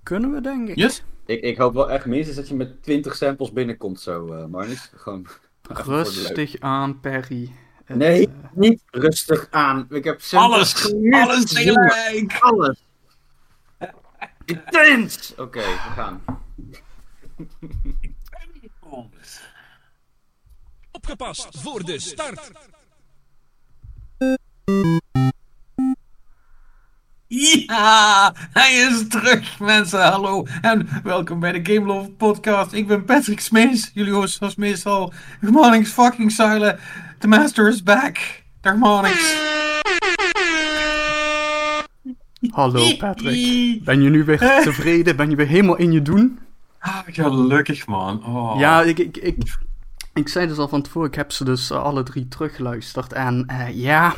Kunnen we, denk ik. Yes? Ik hoop wel echt minstens dat je met 20 samples binnenkomt zo, Marnix. Gewoon Rustig aan, Perry. Nee, niet rustig aan. Ik heb Alles tegelijk! Alles. Intens! Oké, we gaan. Opgepast voor de start. Ja, hij is terug, mensen. Hallo en welkom bij de Game Love Podcast. Ik ben Patrick Smees, jullie host zoals meestal. Good morning, fucking silent. The master is back. Dag Monix. Hallo Patrick. Ben je nu weer tevreden? Ben je weer helemaal in je doen? Gelukkig, man. Oh. Ja, ik zei dus al van tevoren, ik heb ze dus alle 3 teruggeluisterd. En ja...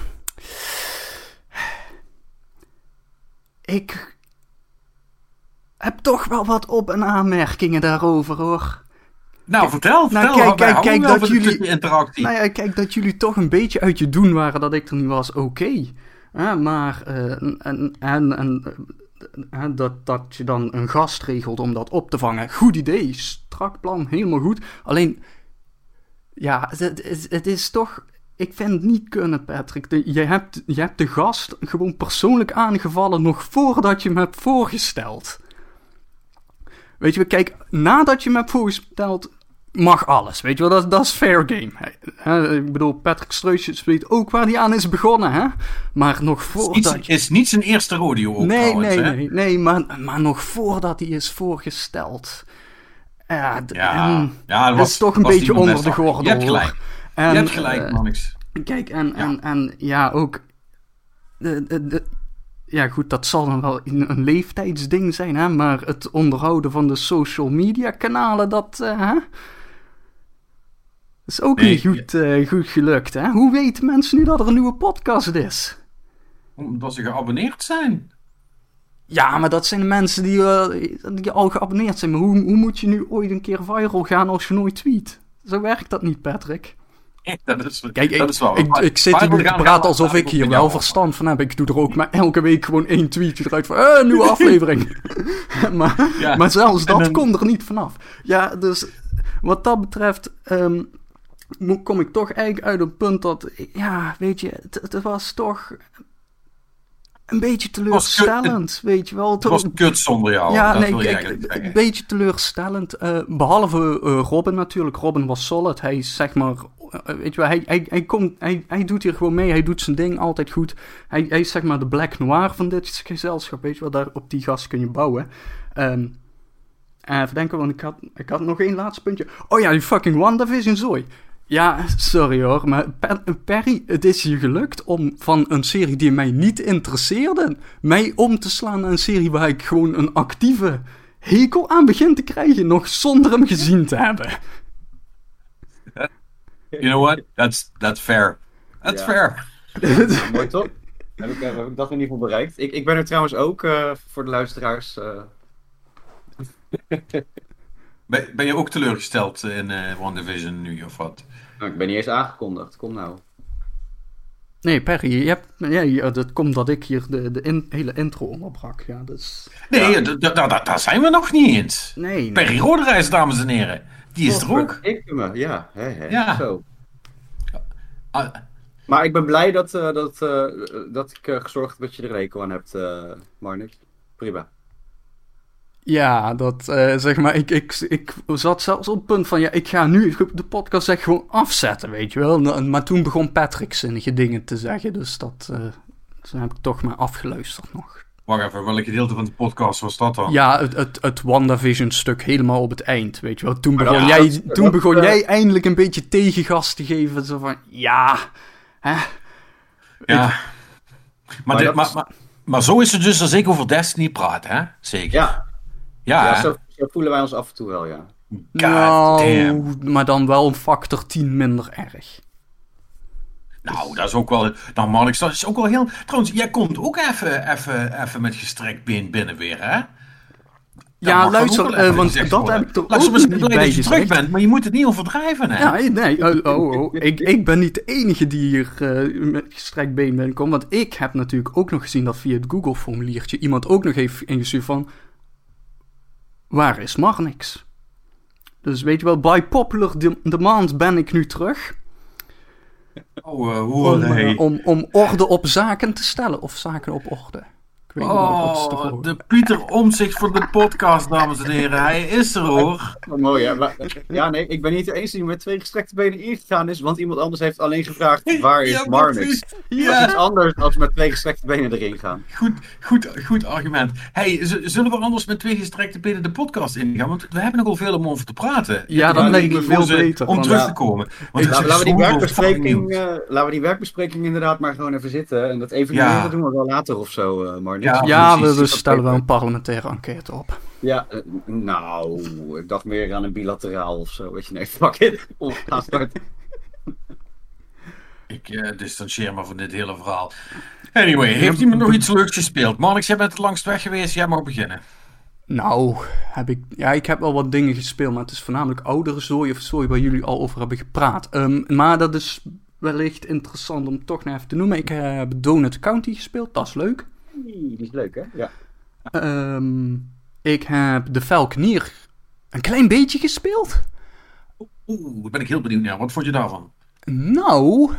Ik heb toch wel wat op- en aanmerkingen daarover, hoor. Nou, vertel. Kijk dat jullie... interactie. Nou ja, kijk dat jullie toch een beetje uit je doen waren dat ik er niet was, oké. Maar... dat je dan een gast regelt om dat op te vangen. Goed idee, strak plan, helemaal goed. Alleen... Ja, het is toch... Ik vind het niet kunnen, Patrick. Je hebt de gast gewoon persoonlijk aangevallen nog voordat je hem hebt voorgesteld. Weet je, kijk, nadat je hem hebt voorgesteld, mag alles. Weet je wel, dat is fair game. Ik bedoel, Patrick Streusjes weet ook waar hij aan is begonnen, hè? Maar nog voordat... Is niet zijn eerste rodeo ook Nee, maar nog voordat hij is voorgesteld. Dat was toch een beetje onder de gordel. Je hebt gelijk. Je hebt gelijk, Mannix. Kijk, en ja, ook... Ja, goed, dat zal dan wel een leeftijdsding zijn, hè? Maar het onderhouden van de social media kanalen, dat is ook niet goed gelukt, hè? Hoe weten mensen nu dat er een nieuwe podcast is? Omdat ze geabonneerd zijn. Ja, maar dat zijn de mensen die al geabonneerd zijn. Maar hoe moet je nu ooit een keer viral gaan als je nooit tweet? Zo werkt dat niet, Patrick. Dat is wel. Ik zit hier nu te praten alsof ik hier wel verstand van heb. Ik doe er ook maar elke week gewoon 1 tweetje eruit van... nieuwe aflevering. maar zelfs dat komt er niet vanaf. Ja, dus wat dat betreft... kom ik toch eigenlijk uit op het punt dat... Ja, weet je, het was toch... Een beetje teleurstellend, weet je wel. Het was kut zonder jou. Ja, een beetje teleurstellend. Behalve Robin natuurlijk. Robin was solid. Hij is zeg maar... weet je wel, hij doet hier gewoon mee. Hij doet zijn ding altijd goed. Hij is zeg maar de Black Noir van dit gezelschap. Weet je wel, daar op die gast kun je bouwen. Even denken, want ik had nog 1 laatste puntje. Oh ja, die fucking WandaVision zooi. Ja, sorry hoor, maar Perry, het is je gelukt om van een serie die mij niet interesseerde, mij om te slaan naar een serie waar ik gewoon een actieve hekel aan begin te krijgen, nog zonder hem gezien te hebben. You know what? That's fair. That's fair. Ja, mooi toch? Heb ik dat in ieder geval bereikt. Ik ben er trouwens ook, voor de luisteraars... Ben je ook teleurgesteld in WandaVision nu, of wat? Nou, ik ben niet eens aangekondigd. Kom nou. Nee, Perry, dat komt dat ik hier de hele intro onderbrak. Ja, dus... Nee, daar zijn we nog niet eens. Nee. Perry Roderijs, dames en heren. Die is er ook. Ik me, ja. Ja. Zo. Maar ik ben blij dat ik gezorgd heb dat je er rekel aan hebt, Marnix. Prima. Ja, dat zeg maar, ik zat zelfs op het punt van, ja, ik ga nu de podcast echt gewoon afzetten, weet je wel. Maar toen begon Patrick zinnige dingen te zeggen, dus dat heb ik toch maar afgeluisterd nog. Wacht even, welk gedeelte van de podcast was dat dan? Ja, het WandaVision stuk helemaal op het eind, weet je wel. Toen begon jij eindelijk een beetje tegengas te geven, zo van, ja, hè. Ja, maar zo is het dus als ik over Destiny praat, hè? Zeker. Ja, zo voelen wij ons af en toe wel, ja. Maar dan wel een factor 10 minder erg. Nou, dat is ook wel... Nou, Marnix, dat is ook wel heel... Trouwens, jij komt ook even met gestrekt been binnen weer, hè? Ja, luister, want dat heb ik toch ook niet bij dat je terug bent, maar je moet het niet overdrijven, hè? Ja, nee, ik ben niet de enige die hier met gestrekt been binnenkomt, want ik heb natuurlijk ook nog gezien dat via het Google-formuliertje iemand ook nog heeft ingestuurd van... waar is Marnix? Dus weet je wel, by popular demand ben ik nu terug. Om orde op zaken te stellen. Of zaken op orde. Ik weet niet wat het is de Pieter Omtzigt van de podcast, dames en heren. Hij is er, hoor. Mooi, hè? Ja, nee, ik ben niet de enige die met 2 gestrekte benen ingegaan is, want iemand anders heeft alleen gevraagd, waar is Marnix? Ja. Dat is iets anders dan met 2 gestrekte benen erin gaan. Goed argument. Hey, zullen we anders met 2 gestrekte benen de podcast ingaan? Want we hebben nogal veel om over te praten. Ja, dat lijkt me veel beter. Om terug te komen. Want Laten we die werkbespreking inderdaad maar gewoon even zitten. En dat evalueren doen we wel later of zo, Marnix. Ja, we stellen wel een parlementaire enquête op. Ja, nou, ik dacht meer aan een bilateraal of zo. Weet je, nee, fuck it. Ga starten. Ik distancieer me van dit hele verhaal. Anyway, heeft iemand nog iets leuks gespeeld? Marnix, jij bent het langst weg geweest. Jij mag beginnen. Nou, ik heb wel wat dingen gespeeld, maar het is voornamelijk oudere zooi of zooi waar jullie al over hebben gepraat. Maar dat is wellicht interessant om toch nog even te noemen. Ik heb Donut County gespeeld, dat is leuk. Die is leuk, hè? Ja. Ik heb de Valkenier een klein beetje gespeeld. Daar ben ik heel benieuwd naar. Wat vond je daarvan? Nou...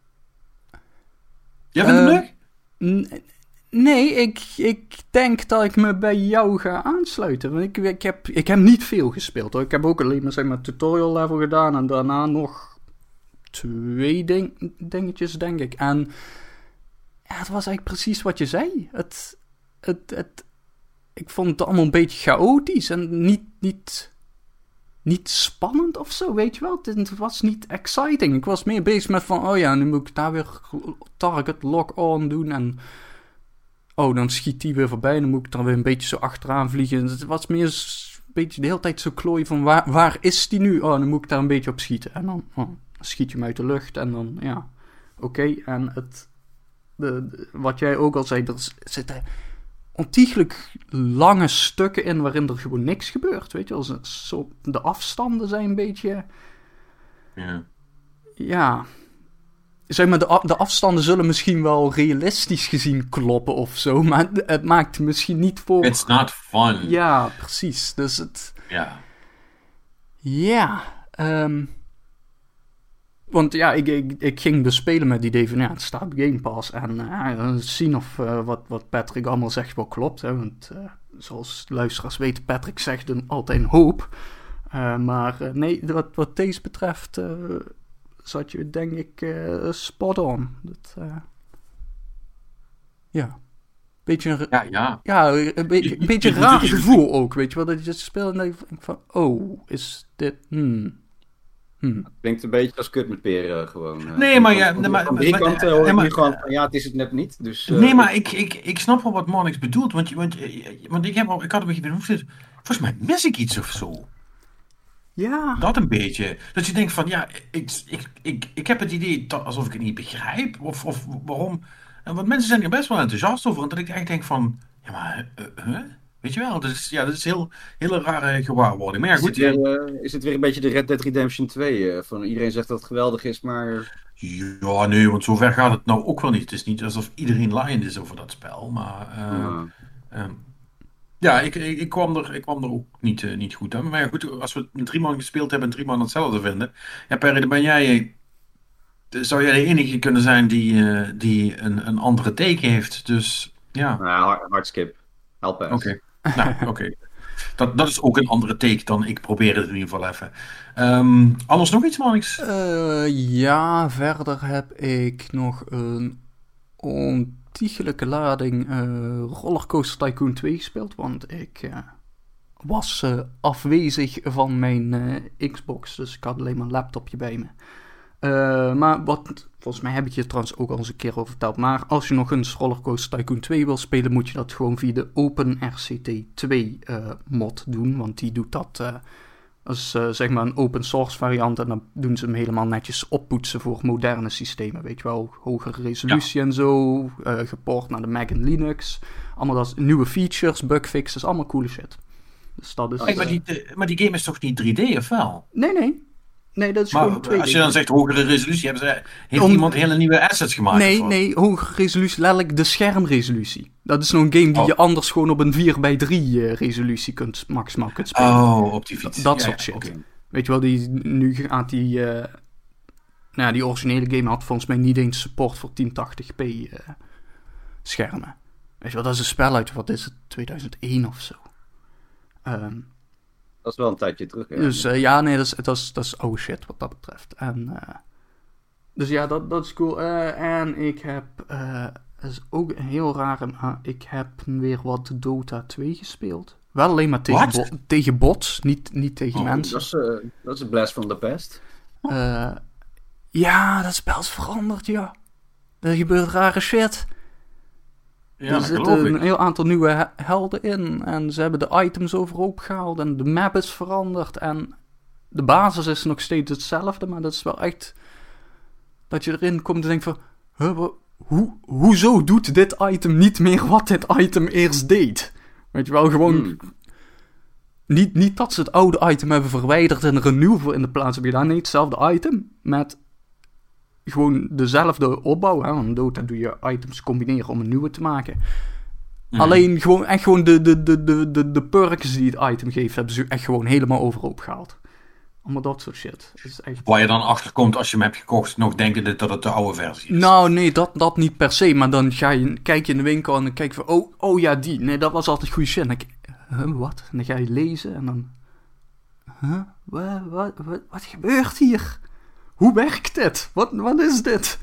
Jij vindt het leuk? Nee, ik denk dat ik me bij jou ga aansluiten. Want ik heb niet veel gespeeld, hoor. Ik heb ook alleen maar, zeg maar, tutorial level gedaan en daarna nog 2 dingetjes, denk ik. En ja, het was eigenlijk precies wat je zei. Ik vond het allemaal een beetje chaotisch en niet spannend of zo, weet je wel. Het was niet exciting. Ik was meer bezig met van, oh ja, nu moet ik daar weer target lock-on doen en dan schiet die weer voorbij. Dan moet ik er weer een beetje zo achteraan vliegen. Het was meer een beetje de hele tijd zo klooien van, waar is die nu? Oh, dan moet ik daar een beetje op schieten. En dan schiet je hem uit de lucht en dan, ja, oké. En wat jij ook al zei, er zitten ontiegelijk lange stukken in waarin er gewoon niks gebeurt, weet je wel. De afstanden zijn een beetje... Ja. Zeg maar, de afstanden zullen misschien wel realistisch gezien kloppen of zo, maar het maakt misschien niet voor... It's not fun. Ja, precies. Dus het... Ja. Ja. Want ja, ik ging dus spelen met die idee van, ja, het staat op Game Pass. En zien of wat Patrick allemaal zegt wel klopt. Hè? Want zoals luisteraars weten, Patrick zegt altijd een hoop. Maar nee, wat deze betreft zat je denk ik spot on. Ja. Beetje een beetje een raar gevoel ook, weet je wel. Dat je speelt en dan denk ik van, oh, is dit... Het klinkt een beetje als kut met peren gewoon. Nee, maar ja... Van drie kanten hoor ik nu gewoon van, ja, het is het net niet. Dus, nee, maar ik snap wel wat Marnix bedoelt. Want ik had een beetje... Volgens mij mis ik iets of zo. Ja. Dat een beetje. Dat je denkt van, ja, ik heb het idee alsof ik het niet begrijp. Of waarom... Want mensen zijn er best wel enthousiast over. En dat ik eigenlijk denk van... Ja, maar... Weet je wel, dat is hele rare gewaarwording. Maar ja, goed. Is het weer een beetje de Red Dead Redemption 2? Van iedereen zegt dat het geweldig is, maar... Ja, nee, want zover gaat het nou ook wel niet. Het is niet alsof iedereen lion is over dat spel, maar... Ja, ik kwam er ook niet goed aan. Maar ja, goed, als we met 3 man gespeeld hebben en 3 man hetzelfde vinden... Ja, Perry, dan ben jij... Zou jij de enige kunnen zijn die een andere take heeft, dus ja. Nou, hardskip. Help us. Oké. Nou, oké. Dat is ook een andere take dan ik probeer het in ieder geval even. Anders nog iets, Marnix? Ja, verder heb ik nog een ontiegelijke lading Rollercoaster Tycoon 2 gespeeld. Want ik was afwezig van mijn Xbox, dus ik had alleen mijn laptopje bij me. Maar volgens mij heb ik je trouwens ook al eens een keer over verteld. Maar als je nog eens Rollercoaster Tycoon 2 wil spelen, moet je dat gewoon via de OpenRCT 2 mod doen. Want die doet dat als zeg maar een open source variant. En dan doen ze hem helemaal netjes oppoetsen voor moderne systemen. Weet je wel, hogere resolutie en zo. Geport naar de Mac en Linux. Allemaal dat nieuwe features, bugfixes, allemaal coole shit. Dus dat is... Maar die game is toch niet 3D of wel? Nee. Nee, dat is Maar gewoon 2D. als je dan zegt hogere resolutie, heeft iemand hele nieuwe assets gemaakt? Nee, hogere resolutie, letterlijk de schermresolutie. Dat is nog een game die je anders gewoon op een 4x3 resolutie maximaal kunt spelen. Oh, op die fiets. Dat soort shit. Okay. Weet je wel, nu gaat die originele game had volgens mij niet eens support voor 1080p schermen. Weet je wel, dat is een spel uit, wat is het, 2001 of zo. Dat is wel een tijdje terug. Ja. Dus dat is oude shit wat dat betreft. En, dus ja, dat is cool. En ik heb, dat is ook een heel rare, ik heb weer wat Dota 2 gespeeld. Wel alleen maar tegen bots, niet tegen mensen. Dat is een blast from the past. Ja, dat spel is veranderd, ja. Er gebeurt rare shit. Ja, er zitten een heel aantal nieuwe helden in. En ze hebben de items overhoop gehaald. En de map is veranderd. En de basis is nog steeds hetzelfde. Maar dat is wel echt... Dat je erin komt en denkt van... Hoezo doet dit item niet meer wat dit item eerst deed? Weet je wel, gewoon... Niet dat ze het oude item hebben verwijderd en er een nieuw voor in de plaats hebben gedaan. Nee, hetzelfde item met... Gewoon dezelfde opbouw. Hè? Want Dota doe je items combineren om een nieuwe te maken. Alleen gewoon de perks die het item geeft, hebben ze echt gewoon helemaal overhoop gehaald. Allemaal dat soort shit. Dat is echt... Waar je dan achterkomt als je hem hebt gekocht, nog denkende dat het de oude versie is. Nou, nee, dat niet per se. Maar dan kijk je in de winkel en dan kijk je van, oh ja, die. Nee, dat was altijd goede shit. En dan wat? En dan ga je lezen en dan... Wat gebeurt hier? Hoe werkt dit? Wat is dit?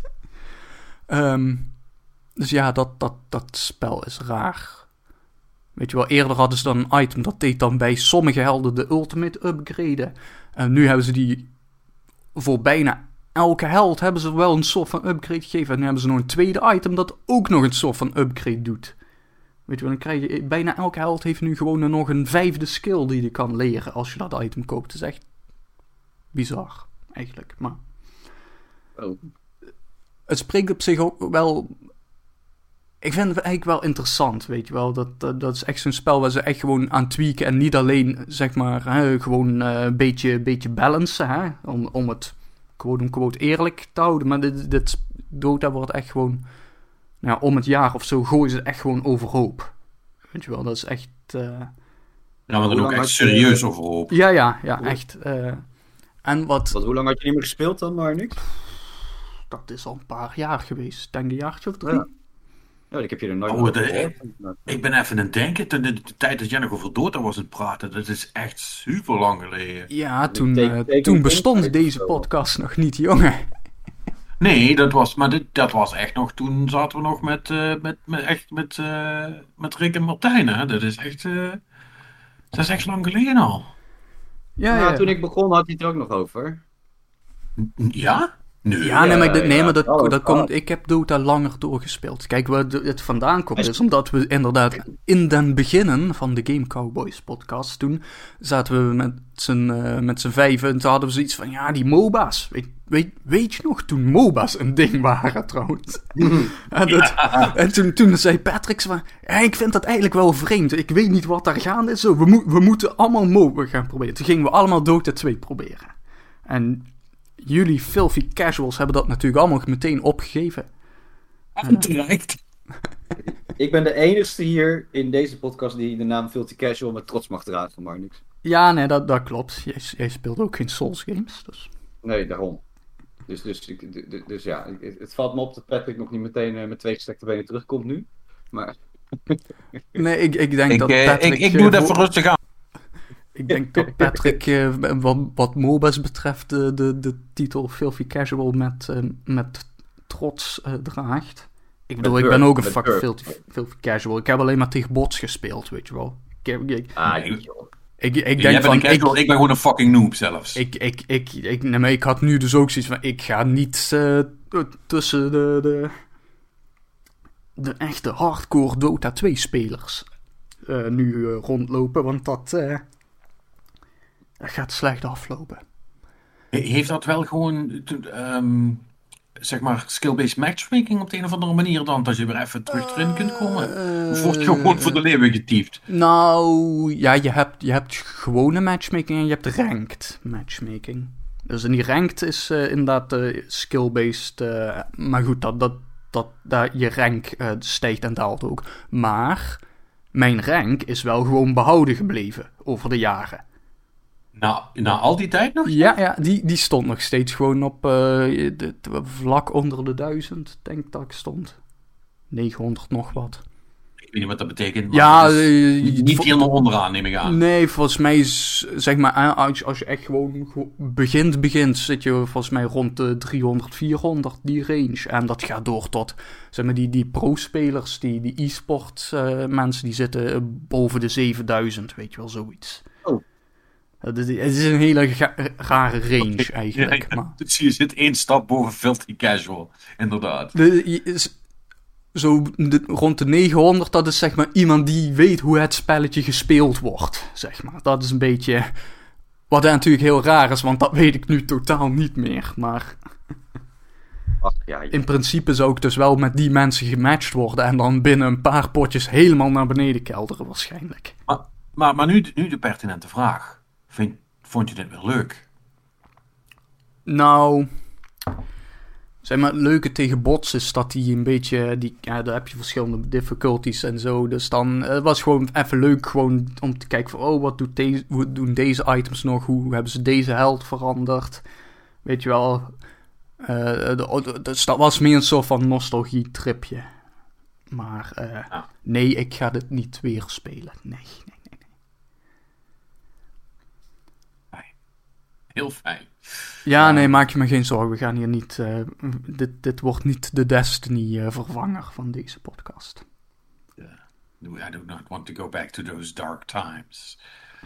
Dus ja, dat spel is raar. Weet je wel, eerder hadden ze dan een item dat deed dan bij sommige helden de ultimate upgraden. En nu hebben ze die voor bijna elke held hebben ze wel een soort van upgrade gegeven. En nu hebben ze nog een tweede item dat ook nog een soort van upgrade doet. Weet je wel, dan krijg je... Bijna elke held heeft nu gewoon nog een 5e skill die je kan leren als je dat item koopt. Het is echt bizar, eigenlijk. Maar... Oh. Het spreekt op zich ook wel... Ik vind het eigenlijk wel interessant, weet je wel. Dat is echt zo'n spel waar ze echt gewoon aan tweaken. En niet alleen, zeg maar, gewoon een beetje balancen. Hè? Om het quote-unquote eerlijk te houden. Maar dit Dota wordt echt gewoon... Nou, om het jaar of zo gooien ze echt gewoon overhoop. Weet je wel, dat is echt... Ja, maar dan ook echt serieus overhoop. Ja, echt. En hoe lang had je niet meer gespeeld dan, maar niks? Dat is al een paar jaar geweest. Denk een jaartje of 3. Ja, ik heb je er nooit over gehoord. Ik ben even aan het denken, de tijd dat jij nog over Dota was aan het praten, dat is echt super lang geleden. Ja, toen bestond deze podcast nog niet, jongen. Nee, dat was echt nog, toen zaten we nog met Rick en Martijn, hè. Dat is echt lang geleden al. Ja. Toen ik begon had hij het er ook nog over. Ja? Dat komt... Ik heb Dota langer doorgespeeld. Kijk, waar het vandaan komt is omdat we inderdaad in den beginnen van de Game Cowboys podcast, toen zaten we met z'n vijven en toen hadden we zoiets van, ja, die MOBA's. Weet je nog, toen MOBA's een ding waren trouwens. En toen zei Patrick van, ik vind dat eigenlijk wel vreemd. Ik weet niet wat daar gaande is. We moeten allemaal MOBA gaan proberen. Toen gingen we allemaal Dota 2 proberen. En... Jullie filthy casuals hebben dat natuurlijk allemaal meteen opgegeven. Terecht. Ik ben de enigste hier in deze podcast die de naam filthy casual met trots mag dragen, maar niks. Ja, nee, dat klopt. Jij speelt ook geen Souls games, dus... Nee, daarom. Dus ja, het valt me op dat Patrick nog niet meteen met 2 gestrekte benen terugkomt nu. Maar... Nee, ik denk dat Patrick... Ik doe het even rustig aan. Ik denk dat Patrick, wat MOBA's betreft, de titel Filthy Casual met trots draagt. Ik bedoel, ik ben ook een fucking filthy casual. Ik heb alleen maar tegen bots gespeeld, weet je wel. Ik denk van... Ik ben gewoon een fucking noob zelfs. Ik had nu dus ook zoiets van... Ik ga niet tussen de echte hardcore Dota 2 spelers nu rondlopen, want dat gaat slecht aflopen. Heeft dat wel gewoon, zeg maar, skill-based matchmaking op de een of andere manier dan? Dat je weer even terug erin kunt komen? Of wordt je gewoon voor de leeuwen getiefd? Nou, ja, je hebt gewone matchmaking en je hebt ranked matchmaking. Dus in die ranked is inderdaad skill-based. Maar goed, dat je rank stijgt en daalt ook. Maar mijn rank is wel gewoon behouden gebleven over de jaren. Na al die tijd nog? Ja, die stond nog steeds gewoon op vlak onder de 1000, denk ik dat ik stond. 900 nog wat. Ik weet niet wat dat betekent. Maar Ja, niet helemaal onderaan, neem ik aan. Nee, volgens mij is, zeg maar, als je echt gewoon begint, zit je volgens mij rond de 300, 400, die range. En dat gaat door tot, zeg maar, die pro-spelers, die e-sport mensen, die zitten boven de 7000, weet je wel, zoiets. Oh. Het is een hele rare range eigenlijk. Ja, maar. dus je zit 1 stap boven filthy casual, inderdaad. Rond de 900, dat is zeg maar iemand die weet hoe het spelletje gespeeld wordt, zeg maar. Dat is een beetje, wat natuurlijk heel raar is, want dat weet ik nu totaal niet meer. Maar in principe zou ik dus wel met die mensen gematcht worden en dan binnen een paar potjes helemaal naar beneden kelderen waarschijnlijk. Maar nu de pertinente vraag. Vond je dit weer leuk? Nou, zeg maar, het leuke tegen bots is dat die een beetje, daar heb je verschillende difficulties en zo. Dus dan, het was gewoon even leuk gewoon om te kijken van, wat doen deze items nog? Hoe hebben ze deze held veranderd? Weet je wel, dus dat was meer een soort van nostalgie-tripje. Maar nee, ik ga dit niet weer spelen. Nee. Heel fijn. Ja, nee, maak je me geen zorgen. We gaan hier niet... dit wordt niet de Destiny-vervanger van deze podcast. I do not want to go back to those dark times.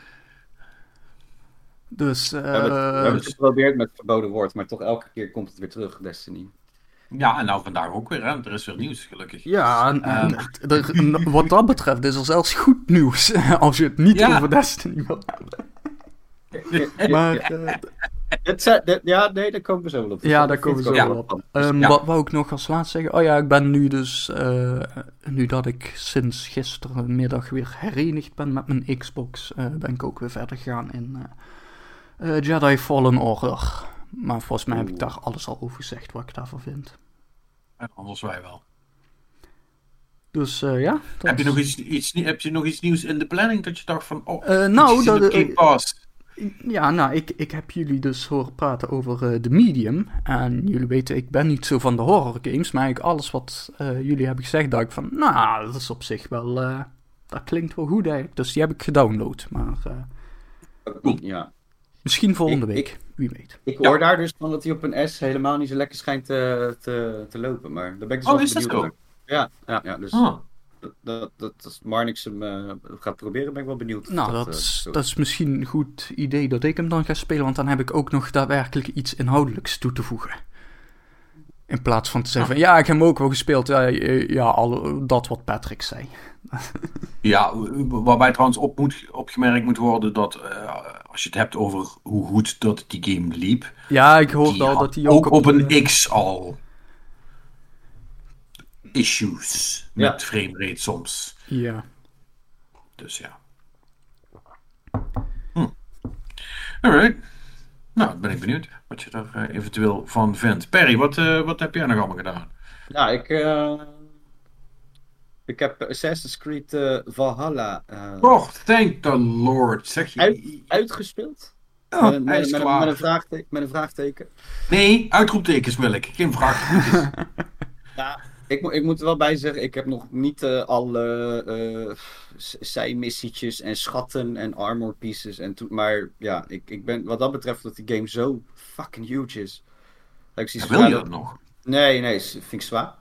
Dus... we hebben het geprobeerd met het verboden woord, maar toch elke keer komt het weer terug, Destiny. Ja, en nou vandaag ook weer, hè? Er is weer nieuws, gelukkig. Ja, wat dat betreft is er zelfs goed nieuws. Als je het niet over Destiny wil hebben. Maar... daar komen we zo wel op. Ja, daar komen we zo wel op. Wat wou ik nog als laatste zeggen? Oh ja, ik ben nu dus... nu dat ik sinds gisterenmiddag weer herenigd ben met mijn Xbox... ben ik ook weer verder gegaan in Jedi Fallen Order. Maar volgens mij heb ik daar alles al over gezegd wat ik daarvan vind. Anders wij wel. Dus ja... Heb je nog iets nieuws in de planning dat je dacht van... nou, Pass. Ja, nou, ik heb jullie dus horen praten over The Medium. En jullie weten, ik ben niet zo van de horror games. Maar eigenlijk alles wat jullie hebben gezegd, dacht ik van... Nou, dat is op zich wel... dat klinkt wel goed eigenlijk. Dus die heb ik gedownload. Maar ja. Misschien volgende week. Wie weet. Ik hoor daar dus van dat hij op een S helemaal niet zo lekker schijnt te lopen. Maar daar ben ik dus wel is dat benieuwd zo? naar. Ja, dus... Dat als Marnix hem gaat proberen, ben ik wel benieuwd. Nou, dat is misschien een goed idee dat ik hem dan ga spelen, want dan heb ik ook nog daadwerkelijk iets inhoudelijks toe te voegen. In plaats van te zeggen van, ja, ik heb hem ook wel gespeeld. Dat wat Patrick zei. Ja, waarbij trouwens opgemerkt moet worden dat als je het hebt over hoe goed dat die game liep. Ja, ik hoorde al dat hij ook op een X al... issues met framerate soms. Ja. Dus ja. Alright. Nou, dan ben ik benieuwd wat je daar eventueel van vindt. Perry, wat heb jij nog allemaal gedaan? Ja, ik heb Assassin's Creed Valhalla thank the Lord. Zeg je... uitgespeeld. Met een vraagteken. Nee, uitroeptekens wil ik. Geen vraagtekens. Ja, ik moet er wel bij zeggen, ik heb nog niet alle zijmissietjes en schatten en armor pieces. Maar ja, ik ben wat dat betreft dat die game zo fucking huge is. Wil je dat nog? Nee, vind ik zwaar.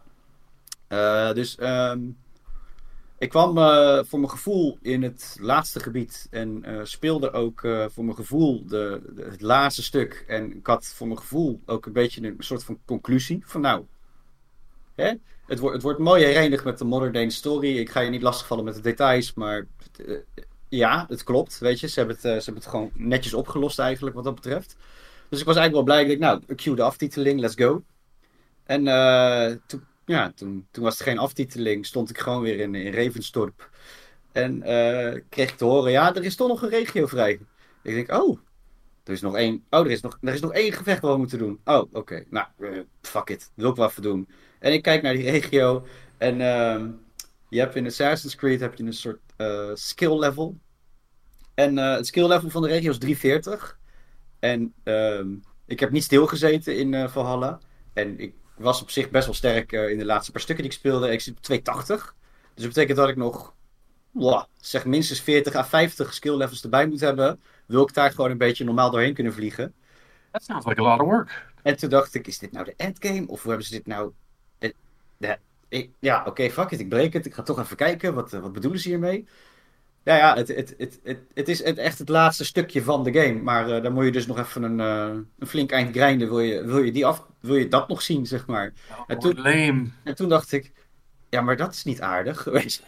Ik kwam voor mijn gevoel in het laatste gebied en speelde ook voor mijn gevoel het laatste stuk. En ik had voor mijn gevoel ook een beetje een soort van conclusie van nou... Hè? Het wordt mooi herenigd met de modern day story. Ik ga je niet lastigvallen met de details, maar ja, het klopt. Weet je, ze hebben het gewoon netjes opgelost eigenlijk wat dat betreft. Dus ik was eigenlijk wel blij. Ik dacht, nou, cue de aftiteling, let's go. En toen was er geen aftiteling, stond ik gewoon weer in Ravenstorp. En kreeg ik te horen, ja, er is toch nog een regio vrij. Ik denk, oh, Er is nog één. Oh, er is nog één gevecht wat we moeten doen. Oh, oké. Nou, fuck it. Wil ik wel even doen. En ik kijk naar die regio. En je hebt in Assassin's Creed heb je een soort skill level. En het skill level van de regio is 340. En ik heb niet stilgezeten in Valhalla. En ik was op zich best wel sterk in de laatste paar stukken die ik speelde. Ik zit op 280. Dus dat betekent dat ik nog zeg minstens 40 à 50 skill levels erbij moet hebben. Wil ik daar gewoon een beetje normaal doorheen kunnen vliegen. That sounds like a lot of work. En toen dacht ik, is dit nou de endgame? Of hoe hebben ze dit nou... Ja, oké, fuck it, ik breek het. Ik ga toch even kijken, wat bedoelen ze hiermee? Ja, het is echt het laatste stukje van de game. Maar dan moet je dus nog even een flink eind grinden. Wil je dat nog zien, zeg maar. Lame. En toen dacht ik, ja, maar dat is niet aardig geweest.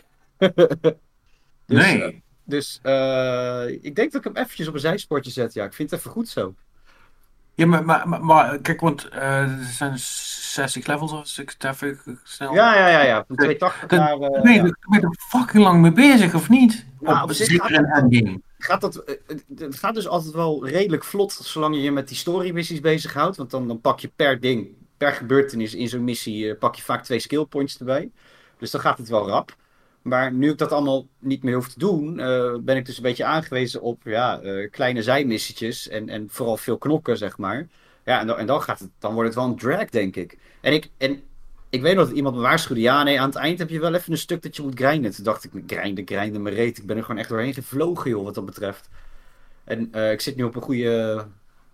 Nee. Ik denk dat ik hem eventjes op een zijsportje zet. Ja, ik vind het even goed zo. Ja, maar kijk, want er zijn 60 levels als ik het even snel... Ja. Van 280 naar... Ben je er fucking lang mee bezig, of niet? Nou, op zich zeker een endgame. Het gaat dus altijd wel redelijk vlot, zolang je je met die story missies bezighoudt. Want dan pak je per ding, per gebeurtenis in zo'n missie, pak je vaak 2 skill points erbij. Dus dan gaat het wel rap. Maar nu ik dat allemaal niet meer hoef te doen, ben ik dus een beetje aangewezen op kleine zijmissietjes en vooral veel knokken, zeg maar. Ja, en dan wordt het wel een drag, denk ik. En ik weet nog dat iemand me waarschuwde, ja, nee, aan het eind heb je wel even een stuk dat je moet grinden. Toen dacht ik, grinden, mijn reet. Ik ben er gewoon echt doorheen gevlogen, joh, wat dat betreft. En ik zit nu op een goede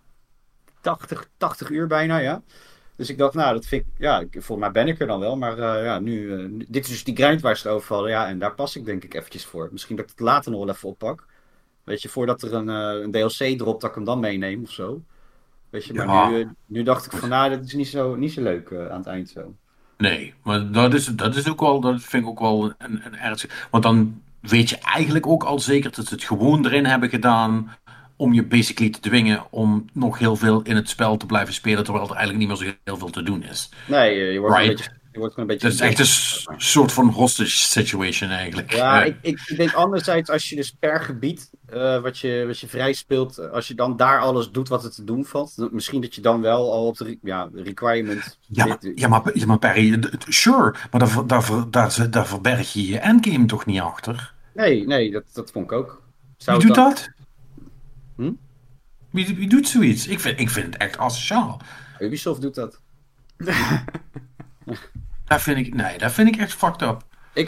80 uur bijna, ja. Dus ik dacht, nou, dat vind ik... Ja, volgens mij ben ik er dan wel. Maar dit is dus die grind waar ze het over hadden. Ja, en daar pas ik denk ik eventjes voor. Misschien dat ik het later nog wel even oppak. Weet je, voordat er een DLC dropt, dat ik hem dan meeneem of zo. Weet je, maar nu dacht ik van, nou, dat is niet zo leuk aan het eind zo. Nee, maar dat is ook wel... Dat vind ik ook wel een ernstig... Want dan weet je eigenlijk ook al zeker dat ze het gewoon erin hebben gedaan... om je basically te dwingen om nog heel veel in het spel te blijven spelen, terwijl er eigenlijk niet meer zo heel veel te doen is. Nee, je wordt gewoon een beetje... Dat is echt een soort van hostage situation eigenlijk. Ja, ik denk anderzijds, als je dus per gebied wat je vrij speelt, als je dan daar alles doet wat het te doen valt, misschien dat je dan wel al op de requirement... Maar Perry, sure, maar daar verberg je je endgame toch niet achter? Nee, dat vond ik ook. Wie doet dat? Wie doet zoiets? Ik vind het echt asociaal. Ubisoft doet dat. Dat vind ik echt fucked up.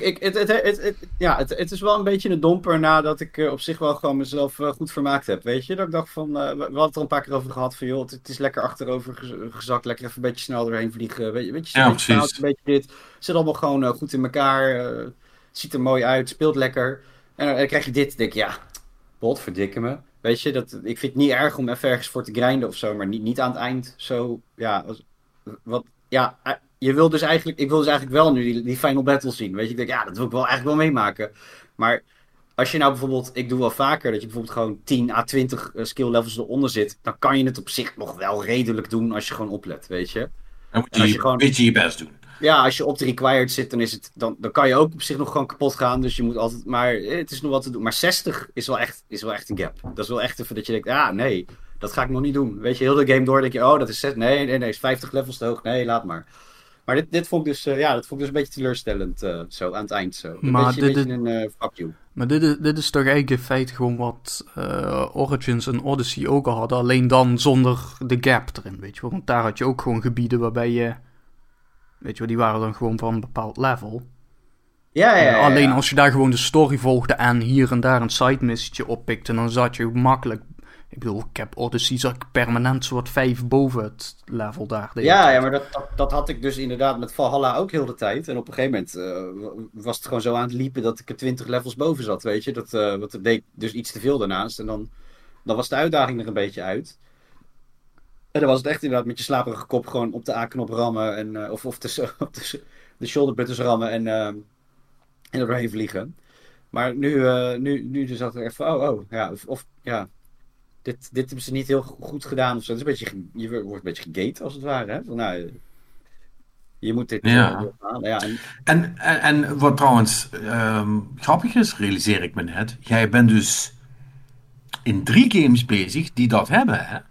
Het is wel een beetje een domper nadat ik op zich wel gewoon mezelf goed vermaakt heb. Weet je, dat ik dacht van, we hadden het er een paar keer over gehad van, joh, het is lekker achterover gezakt, lekker even een beetje snel doorheen vliegen. Weet je, een beetje dit. Het zit allemaal gewoon goed in elkaar, ziet er mooi uit, speelt lekker. En dan krijg je dit, denk ik, ja, potverdikke me. Weet je, ik vind het niet erg om even ergens voor te grinden of zo, maar niet aan het eind zo, ja, ik wil dus eigenlijk wel nu die final battle zien. Weet je, ik denk, ja, dat wil ik wel eigenlijk wel meemaken. Maar als je nou bijvoorbeeld, ik doe wel vaker dat je bijvoorbeeld gewoon 10 à 20 skill levels eronder zit, dan kan je het op zich nog wel redelijk doen als je gewoon oplet, weet je. Dan moet je gewoon een beetje je best doen. Ja, als je op de required zit, dan kan je ook op zich nog gewoon kapot gaan. Dus je moet altijd, maar het is nog wat te doen. Maar 60 is wel echt een gap. Dat is wel echt even dat je denkt, ja, nee, dat ga ik nog niet doen. Weet je, heel de game door denk je, oh, dat is 6. Nee, is 50 levels te hoog. Nee, laat maar. Maar dit vond ik dus, dat vond ik dus een beetje teleurstellend zo aan het eind zo. Een beetje een fuck you. Maar dit is toch eigenlijk in feite gewoon wat Origins en Odyssey ook al hadden. Alleen dan zonder de gap erin, weet je wel. Want daar had je ook gewoon gebieden waarbij je... Weet je wel, die waren dan gewoon van een bepaald level. Ja. Alleen als je daar gewoon de story volgde en hier en daar een side missietje oppikte, dan zat je makkelijk... Ik bedoel, ik heb Odyssey, zat ik permanent soort 5 boven het level daar. Ja, maar dat had ik dus inderdaad met Valhalla ook heel de tijd. En op een gegeven moment was het gewoon zo aan het liepen dat ik er 20 levels boven zat, weet je. Dat deed dus iets te veel daarnaast. En dan was de uitdaging er een beetje uit. En dan was het echt inderdaad met je slaperige kop gewoon op de A-knop rammen. En, of op de shoulder buttons rammen en er doorheen vliegen. Maar nu dus zat er even, ja... Dit hebben ze niet heel goed gedaan of zo. Het is je wordt een beetje gegate als het ware. Hè? Van, nou, je moet dit halen. Ja, en wat trouwens grappig is, realiseer ik me net. Jij bent dus in 3 games bezig die dat hebben, hè?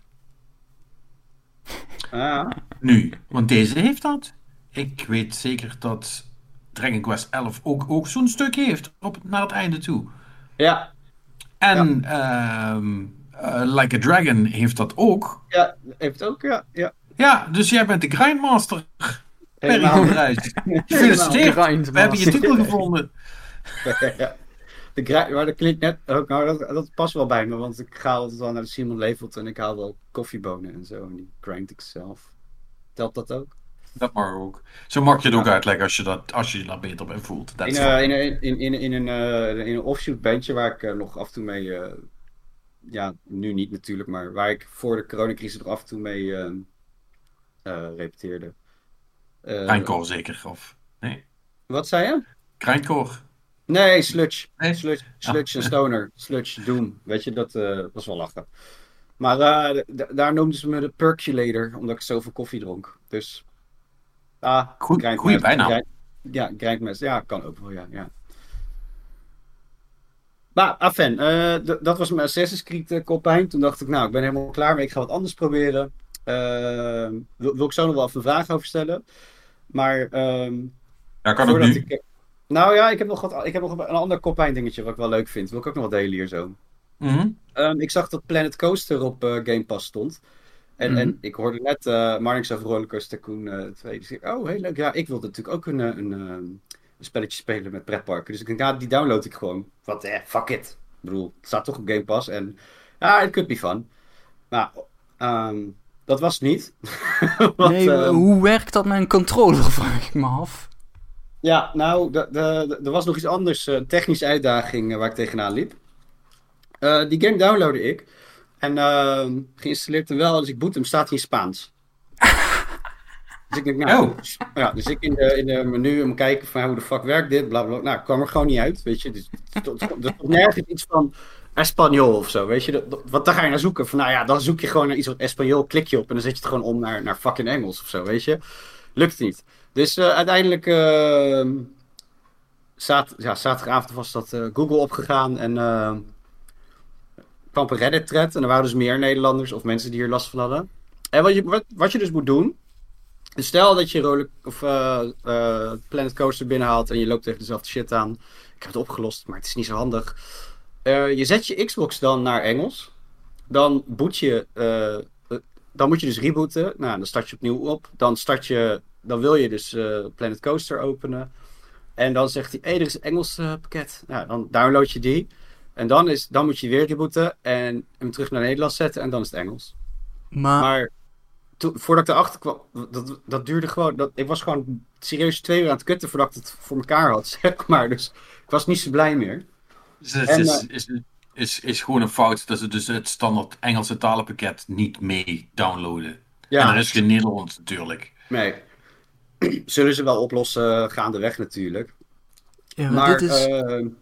Nu, want deze heeft dat. Ik weet zeker dat Dragon Quest 11 ook zo'n stuk heeft naar het einde toe. Ja. En Like a Dragon heeft dat ook. Ja, heeft ook, ja. Ja, dus jij bent de Grindmaster. Perry Helemaal. van der Rijs. Gefeliciteerd. Grindmaster. We hebben je titel gevonden. Ja. Maar dat klinkt net ook, nou, dat past wel bij me, want ik ga altijd wel naar de Simon Levelt en ik haal wel koffiebonen en zo. En die grind ik zelf. Telt dat ook? Dat mag ook. Zo mag je het ook uitleggen als je je daar beter bij voelt. In een offshoot bandje waar ik nog af en toe mee, ja, nu niet natuurlijk, maar waar ik voor de coronacrisis nog af en toe mee repeteerde. Grindcore zeker, of? Nee. Wat zei je? Grindcore. Nee, Sludge. Nee? Sludge en Stoner. Sludge, Doom. Weet je, dat was wel lachen. Maar daar noemden ze me de Percolator, omdat ik zoveel koffie dronk. Dus... Goeie bijnaam. Ja, Grindmaster. Ja, kan ook wel, ja. Maar, Afen, dat was mijn Assassin's Creed koppijn. Toen dacht ik, nou, ik ben helemaal klaar, maar ik ga wat anders proberen. Wil ik zo nog wel even een vraag over stellen. Maar... ja, kan ook nu. Nou ja, ik heb nog een ander koppijn dingetje wat ik wel leuk vind. Wil ik ook nog wat delen hier zo. Mm-hmm. Ik zag dat Planet Coaster op Game Pass stond. En ik hoorde net Marnix over Rollercoaster Tycoon 2. Dus ik oh, heel leuk. Ja, ik wilde natuurlijk ook een spelletje spelen met pretparken. Dus ik denk, ja, die download ik gewoon. Wat, fuck it. Ik bedoel, het staat toch op Game Pass. En ja, it could be fun. Maar dat was het niet. Hoe werkt dat met een controller, vraag ik me af. Ja, nou, er was nog iets anders. Een technische uitdaging waar ik tegenaan liep. Die game downloadde ik. En geïnstalleerd hem wel, dus ik boot hem, staat hij in Spaans. Dus ik denk, nou, ja, dus ik in de menu om kijken van hoe de fuck werkt dit, bla bla. Nou, ik kwam er gewoon niet uit, weet je. Dus er stond nergens iets van Espanol of zo, weet je. Wat daar ga je naar zoeken? Van, nou ja, dan zoek je gewoon naar iets wat Espanol, klik je op en dan zet je het gewoon om naar fucking Engels of zo, weet je. Lukt niet. Dus uiteindelijk zaterdagavond was dat Google opgegaan en kwam op een Reddit-thread en er waren dus meer Nederlanders of mensen die hier last van hadden. En wat je dus moet doen, is stel dat je Planet Coaster binnenhaalt en je loopt tegen dezelfde shit aan. Ik heb het opgelost, maar het is niet zo handig. Je zet je Xbox dan naar Engels. Dan boot je, dan moet je dus rebooten. Nou, dan start je opnieuw op. Dan wil je dus Planet Coaster openen. En dan zegt hij, er is een Engels pakket. Nou, dan download je die. En dan moet je weer rebooten en hem terug naar Nederlands zetten en dan is het Engels. Maar voordat ik erachter kwam, dat duurde gewoon, ik was gewoon serieus 2 uur aan het kutten voordat ik het voor elkaar had, zeg maar. Dus ik was niet zo blij meer. Dus het is gewoon een fout dat ze dus het standaard Engelse talenpakket niet mee downloaden. Ja. En er is geen Nederlands natuurlijk. Nee. Zullen ze wel oplossen gaandeweg natuurlijk. Ja, maar dit is...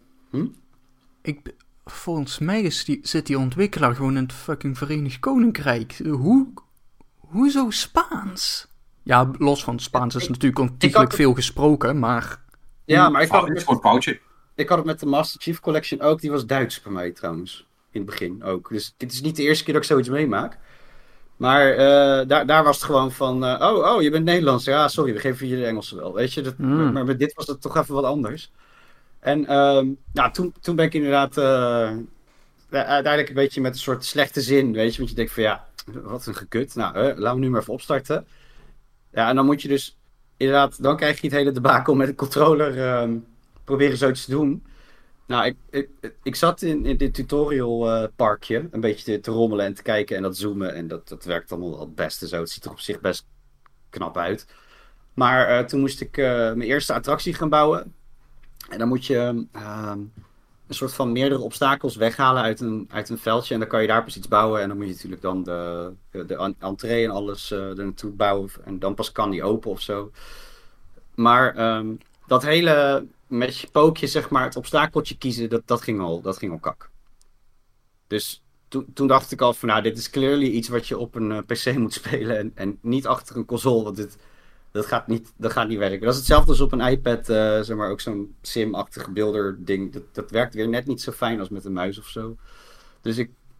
Volgens mij zit die ontwikkelaar gewoon in het fucking Verenigd Koninkrijk. Hoezo Spaans? Ja, los van Spaans is natuurlijk ontiegelijk veel gesproken, maar... Ja, maar ik had het gewoon foutje. Ik had het met de Master Chief Collection ook. Die was Duits bij mij trouwens. In het begin ook. Dus het is niet de eerste keer dat ik zoiets meemaak. Maar daar was het gewoon van... oh, je bent Nederlands. Ja, sorry, we geven je de Engelse wel. Weet je, maar met dit was het toch even wat anders. En toen ben ik inderdaad uiteindelijk een beetje met een soort slechte zin, weet je. Want je denkt van ja, wat een gekut. Nou, laten we nu maar even opstarten. Ja, en dan moet je dus inderdaad, dan krijg je het hele debakel met de controller proberen zoiets te doen. Nou, ik zat in dit tutorial parkje een beetje te rommelen en te kijken en dat zoomen. En dat werkt allemaal wel het beste zo. Het ziet er op zich best knap uit. Maar toen moest ik mijn eerste attractie gaan bouwen. En dan moet je een soort van meerdere obstakels weghalen uit een veldje. En dan kan je daar pas iets bouwen. En dan moet je natuurlijk dan de entree en alles er naartoe bouwen. En dan pas kan die open of zo. Maar dat hele met je pookje, zeg maar, het obstakeltje kiezen, dat ging al kak. Dus toen dacht ik al van, nou, dit is clearly iets wat je op een PC moet spelen. En niet achter een console, want dat gaat niet werken. Dat is hetzelfde als op een iPad, zeg maar, ook zo'n sim-achtige builder ding. Dat werkt weer net niet zo fijn als met een muis of zo. Dus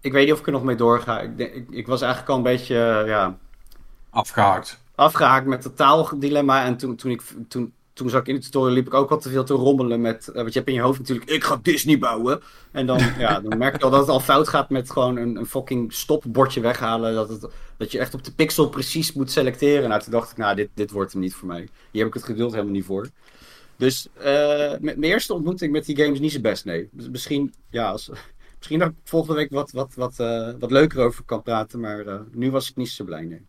Ik weet niet of ik er nog mee doorga. Ik was eigenlijk al een beetje afgehaakt met het taaldilemma. En toen zat ik in de tutorial, liep ik ook al te veel te rommelen met... want je hebt in je hoofd natuurlijk, ik ga Disney bouwen. En dan, dan merk je al dat het al fout gaat met gewoon een fucking stopbordje weghalen. Dat je echt op de pixel precies moet selecteren. Nou, toen dacht ik, dit wordt hem niet voor mij. Hier heb ik het geduld helemaal niet voor. Dus mijn eerste ontmoeting met die games niet zo best, nee. Dus misschien dat ik volgende week wat leuker over kan praten. Maar nu was ik niet zo blij, nee.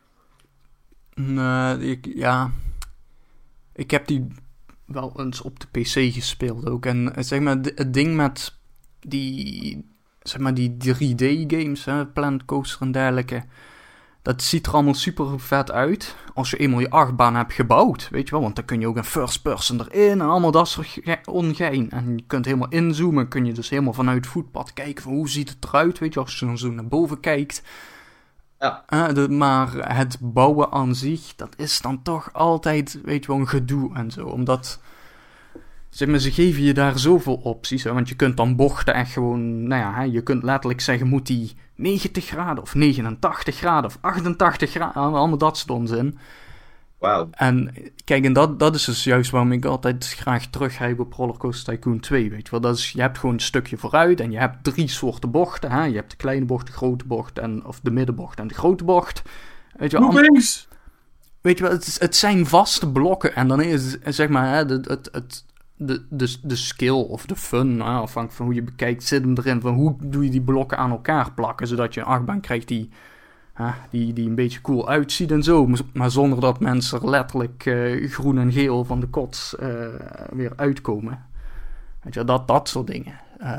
Ik heb die wel eens op de PC gespeeld ook. En zeg maar, het ding met die 3D-games, Planet Coaster en dergelijke, dat ziet er allemaal super vet uit als je eenmaal je achtbaan hebt gebouwd, weet je wel. Want dan kun je ook een first person erin en allemaal dat soort ongein. En je kunt helemaal inzoomen, kun je dus helemaal vanuit het voetpad kijken van hoe ziet het eruit, weet je, als je dan zo naar boven kijkt. Ja. Maar het bouwen aan zich, dat is dan toch altijd, weet je wel, een gedoe en zo. Omdat, zeg maar, ze geven je daar zoveel opties. Hè? Want je kunt dan bochten echt gewoon, je kunt letterlijk zeggen, moet die 90 graden of 89 graden of 88 graden, allemaal dat soort onzin. Wauw. En kijk, en dat is dus juist waarom ik altijd graag terugrijd op Rollercoaster Tycoon 2, weet je wel. Je hebt gewoon een stukje vooruit en je hebt 3 soorten bochten. Hè? Je hebt de kleine bocht, de grote bocht, of de middenbocht en de grote bocht. Weet je wel, weet je wel, het zijn vaste blokken en dan is, zeg maar, de skill of de fun, afhankelijk van hoe je bekijkt, zit hem erin van hoe doe je die blokken aan elkaar plakken, zodat je een achtbaan krijgt die een beetje cool uitziet en zo. Maar zonder dat mensen er letterlijk groen en geel van de kots weer uitkomen. Weet je, dat soort dingen.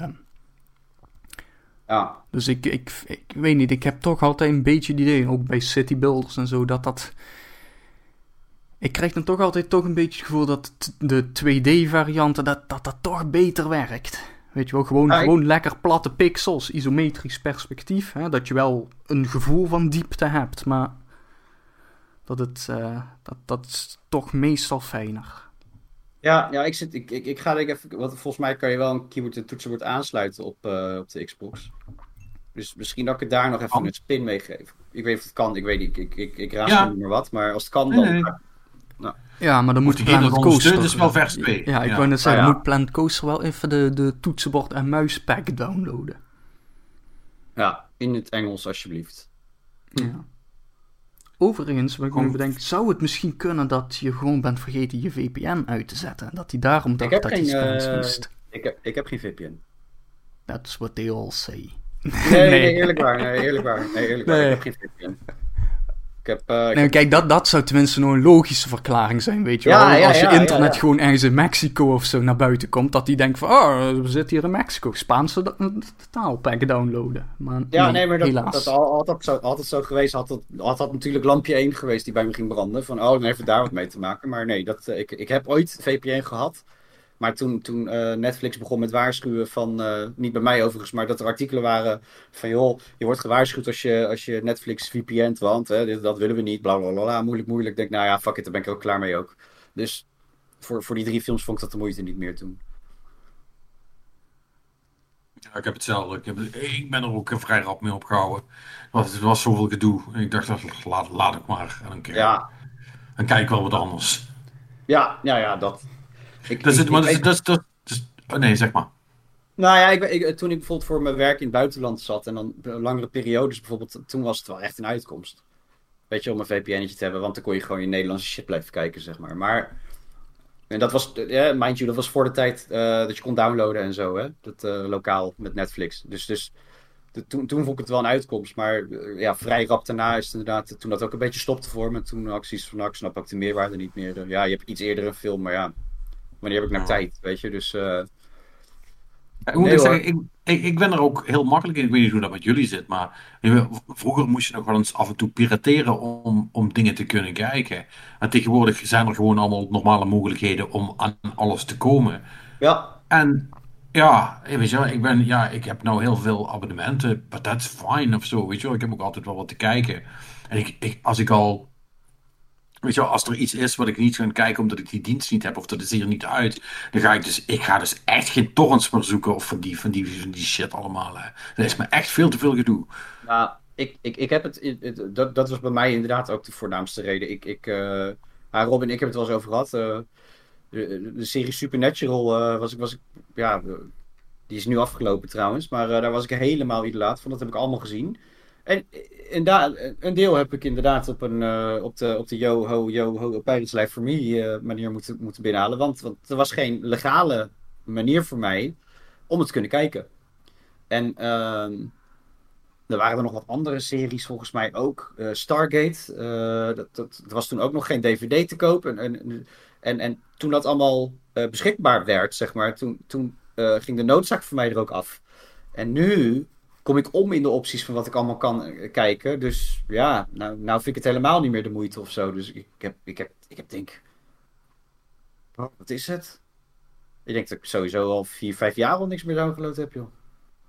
Ja. Dus ik weet niet, ik heb toch altijd een beetje het idee, ook bij City Builders en zo, dat... Ik krijg dan toch altijd een beetje het gevoel dat de 2D-varianten, dat toch beter werkt. Weet je wel, gewoon lekker platte pixels, isometrisch perspectief. Hè, dat je wel een gevoel van diepte hebt, maar dat is toch meestal fijner. Ja, ik ga denk even, want volgens mij kan je wel een keyboard en toetsenbord aansluiten op de Xbox. Dus misschien dat ik het daar nog even een spin mee geef. Ik weet of het kan, ik weet niet, ik raas niet meer wat, maar als het kan dan... Nee. Nou. Ja, maar dan moet Planet Coaster... Dat is wel vers 2. Ja, ik wou net zeggen, moet Planet Coaster wel even de toetsenbord en muispack downloaden. Ja, in het Engels alsjeblieft. Ja. Overigens, wat ik me bedenk, zou het misschien kunnen dat je gewoon bent vergeten je VPN uit te zetten? En dat hij daarom dacht dat hij spans moest. Ik heb geen VPN. That's what they all say. Nee, eerlijk waar. Ik heb geen VPN. Kijk, dat zou tenminste nog een logische verklaring zijn, weet je wel. Als je internet gewoon ergens in Mexico of zo naar buiten komt, dat die denkt van, we zitten hier in Mexico, Spaanse taalpack downloaden. Maar maar helaas. Dat altijd zo geweest, had dat natuurlijk lampje 1 geweest die bij me ging branden. Van, dan heeft het daar wat mee te maken. Maar nee, ik heb ooit VPN gehad. Maar toen Netflix begon met waarschuwen van, niet bij mij overigens, maar dat er artikelen waren van, joh, je wordt gewaarschuwd als je Netflix VPN't, want dat willen we niet, blablabla, moeilijk. Ik denk, nou ja, fuck it, daar ben ik ook klaar mee ook. Dus voor die 3 films vond ik dat de moeite niet meer toen. Ja, ik heb hetzelfde. Ik ben er ook vrij rap mee opgehouden. Het was zoveel gedoe. En ik dacht, laat ik maar. En dan kijk ik wel wat anders. Ja, dat... Nee, zeg maar. Nou ja, toen ik bijvoorbeeld voor mijn werk in het buitenland zat en dan langere periodes bijvoorbeeld, toen was het wel echt een uitkomst. Weet je, om een VPN'tje te hebben, want dan kon je gewoon je Nederlandse shit blijven kijken, zeg maar. Maar, en dat was, mind you, dat was voor de tijd dat je kon downloaden en zo, hè. Dat lokaal met Netflix. Dus toen vond ik het wel een uitkomst. Maar vrij rap daarna is het inderdaad, toen dat ook een beetje stopte voor me, toen had ik zoiets van, ik snap ook de meerwaarde niet meer. Je hebt iets eerder een film, maar ja, wanneer heb ik nou tijd, weet je, dus... ik moet zeggen, ik ben er ook heel makkelijk in. Ik weet niet hoe dat met jullie zit, maar vroeger moest je nog wel eens af en toe pirateren om dingen te kunnen kijken. En tegenwoordig zijn er gewoon allemaal normale mogelijkheden om aan alles te komen. Ja. En ja, weet je wel, ik heb nou heel veel abonnementen, but that's fine of zo, weet je wel. Ik heb ook altijd wel wat te kijken. En als ik al Weet je wel, als er iets is wat ik niet ga kijken omdat ik die dienst niet heb of dat is hier niet uit, dan ga ik ga dus echt geen torrents meer zoeken of van die shit allemaal. Hè. Dat is me echt veel te veel gedoe. Nou, ik heb dat was bij mij inderdaad ook de voornaamste reden. Robin, ik heb het wel eens over gehad. De serie Supernatural ja, die is nu afgelopen trouwens, maar daar was ik helemaal idolaat van. Dat heb ik allemaal gezien. En daar, een deel heb ik inderdaad op de yo-ho Pirates Life for Me manier moeten binnenhalen. Want er was geen legale manier voor mij om het te kunnen kijken. En er waren er nog wat andere series volgens mij ook. Stargate, dat was toen ook nog geen DVD te koop. En toen dat allemaal beschikbaar werd, zeg maar, toen ging de noodzaak voor mij er ook af. En nu kom ik om in de opties van wat ik allemaal kan kijken. Dus ja, nou vind ik het helemaal niet meer de moeite of zo. Dus ik denk, wat is het? Ik denk dat ik sowieso al 4-5 jaar al niks meer downgeload heb, joh.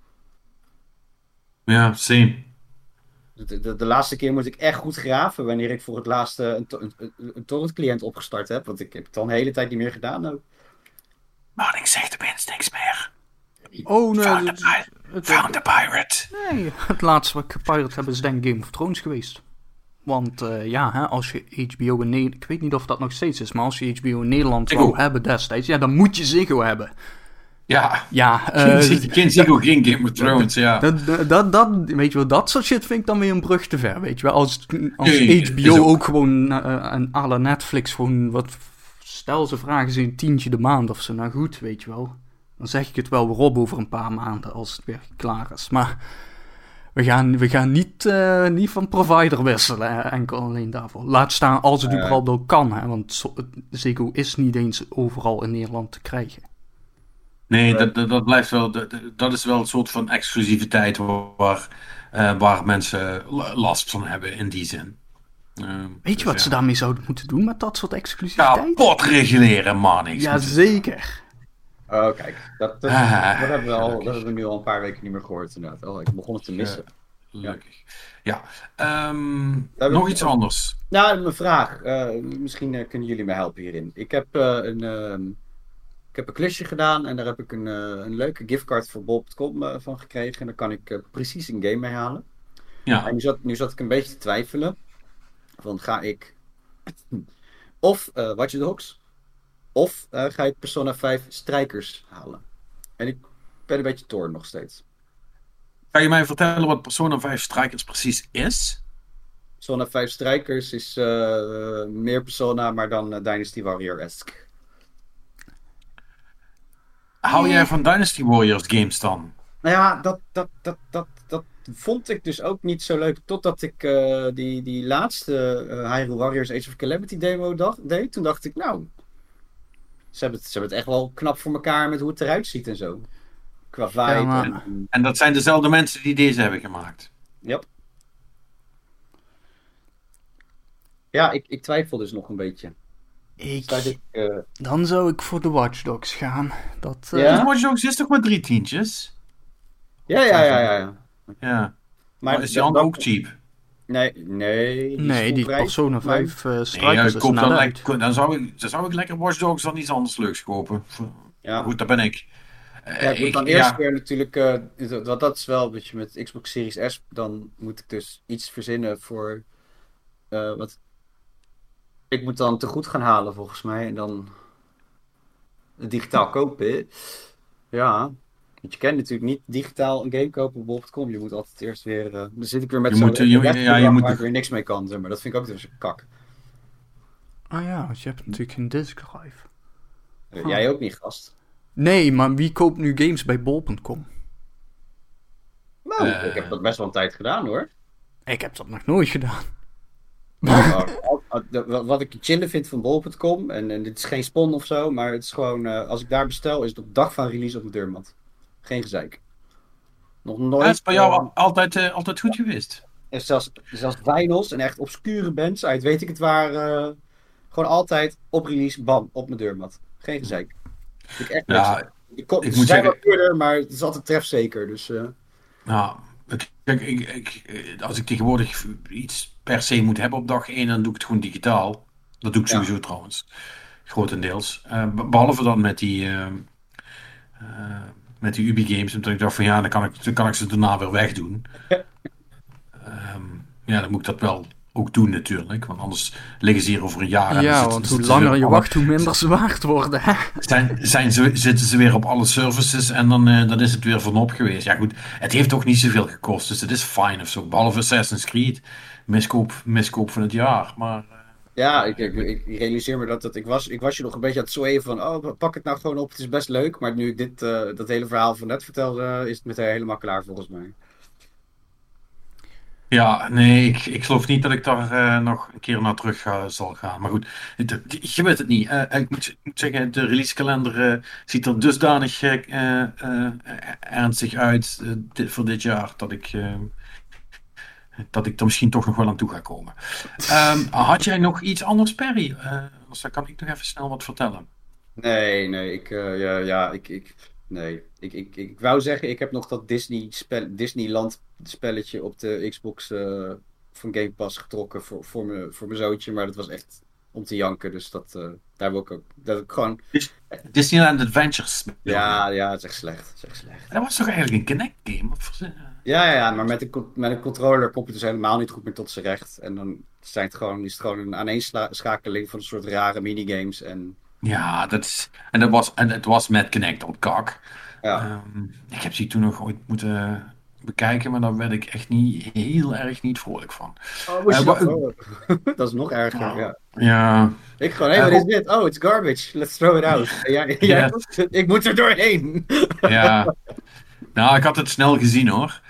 Ja, same. De laatste keer moet ik echt goed graven wanneer ik voor het laatst een torrent cliënt opgestart heb. Want ik heb het al een hele tijd niet meer gedaan ook. Maar ik zeg tenminste niks meer. Oh nee. Found the pirate. Nee, het laatste wat ik gepirate heb is denk ik Game of Thrones geweest. Want als je HBO in Nederland... Ik weet niet of dat nog steeds is, maar als je HBO in Nederland wou hebben destijds... Ja, dan moet je Ziggo hebben. Ja. Geen Ziggo, geen Game of Thrones, ja. Weet je wel, dat soort shit vind ik dan weer een brug te ver, weet je wel. Als HBO ook gewoon een à la Netflix gewoon wat... Stel ze vragen ze een $10 de maand of zo, nou goed, weet je wel. Dan zeg ik het wel weer op over een paar maanden als het weer klaar is. Maar we gaan niet van provider wisselen, enkel alleen daarvoor. Laat staan als het überhaupt ook kan, hè, want Ziggo is niet eens overal in Nederland te krijgen. Nee, dat blijft wel. Dat is wel een soort van exclusiviteit waar mensen last van hebben in die zin. Weet je wat ze daarmee zouden moeten doen met dat soort exclusiviteit? Kapot reguleren, man. Jazeker. Oh, kijk. Dat hebben we nu al een paar weken niet meer gehoord, inderdaad. Oh, ik begon het te missen. Gelukkig. Ja. Nog iets anders. Nou, mijn vraag. Misschien kunnen jullie me helpen hierin. Ik heb een klusje gedaan en daar heb ik een leuke giftcard voor bol.com van gekregen. En daar kan ik precies een game mee halen. Ja. En nu zat ik een beetje te twijfelen. Van ga ik of Watch Dogs of ga ik Persona 5 Strijkers halen. En ik ben een beetje torn nog steeds. Kan je mij vertellen wat Persona 5 Strijkers precies is? Persona 5 Strijkers is meer Persona, maar dan Dynasty Warrior-esque. Hou jij van Dynasty Warriors games dan? Nou ja, dat vond ik dus ook niet zo leuk. Totdat ik die laatste Hyrule Warriors Age of Calamity demo deed. Toen dacht ik, nou, ze hebben het echt wel knap voor elkaar met hoe het eruit ziet en zo. Qua vibe. Ja, en dat zijn dezelfde mensen die deze hebben gemaakt. Yep. Ja, ik twijfel dus nog een beetje. Dan zou ik voor de Watch Dogs gaan. De Watch Dogs is toch maar 3 tientjes? Ja. Maar is die andere ook cheap? Nee, die Persona 5 Strikers is dan zou ik lekker Watch Dogs dan iets anders leuks kopen. Ja. Goed, daar ben ik. Ik moet dan eerst weer natuurlijk... dat is wel, weet je, met Xbox Series S... Dan moet ik dus iets verzinnen voor... wat ik moet dan te goed gaan halen, volgens mij. En dan digitaal kopen. Ja. Want je kent natuurlijk niet digitaal een game kopen op bol.com. Je moet altijd eerst weer... dan zit ik weer met waar ik weer niks mee kan. Zeg maar. Dat vind ik ook dus een kak. Ah ja, want je hebt natuurlijk geen disk drive. Jij ook niet, gast. Nee, maar wie koopt nu games bij bol.com? Nou, ik heb dat best wel een tijd gedaan, hoor. Ik heb dat nog nooit gedaan. Wat ik chillen vind van bol.com, en dit is geen spon of zo, maar het is gewoon, als ik daar bestel, is het op dag van release op de deurmat. Geen gezeik. Nog nooit. Het is bij jou altijd goed geweest. En zelfs vinyls en echt obscure bands uit weet ik het waar, gewoon altijd op release, bam, op mijn deurmat. Geen gezeik. Ik echt ik moet zeggen, wel eerder, maar het is altijd trefzeker. Dus, kijk, als ik tegenwoordig iets per se moet hebben op dag 1, dan doe ik het gewoon digitaal. Dat doe ik sowieso trouwens. Grotendeels. Behalve dan met die Ubi games. Omdat ik dacht van ja, dan kan ik ze daarna weer wegdoen. Ja, dan moet ik dat wel ook doen natuurlijk. Want anders liggen ze hier over een jaar. Ja, en want hoe langer je wacht, hoe minder ze waard worden. Hè? Zitten ze weer op alle services en dan is het weer vanop geweest. Ja goed, het heeft toch niet zoveel gekost. Dus het is fine of zo. Behalve Assassin's Creed. Miskoop van het jaar. Maar... Ja, ik realiseer me dat ik was je nog een beetje aan het zweven van, oh, pak het nou gewoon op, het is best leuk. Maar nu ik dat hele verhaal van net vertelde, is het meteen helemaal klaar volgens mij. Ja, nee, ik geloof niet dat ik daar nog een keer naar terug zal gaan. Maar goed, je weet het niet. Ik moet zeggen, de releasekalender ziet er dusdanig ernstig uit voor dit jaar dat ik er misschien toch nog wel aan toe ga komen. Had jij nog iets anders, Perry? Anders dan kan ik nog even snel wat vertellen. Nee, ik wou zeggen, ik heb nog dat Disneyland spelletje op de Xbox van Game Pass getrokken voor mijn zoontje, maar dat was echt om te janken, dus daar wil ik ook, dat ik gewoon... Disneyland Adventures. Ja, het is echt slecht. Dat was toch eigenlijk een Kinect game? Ja, maar met een controller komt het dus helemaal niet goed meer tot zijn recht. En dan is het gewoon een aaneenschakeling van een soort rare minigames. Ja, het was met Kinect op kak. Ja. Ik heb die toen nog ooit moeten bekijken, maar daar werd ik echt heel erg niet vrolijk van. Dat is nog erger, ja. Ik gewoon, wat is dit? Oh, it's garbage. Let's throw it out. Ik moet er doorheen. Ja. Nou, ik had het snel gezien hoor.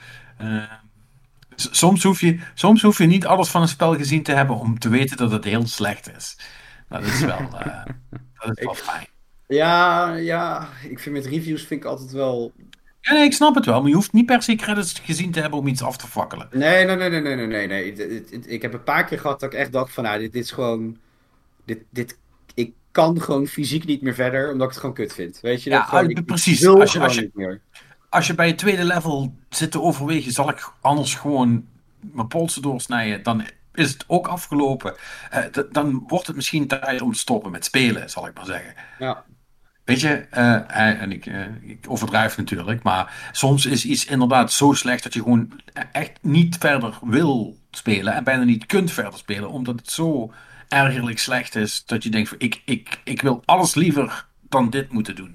Soms hoef je niet alles van een spel gezien te hebben om te weten dat het heel slecht is. Dat is wel fijn. Ja, ik vind met reviews vind ik altijd wel... Ja, nee, ik snap het wel, maar je hoeft niet per se credits gezien te hebben om iets af te fakkelen. Nee. Ik heb een paar keer gehad dat ik echt dacht van, nou, dit is gewoon... Ik kan gewoon fysiek niet meer verder, omdat ik het gewoon kut vind. Weet je? Precies. Als je bij het tweede level zit te overwegen, zal ik anders gewoon mijn polsen doorsnijden, dan is het ook afgelopen. Dan wordt het misschien tijd om te stoppen met spelen, zal ik maar zeggen. Ja. Weet je, en ik overdrijf natuurlijk, maar soms is iets inderdaad zo slecht dat je gewoon echt niet verder wil spelen en bijna niet kunt verder spelen, omdat het zo ergerlijk slecht is dat je denkt van ik wil alles liever dan dit moeten doen.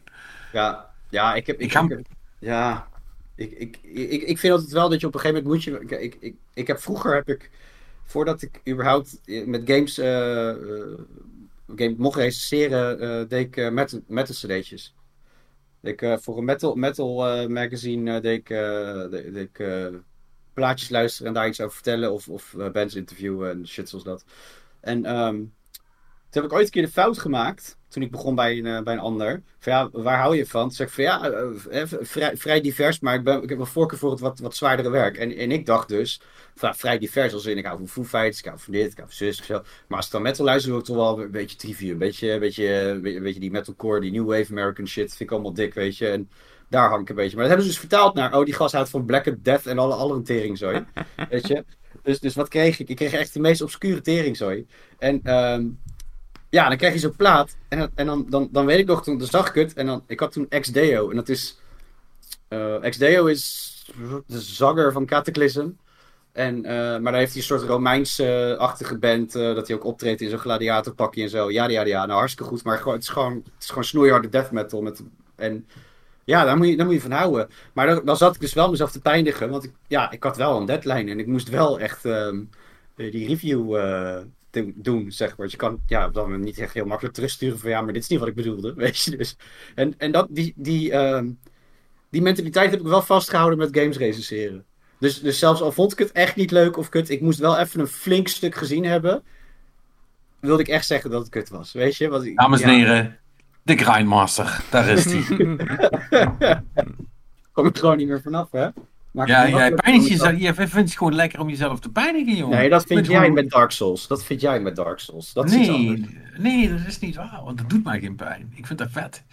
Ik vind altijd wel dat je op een gegeven moment moet je... Vroeger voordat ik überhaupt met games mocht recenseren, deed ik metal cd'tjes. Voor een metal magazine deed ik plaatjes luisteren en daar iets over vertellen of bands interviewen en shit zoals dat. En toen heb ik ooit een keer de fout gemaakt, toen ik begon bij een ander. Van ja, waar hou je van? Toen zei ik van ja, vrij divers, maar ik heb een voorkeur voor het wat zwaardere werk. En ik dacht dus, van, vrij divers als in, ik hou van Foo Fighters, ik hou van dit, ik hou van zus, of zo. Maar als ik dan metal luister, wil ik toch wel een beetje trivial. Een beetje die metalcore, die new wave American shit, vind ik allemaal dik, weet je. En daar hang ik een beetje. Maar dat hebben ze dus vertaald naar, die gast houdt van Black and Death en alle teringzooi. Weet je. Dus wat kreeg ik? Ik kreeg echt de meest obscure teringzooi. En ja, dan krijg je zo'n plaat. En dan weet ik nog, dan zag ik het. En ik had toen Ex-Deo. En dat is... Ex-Deo is de zanger van Cataclysm. Maar daar heeft hij een soort Romeins-achtige band. Dat hij ook optreedt in zo'n gladiatorpakje en zo. Ja. Nou, hartstikke goed. Maar het is gewoon snoeiharde death metal. En ja, daar moet je van houden. Maar dan zat ik dus wel mezelf te pijnigen. Want ik had wel een deadline. En ik moest wel echt die review... doen, zeg maar. Want je kan op dat moment niet echt heel makkelijk terugsturen van ja, maar dit is niet wat ik bedoelde, weet je dus. En dat, die mentaliteit heb ik wel vastgehouden met games recenseren. Dus zelfs al vond ik het echt niet leuk of kut, ik moest wel even een flink stuk gezien hebben, wilde ik echt zeggen dat het kut was, weet je. Dames en heren, de Grindmaster, daar is die. Kom ik gewoon niet meer vanaf, hè. Jij pijnigt jezelf. Je vindt het gewoon lekker om jezelf te pijnigen, jongen. Nee, dat vind jij met Dark Souls. Dat vind jij met Dark Souls. Dat is iets anders. Nee, dat is niet waar. Want dat doet mij geen pijn. Ik vind dat vet.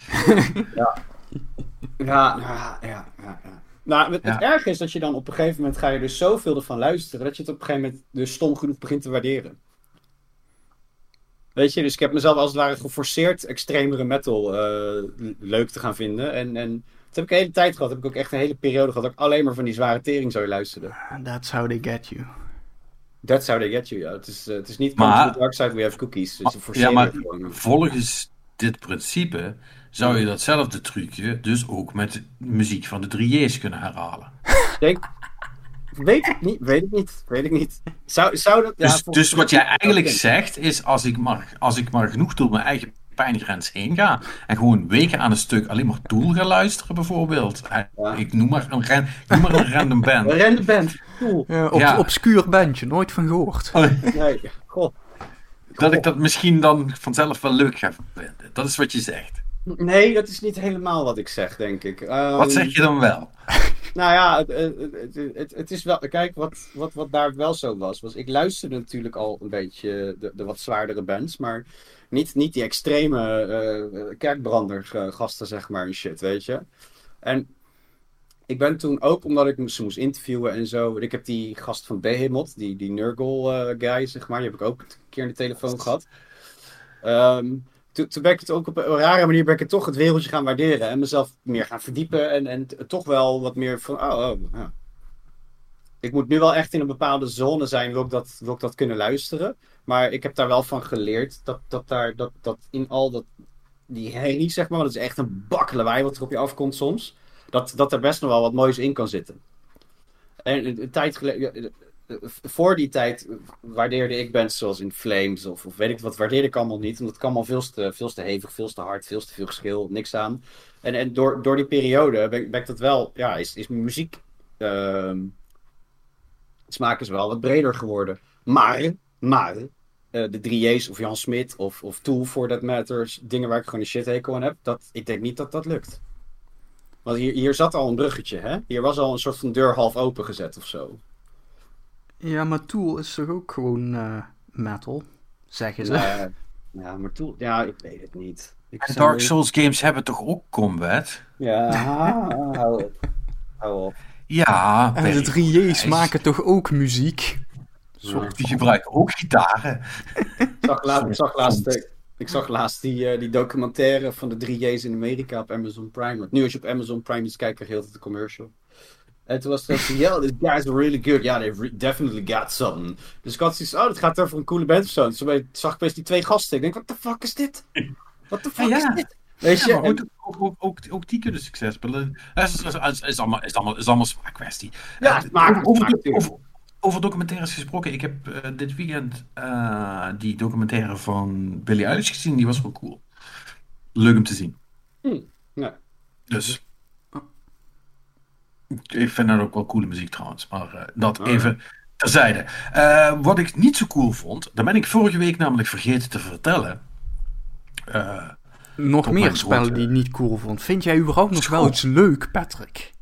Ja. Nou, het erge is dat je dan op een gegeven moment ga je dus zoveel ervan luisteren, dat je het op een gegeven moment dus stom genoeg begint te waarderen. Weet je, dus ik heb mezelf als het ware geforceerd extremere metal leuk te gaan vinden. En dat heb ik een hele tijd gehad. Heb ik ook echt een hele periode gehad dat ik alleen maar van die zware tering zou luisteren. That's how they get you. That's how they get you, ja. Het is niet Maar- come to the dark side, we have cookies. Dus Ja, maar gewoon. volgens dit principe zou je datzelfde trucje dus ook met muziek van de 3J's kunnen herhalen. Weet ik niet. Zou dat... Ja, Dus wat jij eigenlijk zegt is, als ik maar genoeg door mijn eigen pijngrens heen ga en gewoon weken aan een stuk alleen maar Tool ga luisteren bijvoorbeeld. Ja. Ik noem maar een random band. Een random band, cool. Ja. Obscuur bandje, nooit van gehoord. Nee, goh. Dat ik dat misschien dan vanzelf wel leuk ga vinden. Dat is wat je zegt. Nee, dat is niet helemaal wat ik zeg, denk ik. Wat zeg je dan wel? Nou ja, het is wel... Kijk, wat daar wel zo was... Ik luisterde natuurlijk al een beetje de wat zwaardere bands, maar niet die extreme kerkbrander-gasten, zeg maar, en shit, weet je. En ik ben toen ook, omdat ik ze moest interviewen en zo... Ik heb die gast van Behemoth, die Nurgle guy, zeg maar, die heb ik ook een keer in de telefoon gehad. Toen ben ik het ook op een rare manier ben ik het toch het wereldje gaan waarderen. En mezelf meer gaan verdiepen. En toch wel wat meer van... Ja. Ik moet nu wel echt in een bepaalde zone zijn. Wil ik dat kunnen luisteren. Maar ik heb daar wel van geleerd. Dat in al die herrie, zeg maar. Want het is echt een bak lawaai wat er op je afkomt soms. Dat er best nog wel wat moois in kan zitten. En een tijd geleden... Voor die tijd waardeerde ik bands zoals In Flames of weet ik wat, waardeerde ik allemaal niet. Omdat het allemaal veel te hevig, veel te hard, veel te veel geschil, niks aan. En door die periode ben ik dat wel, ja, is mijn muziek smaak is wel wat breder geworden. Maar de 3J's of Jan Smit of Tool for that matters, dingen waar ik gewoon een shithekel aan heb, ik denk niet dat dat lukt. Want hier zat al een bruggetje, hè? Hier was al een soort van deur half open gezet of zo. Ja, maar Tool is toch ook gewoon metal, zeggen ze. Ja, maar Tool... Ja, ik weet het niet. En Dark Souls games hebben toch ook combat? Ja, hou op. Ja. En de 3J's maken toch ook muziek? Die gebruiken ook gitaren. Ik zag laatst die documentaire van de 3J's in Amerika op Amazon Prime. Want nu als je op Amazon Prime iets kijkt, krijg je heel de commercial. En toen was het zo, yeah, these guys are really good. Yeah, they've definitely got something. Dus ik had zoiets, dat gaat over een coole band of zo. Dus toen zag ik opeens die twee gasten. Ik denk, what the fuck is dit? What the fuck is dit? Weet je? Ja, maar ook die kunnen succes spelen. Het is allemaal zwaar kwestie. Ja, over documentaires gesproken. Ik heb dit weekend die documentaire van Billie Eilish gezien. Die was wel cool. Leuk om te zien. Ja. Dus... Ik vind dat ook wel coole muziek trouwens. Maar dat even terzijde. Wat ik niet zo cool vond... Dat ben ik vorige week namelijk vergeten te vertellen. Nog meer spellen die ik niet cool vond. Vind jij überhaupt nog wel iets leuk, Patrick?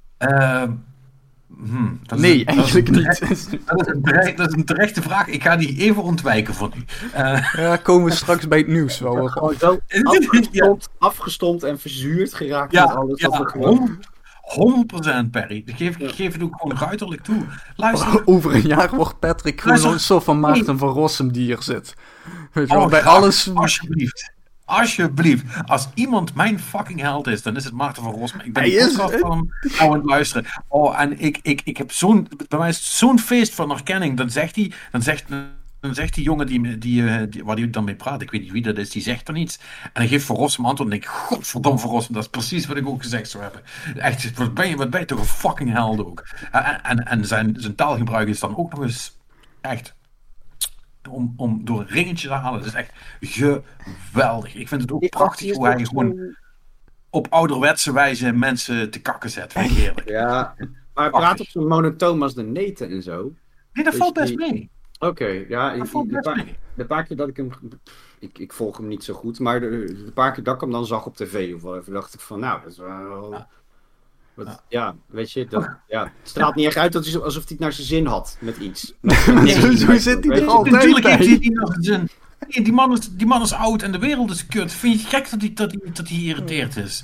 Nee, eigenlijk niet. Dat is een terechte vraag. Ik ga die even ontwijken voor u. Komen we straks bij het nieuws wel. Gewoon zo afgestompt en verzuurd geraakt met alles wat we gewoon... 100% Perry. Ik geef het ook gewoon ruiterlijk toe. Luister. Over een jaar wordt Patrick gewoon een soort van Maarten van Rossum die hier zit. Weet je wel, bij alles... Alsjeblieft. Als iemand mijn fucking held is, dan is het Maarten van Rossum. Ik ben die podcast van hem aan het luisteren. En ik heb bij mij is het zo'n feest van herkenning. Dan zegt die jongen waar die dan mee praat, ik weet niet wie dat is, die zegt dan iets. En dan geeft Van Rossum antwoord en denk ik, godverdomme Van Rossum, dat is precies wat ik ook gezegd zou hebben. Echt, wat ben je toch een fucking held ook. En zijn taalgebruik is dan ook nog eens echt om door een ringetje te halen. Dat is echt geweldig. Ik vind het ook prachtig hoe hij gewoon op ouderwetse wijze mensen te kakken zet. Vind ik heerlijk. Ja, maar hij praat op zo'n monotoom als de neten en zo. Nee, dat valt best mee. Oké, ja, de paar keer dat ik hem... Ik volg hem niet zo goed, maar de paar keer dat ik hem dan zag op tv, of wel even dacht ik van, nou, dat is wel... Ja, weet je, het straalt niet echt uit alsof hij het naar zijn zin had met iets. Zo zit hij er altijd natuurlijk bij. heeft hij nog zin. Die man is oud en de wereld is kut. Vind je het gek dat hij geïrriteerd is?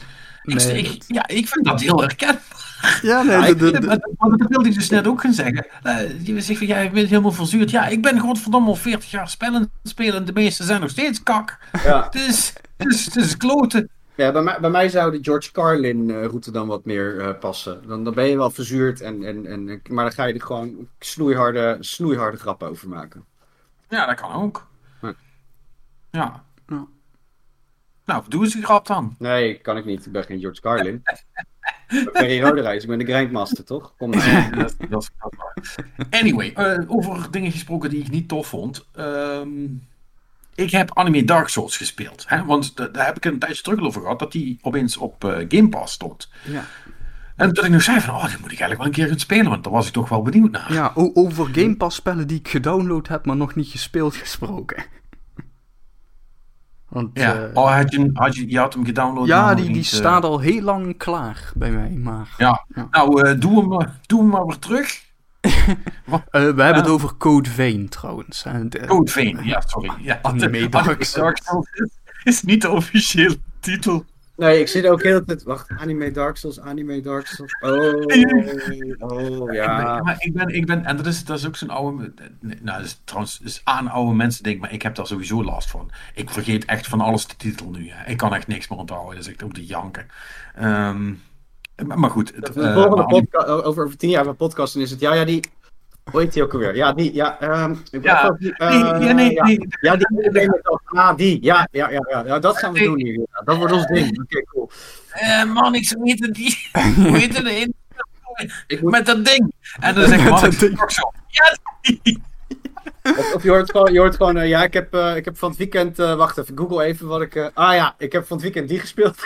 Nee, ik vind dat heel herkenbaar. ja, nee, Maar dat wilde ik dus net ook gaan zeggen. Je zegt van, je bent helemaal verzuurd. Ja, ik ben godverdomme al 40 jaar spelen. De meeste zijn nog steeds kak. Ja. Het is kloten. Ja, bij mij zou de George Carlin-route dan wat meer passen. Dan ben je wel verzuurd, maar dan ga je er gewoon snoeiharde grappen over maken. Ja, dat kan ook. Ja. Ja. Ja. Nou, doe eens een grap dan. Nee, kan ik niet. Ik ben geen George Carlin. Ik ben Ferry Roderijs. Ik ben de Grindmaster, toch? Kom maar. Dat is waar. Anyway, over dingen gesproken die ik niet tof vond. Ik heb anime Dark Souls gespeeld. Hè? Want daar heb ik een tijdje terug over gehad. Dat die opeens op Game Pass stond. Ja. En dat ik nog zei van, die moet ik eigenlijk wel een keer gaan spelen. Want daar was ik toch wel benieuwd naar. Ja, over Game Pass spellen die ik gedownload heb, maar nog niet gespeeld gesproken. Want, Ja, je had hem gedownload. ja, maar die niet, staat al heel lang klaar bij mij, maar... Ja, Ja. nou, doe hem maar weer terug. We hebben het over Code Vein trouwens. Code Vein, ja, sorry. Ja, Anime Dark Souls. Is niet de officiële titel. Nee, ik zit ook heel de tijd... Wacht, Anime Dark Souls. Oh, ja. Maar ik ben, en dat is ook zo'n oude, nou, dat is trouwens is aan oude mensen denk, maar ik heb daar sowieso last van. Ik vergeet echt van alles de titel nu. Hè. Ik kan echt niks meer onthouden, dus ik ook te janken. Maar goed. De volgende podcast, over 10 jaar van podcasten is het, die... Hoe heet die ook alweer? Ja, die, ja. Ja, dat gaan we doen hier. Ja, dat wordt ons ding. Oké, cool. Man, ik zo heette die. Hoe heette de met dat ding. En dan zeg ik, man, ik ook zo. Ja, die. Of je hoort gewoon, ik heb van het weekend, wacht even, Google even wat ik... ik heb van het weekend die gespeeld.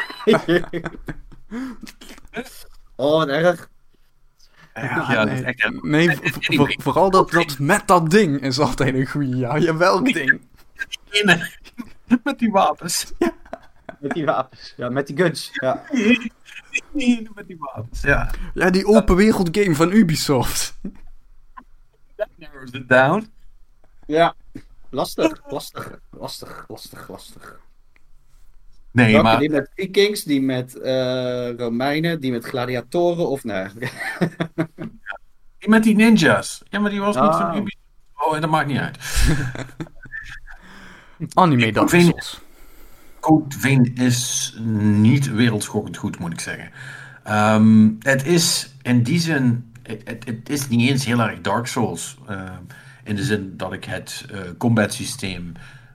Oh, wat erg. Ja, dat is echt... Nee, vooral dat met dat ding is altijd een goeie. Ja, welk ding? Met die wapens. Ja. Met die wapens. Ja, met die guns. Ja. Met die wapens, ja. Ja, die open wereld game van Ubisoft. That narrows it down. Ja. Lastig. Nee, welke, maar... Die met Vikings, die met Romeinen, die met gladiatoren of nee? Die met die ninjas. Ja, maar die was niet van Ubisoft. Oh, dat maakt niet uit. Anime Dark Souls. Code Vein is niet wereldschokkend goed, moet ik zeggen. Het is in die zin... Het is niet eens heel erg Dark Souls. In de zin dat ik het combat systeem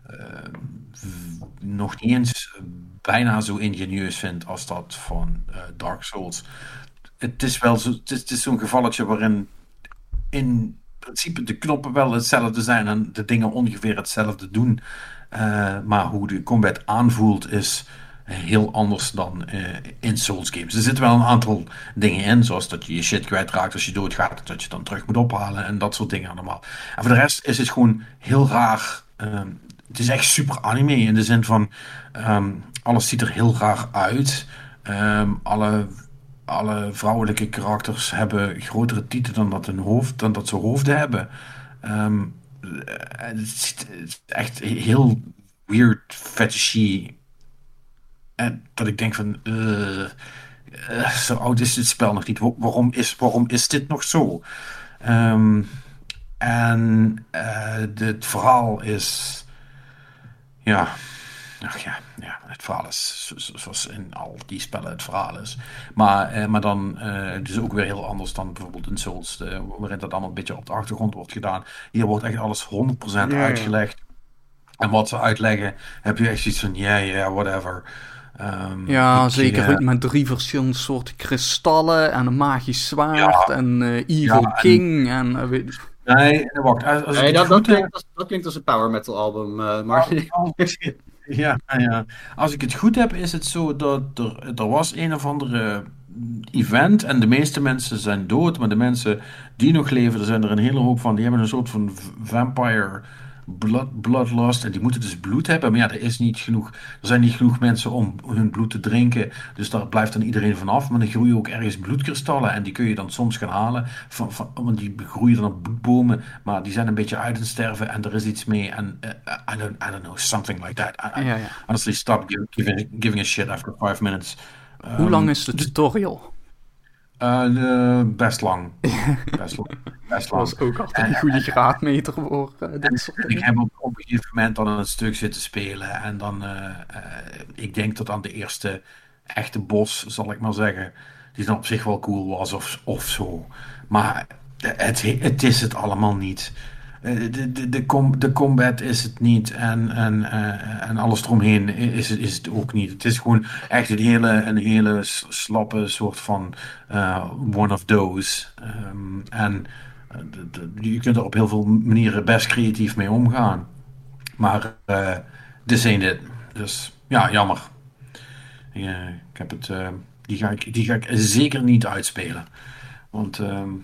nog niet eens bijna zo ingenieus vind als dat van Dark Souls. Het is wel zo, het is zo'n gevalletje waarin in principe de knoppen wel hetzelfde zijn en de dingen ongeveer hetzelfde doen. Maar hoe de combat aanvoelt is heel anders dan in Souls games. Er zitten wel een aantal dingen in, zoals dat je je shit kwijtraakt als je doodgaat, dat je dan terug moet ophalen en dat soort dingen allemaal. En voor de rest is het gewoon heel raar. Het is echt super anime in de zin van alles ziet er heel raar uit. Alle vrouwelijke karakters hebben grotere tieten dan dat ze hoofden hebben. Het is echt heel weird fetishy. En dat ik denk van zo oud is dit spel nog niet. Waarom is dit nog zo? Het verhaal is het verhaal is zoals in al die spellen het verhaal is. Maar dan het is ook weer heel anders dan bijvoorbeeld in Souls, waarin dat allemaal een beetje op de achtergrond wordt gedaan. Hier wordt echt alles 100% uitgelegd. En wat ze uitleggen, heb je echt zoiets van, whatever. Zeker met 3 verschillende soorten kristallen en een magisch zwaard en Evil King en... Nee, wacht. Dat klinkt als een power metal album. Maar... Ja. Als ik het goed heb, is het zo dat er was een of andere event en de meeste mensen zijn dood, maar de mensen die nog leven, er zijn er een hele hoop van, die hebben een soort van vampire bloodlust en die moeten dus bloed hebben, maar er zijn niet genoeg mensen om hun bloed te drinken, dus daar blijft dan iedereen vanaf, maar dan groeien ook ergens bloedkristallen en die kun je dan soms gaan halen, want die groeien dan op bloedbomen, maar die zijn een beetje uit het sterven en er is iets mee en I don't know, something like that. Honestly, stop giving a shit after 5 minutes. Hoe lang is de tutorial? Best lang. Best lang. Dat was ook altijd een goede graadmeter voor dit soort dingen. Ik heb op een gegeven moment dan een stuk zitten spelen. En dan, ik denk dat aan de eerste echte boss, zal ik maar zeggen, die dan op zich wel cool was of zo. Maar het is het allemaal niet. De combat is het niet en alles eromheen is het ook niet. Het is gewoon echt een hele slappe soort van one of those. Je kunt er op heel veel manieren best creatief mee omgaan. Maar dit ain't it. Dus ja, jammer. Ik heb het, die ga ik zeker niet uitspelen. Want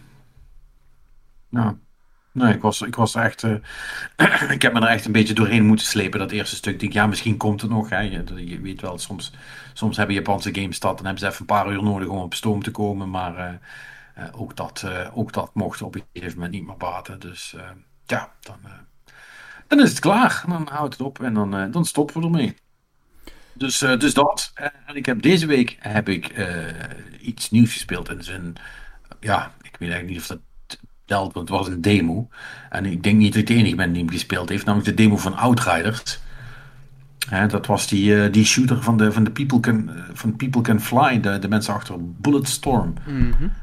ja. Nee, ik was er echt. Ik heb me er echt een beetje doorheen moeten slepen, dat eerste stuk. Ik denk, ja, misschien komt het nog. Hè. Je weet wel, soms hebben Japanse games dat. Dan hebben ze even een paar uur nodig om op stoom te komen. Maar ook dat mocht op een gegeven moment niet meer baten. Dus ja, dan is het klaar. Dan houdt het op en dan stoppen we ermee. Dus dat. En ik heb deze week iets nieuws gespeeld. In de zin, ja, ik weet eigenlijk niet of dat want het was een demo. En ik denk niet dat ik de enige ben die hem gespeeld heeft. Namelijk de demo van Outriders. Dat was die shooter van de People Can Fly. De mensen achter Bulletstorm. Mm-hmm.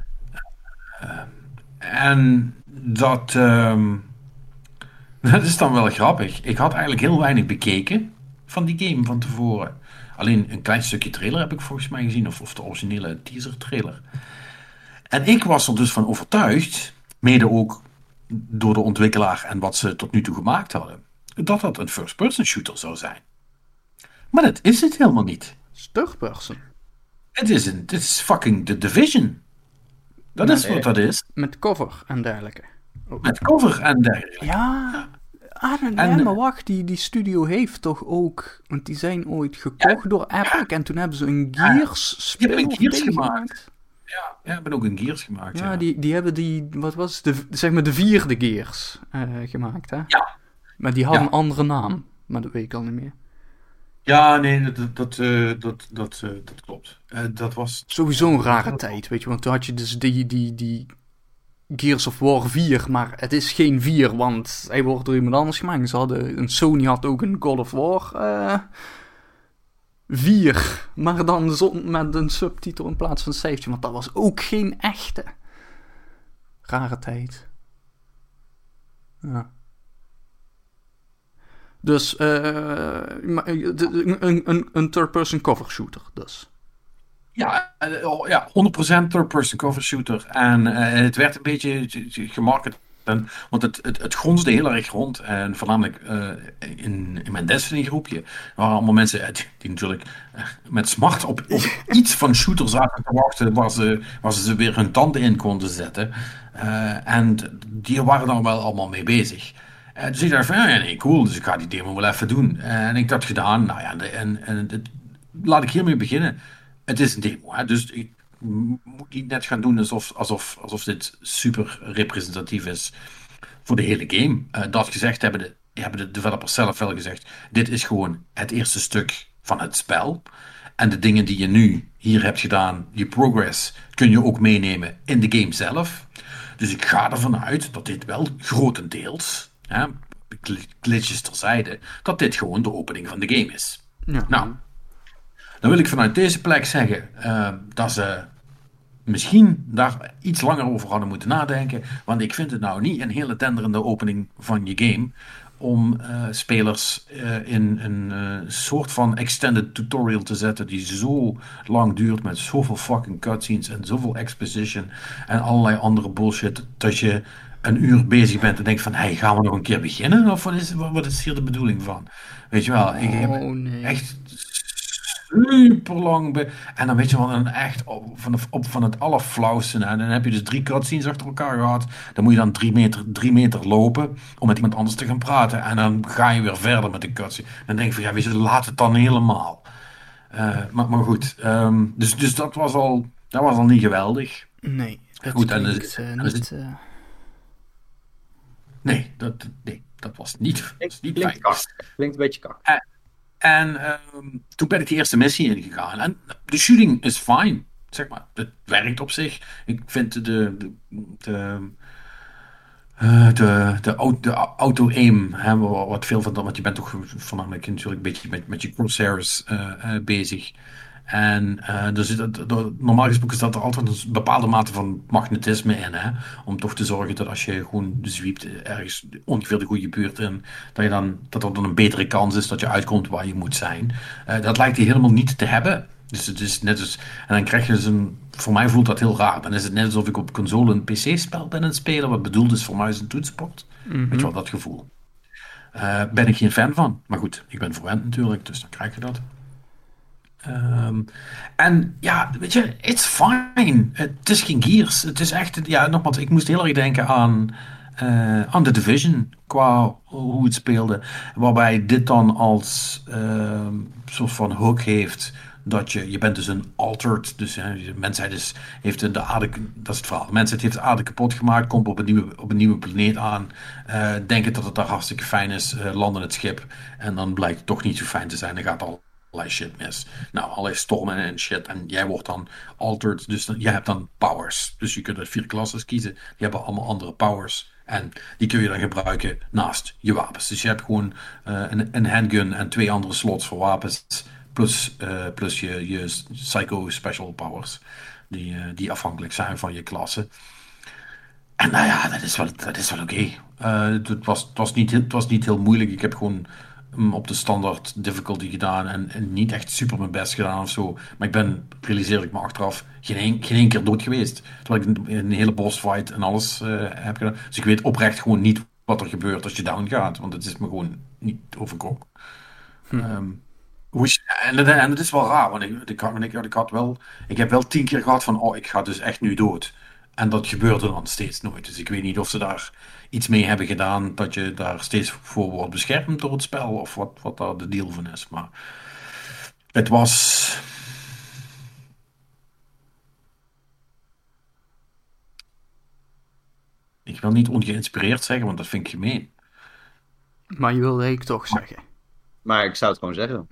En dat is dan wel grappig. Ik had eigenlijk heel weinig bekeken van die game van tevoren. Alleen een klein stukje trailer heb ik volgens mij gezien. Of de originele teaser trailer. En ik was er dus van overtuigd, mede ook door de ontwikkelaar en wat ze tot nu toe gemaakt hadden, dat een first-person shooter zou zijn. Maar dat is het helemaal niet. Third person. Het is fucking The Division. Dat is wat dat is. Met cover en dergelijke. Oh. Met cover en dergelijke. Ja. Maar wacht, die studio heeft toch ook, want die zijn ooit gekocht door Epic en toen hebben ze een Gears spel gemaakt. Ja, ik ben ook een Gears gemaakt. Ja, die hebben wat was het, zeg maar de vierde Gears gemaakt, hè? Ja. Maar die hadden een andere naam, maar dat weet ik al niet meer. Ja, nee, dat klopt. Dat was sowieso een rare tijd, weet je, want toen had je dus die Gears of War 4, maar het is geen 4, want hij wordt door iemand anders gemaakt. Sony had ook een God of War 4, maar dan met een subtitel in plaats van 17, want dat was ook geen echte. Rare tijd. Ja. Dus een third-person cover shooter, dus. Ja, 100% third-person cover shooter. En het werd een beetje gemarket. Want het gonsde heel erg rond. En voornamelijk in mijn Destiny groepje. Er waren allemaal mensen die natuurlijk met smart op iets van shooter zaten te wachten. Waar ze weer hun tanden in konden zetten. En die waren dan wel allemaal mee bezig. Dus ik dacht van, nee, cool. Dus ik ga die demo wel even doen. En ik had gedaan. Nou ja, laat ik hiermee beginnen. Het is een demo, hè? Dus ik moet niet net gaan doen alsof dit super representatief is voor de hele game. Dat gezegd hebben de developers zelf wel gezegd. Dit is gewoon het eerste stuk van het spel. En de dingen die je nu hier hebt gedaan, je progress, kun je ook meenemen in de game zelf. Dus ik ga ervan uit dat dit wel grotendeels, glitches terzijde, dat dit gewoon de opening van de game is. Ja. Nou, dan wil ik vanuit deze plek zeggen dat ze misschien daar iets langer over hadden moeten nadenken. Want ik vind het nou niet een hele tenderende opening van je game om spelers in een soort van extended tutorial te zetten die zo lang duurt met zoveel fucking cutscenes en zoveel exposition en allerlei andere bullshit dat je een uur bezig bent en denkt van, hey, gaan we nog een keer beginnen? Of wat is hier de bedoeling van? Weet je wel, ik heb echt super lang en dan weet je wel, dan echt van het allerflauwste. En dan heb je dus 3 cutscenes achter elkaar gehad. Dan moet je dan 3 meter lopen om met iemand anders te gaan praten. En dan ga je weer verder met de cutscene. Dan denk je van, ja, weet je, laat het dan helemaal. Maar goed, dus dat was al niet geweldig. Nee, dat goed, klinkt niet... Nee, dat was niet fijn. Klinkt een beetje kak. En toen ben ik de eerste missie ingegaan. En de shooting is fine. Zeg maar, het werkt op zich. Ik vind de auto-aim, hè, wat veel van dat, want je bent toch voornamelijk natuurlijk een beetje met je crosshairs bezig. En normaal gesproken zit er altijd een bepaalde mate van magnetisme in, hè, om toch te zorgen dat als je gewoon zwiept ergens ongeveer de goede buurt in, dat er dan een betere kans is dat je uitkomt waar je moet zijn. Dat lijkt hij helemaal niet te hebben. Dus het is net als. En dan krijg je dus voor mij voelt dat heel raar. Dan is het net alsof ik op console een PC-spel ben aan het spelen, wat bedoeld is voor muis en toetsenbord. Weet je wel, dat gevoel. Ben ik geen fan van. Maar goed, ik ben verwend natuurlijk, dus dan krijg je dat. En ja, weet je, it's fine. Het is geen Gears. Het is echt, ja, nogmaals, ik moest heel erg denken aan The Division, qua hoe het speelde. Waarbij dit dan als soort van hook heeft, dat je bent dus een altered, dus de mensheid heeft de aarde, dat is het verhaal. De mensheid heeft de aarde kapot gemaakt, komt op een nieuwe planeet aan, denken dat het daar hartstikke fijn is, landen het schip en dan blijkt het toch niet zo fijn te zijn. Dan gaat allerlei shit mis. Nou, allerlei stormen en shit. En jij wordt dan altered. Dus jij hebt dan powers. Dus je kunt uit 4 klassen kiezen. Die hebben allemaal andere powers. En die kun je dan gebruiken naast je wapens. Dus je hebt gewoon een handgun en 2 andere slots voor wapens. Plus je psycho special powers. Die afhankelijk zijn van je klasse. En nou ja, dat is wel oké. Het was niet heel moeilijk. Ik heb gewoon op de standaard difficulty gedaan en niet echt super mijn best gedaan of zo. Maar realiseerde ik me achteraf, geen één keer dood geweest. Terwijl ik een hele boss fight en alles heb gedaan. Dus ik weet oprecht gewoon niet wat er gebeurt als je down gaat. Want het is me gewoon niet overkomen. En het is wel raar, want ik heb wel 10 keer gehad van, ik ga dus echt nu dood. En dat gebeurde dan steeds nooit. Dus ik weet niet of ze daar iets mee hebben gedaan dat je daar steeds voor wordt beschermd door het spel, of wat daar de deal van is. Maar het was. Ik wil niet ongeïnspireerd zeggen, want dat vind ik gemeen. Maar je wilde ik toch zeggen. Maar ik zou het gewoon zeggen.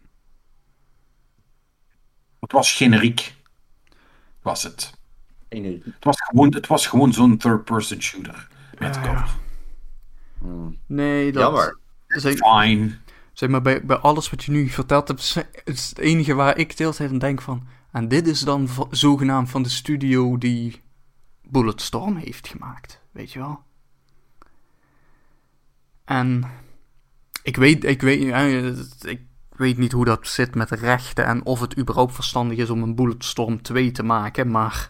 Het was generiek. Was het. Energie. Het was gewoon zo'n third-person shooter. Met cover. Nee, dat... Jammer. Fine. Zeg maar, bij alles wat je nu verteld hebt, is het enige waar ik de hele tijd aan denk van... En dit is dan zogenaamd van de studio die Bulletstorm heeft gemaakt. Weet je wel? En ik weet niet hoe dat zit met de rechten en of het überhaupt verstandig is om een Bulletstorm 2 te maken, maar...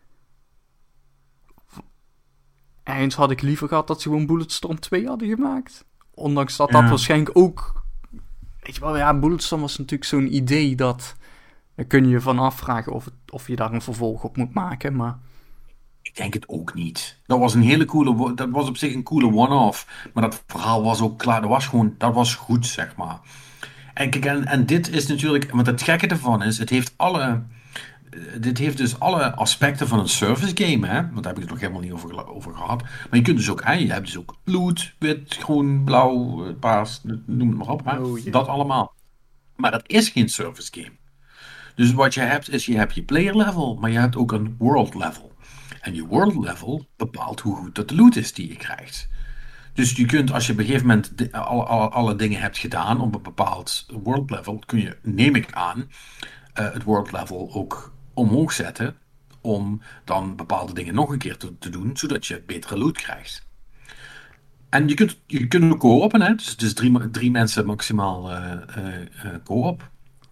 Eens had ik liever gehad dat ze gewoon Bulletstorm 2 hadden gemaakt. Ondanks dat dat waarschijnlijk ook... Weet je wel, ja, Bulletstorm was natuurlijk zo'n idee dat... Daar kun je je van afvragen of je daar een vervolg op moet maken, maar... Ik denk het ook niet. Dat was op zich een coole one-off. Maar dat verhaal was ook klaar. Dat was goed, zeg maar. En kijk, en dit is natuurlijk... Want het gekke ervan is, dit heeft dus alle aspecten van een service game, hè? Want daar heb ik het nog helemaal niet over gehad. Maar je kunt dus ook, je hebt dus ook loot, wit, groen, blauw, paars, noem het maar op. Hè? Oh, yeah. Dat allemaal. Maar dat is geen service game. Dus wat je hebt is, je hebt je player level, maar je hebt ook een world level. En je world level bepaalt hoe goed dat de loot is die je krijgt. Dus je kunt, als je op een gegeven moment alle dingen hebt gedaan op een bepaald world level, kun je, neem ik aan, het world level ook omhoog zetten om dan bepaalde dingen nog een keer te doen, zodat je betere loot krijgt. En je kunt ook co-open, hè? Dus het is 3 mensen maximaal co-op.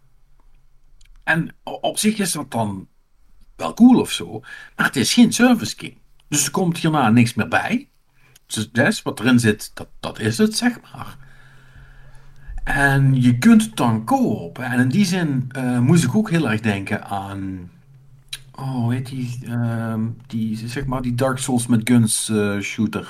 En op zich is dat dan wel cool of zo, maar het is geen service game. Dus er komt hierna niks meer bij. Dus wat erin zit, dat is het, zeg maar. En je kunt het dan co-open. En in die zin moest ik ook heel erg denken aan... hoe heet die zeg maar, die Dark Souls met guns shooter.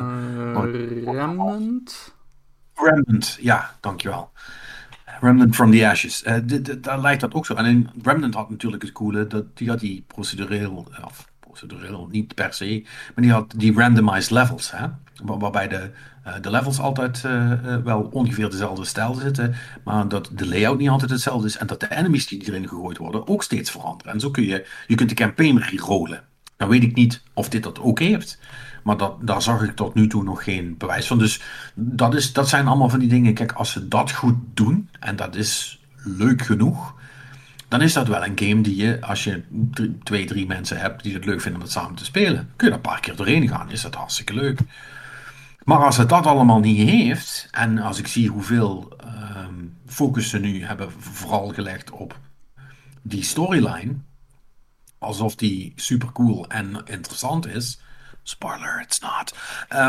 Remnant? Remnant, ja, dankjewel. Remnant from the Ashes. Daar lijkt dat ook zo. En Remnant had natuurlijk het coole, die had die procedureel tutorial niet per se, maar die had die randomized levels, hè? Waarbij de levels altijd wel ongeveer dezelfde stijl zitten, maar dat de layout niet altijd hetzelfde is en dat de enemies die erin gegooid worden ook steeds veranderen. En zo kun je kunt de campaign re-rollen. Nou weet ik niet of dit dat ook heeft, maar daar zag ik tot nu toe nog geen bewijs van. Dus dat zijn allemaal van die dingen. Kijk, als ze dat goed doen, en dat is leuk genoeg, dan is dat wel een game die je, als je 2-3 mensen hebt die het leuk vinden om het samen te spelen, kun je er een paar keer doorheen gaan. Is dat hartstikke leuk. Maar als het dat allemaal niet heeft, en als ik zie hoeveel focus ze nu hebben vooral gelegd op die storyline, alsof die super cool en interessant is. Spoiler, it's not.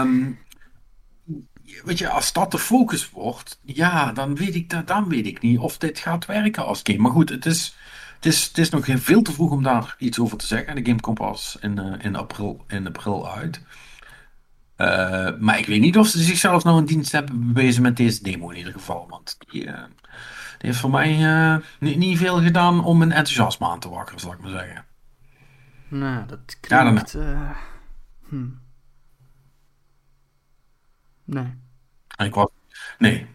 Weet je, als dat de focus wordt, ja, dan weet ik niet of dit gaat werken als game. Maar goed, het is nog veel te vroeg om daar iets over te zeggen. De game komt pas in april uit. Maar ik weet niet of ze zichzelf nou een dienst hebben bewezen met deze demo in ieder geval. Want die heeft voor mij niet veel gedaan om mijn enthousiasme aan te wakkeren, zal ik maar zeggen. Nou, dat klinkt... Nee. Nee.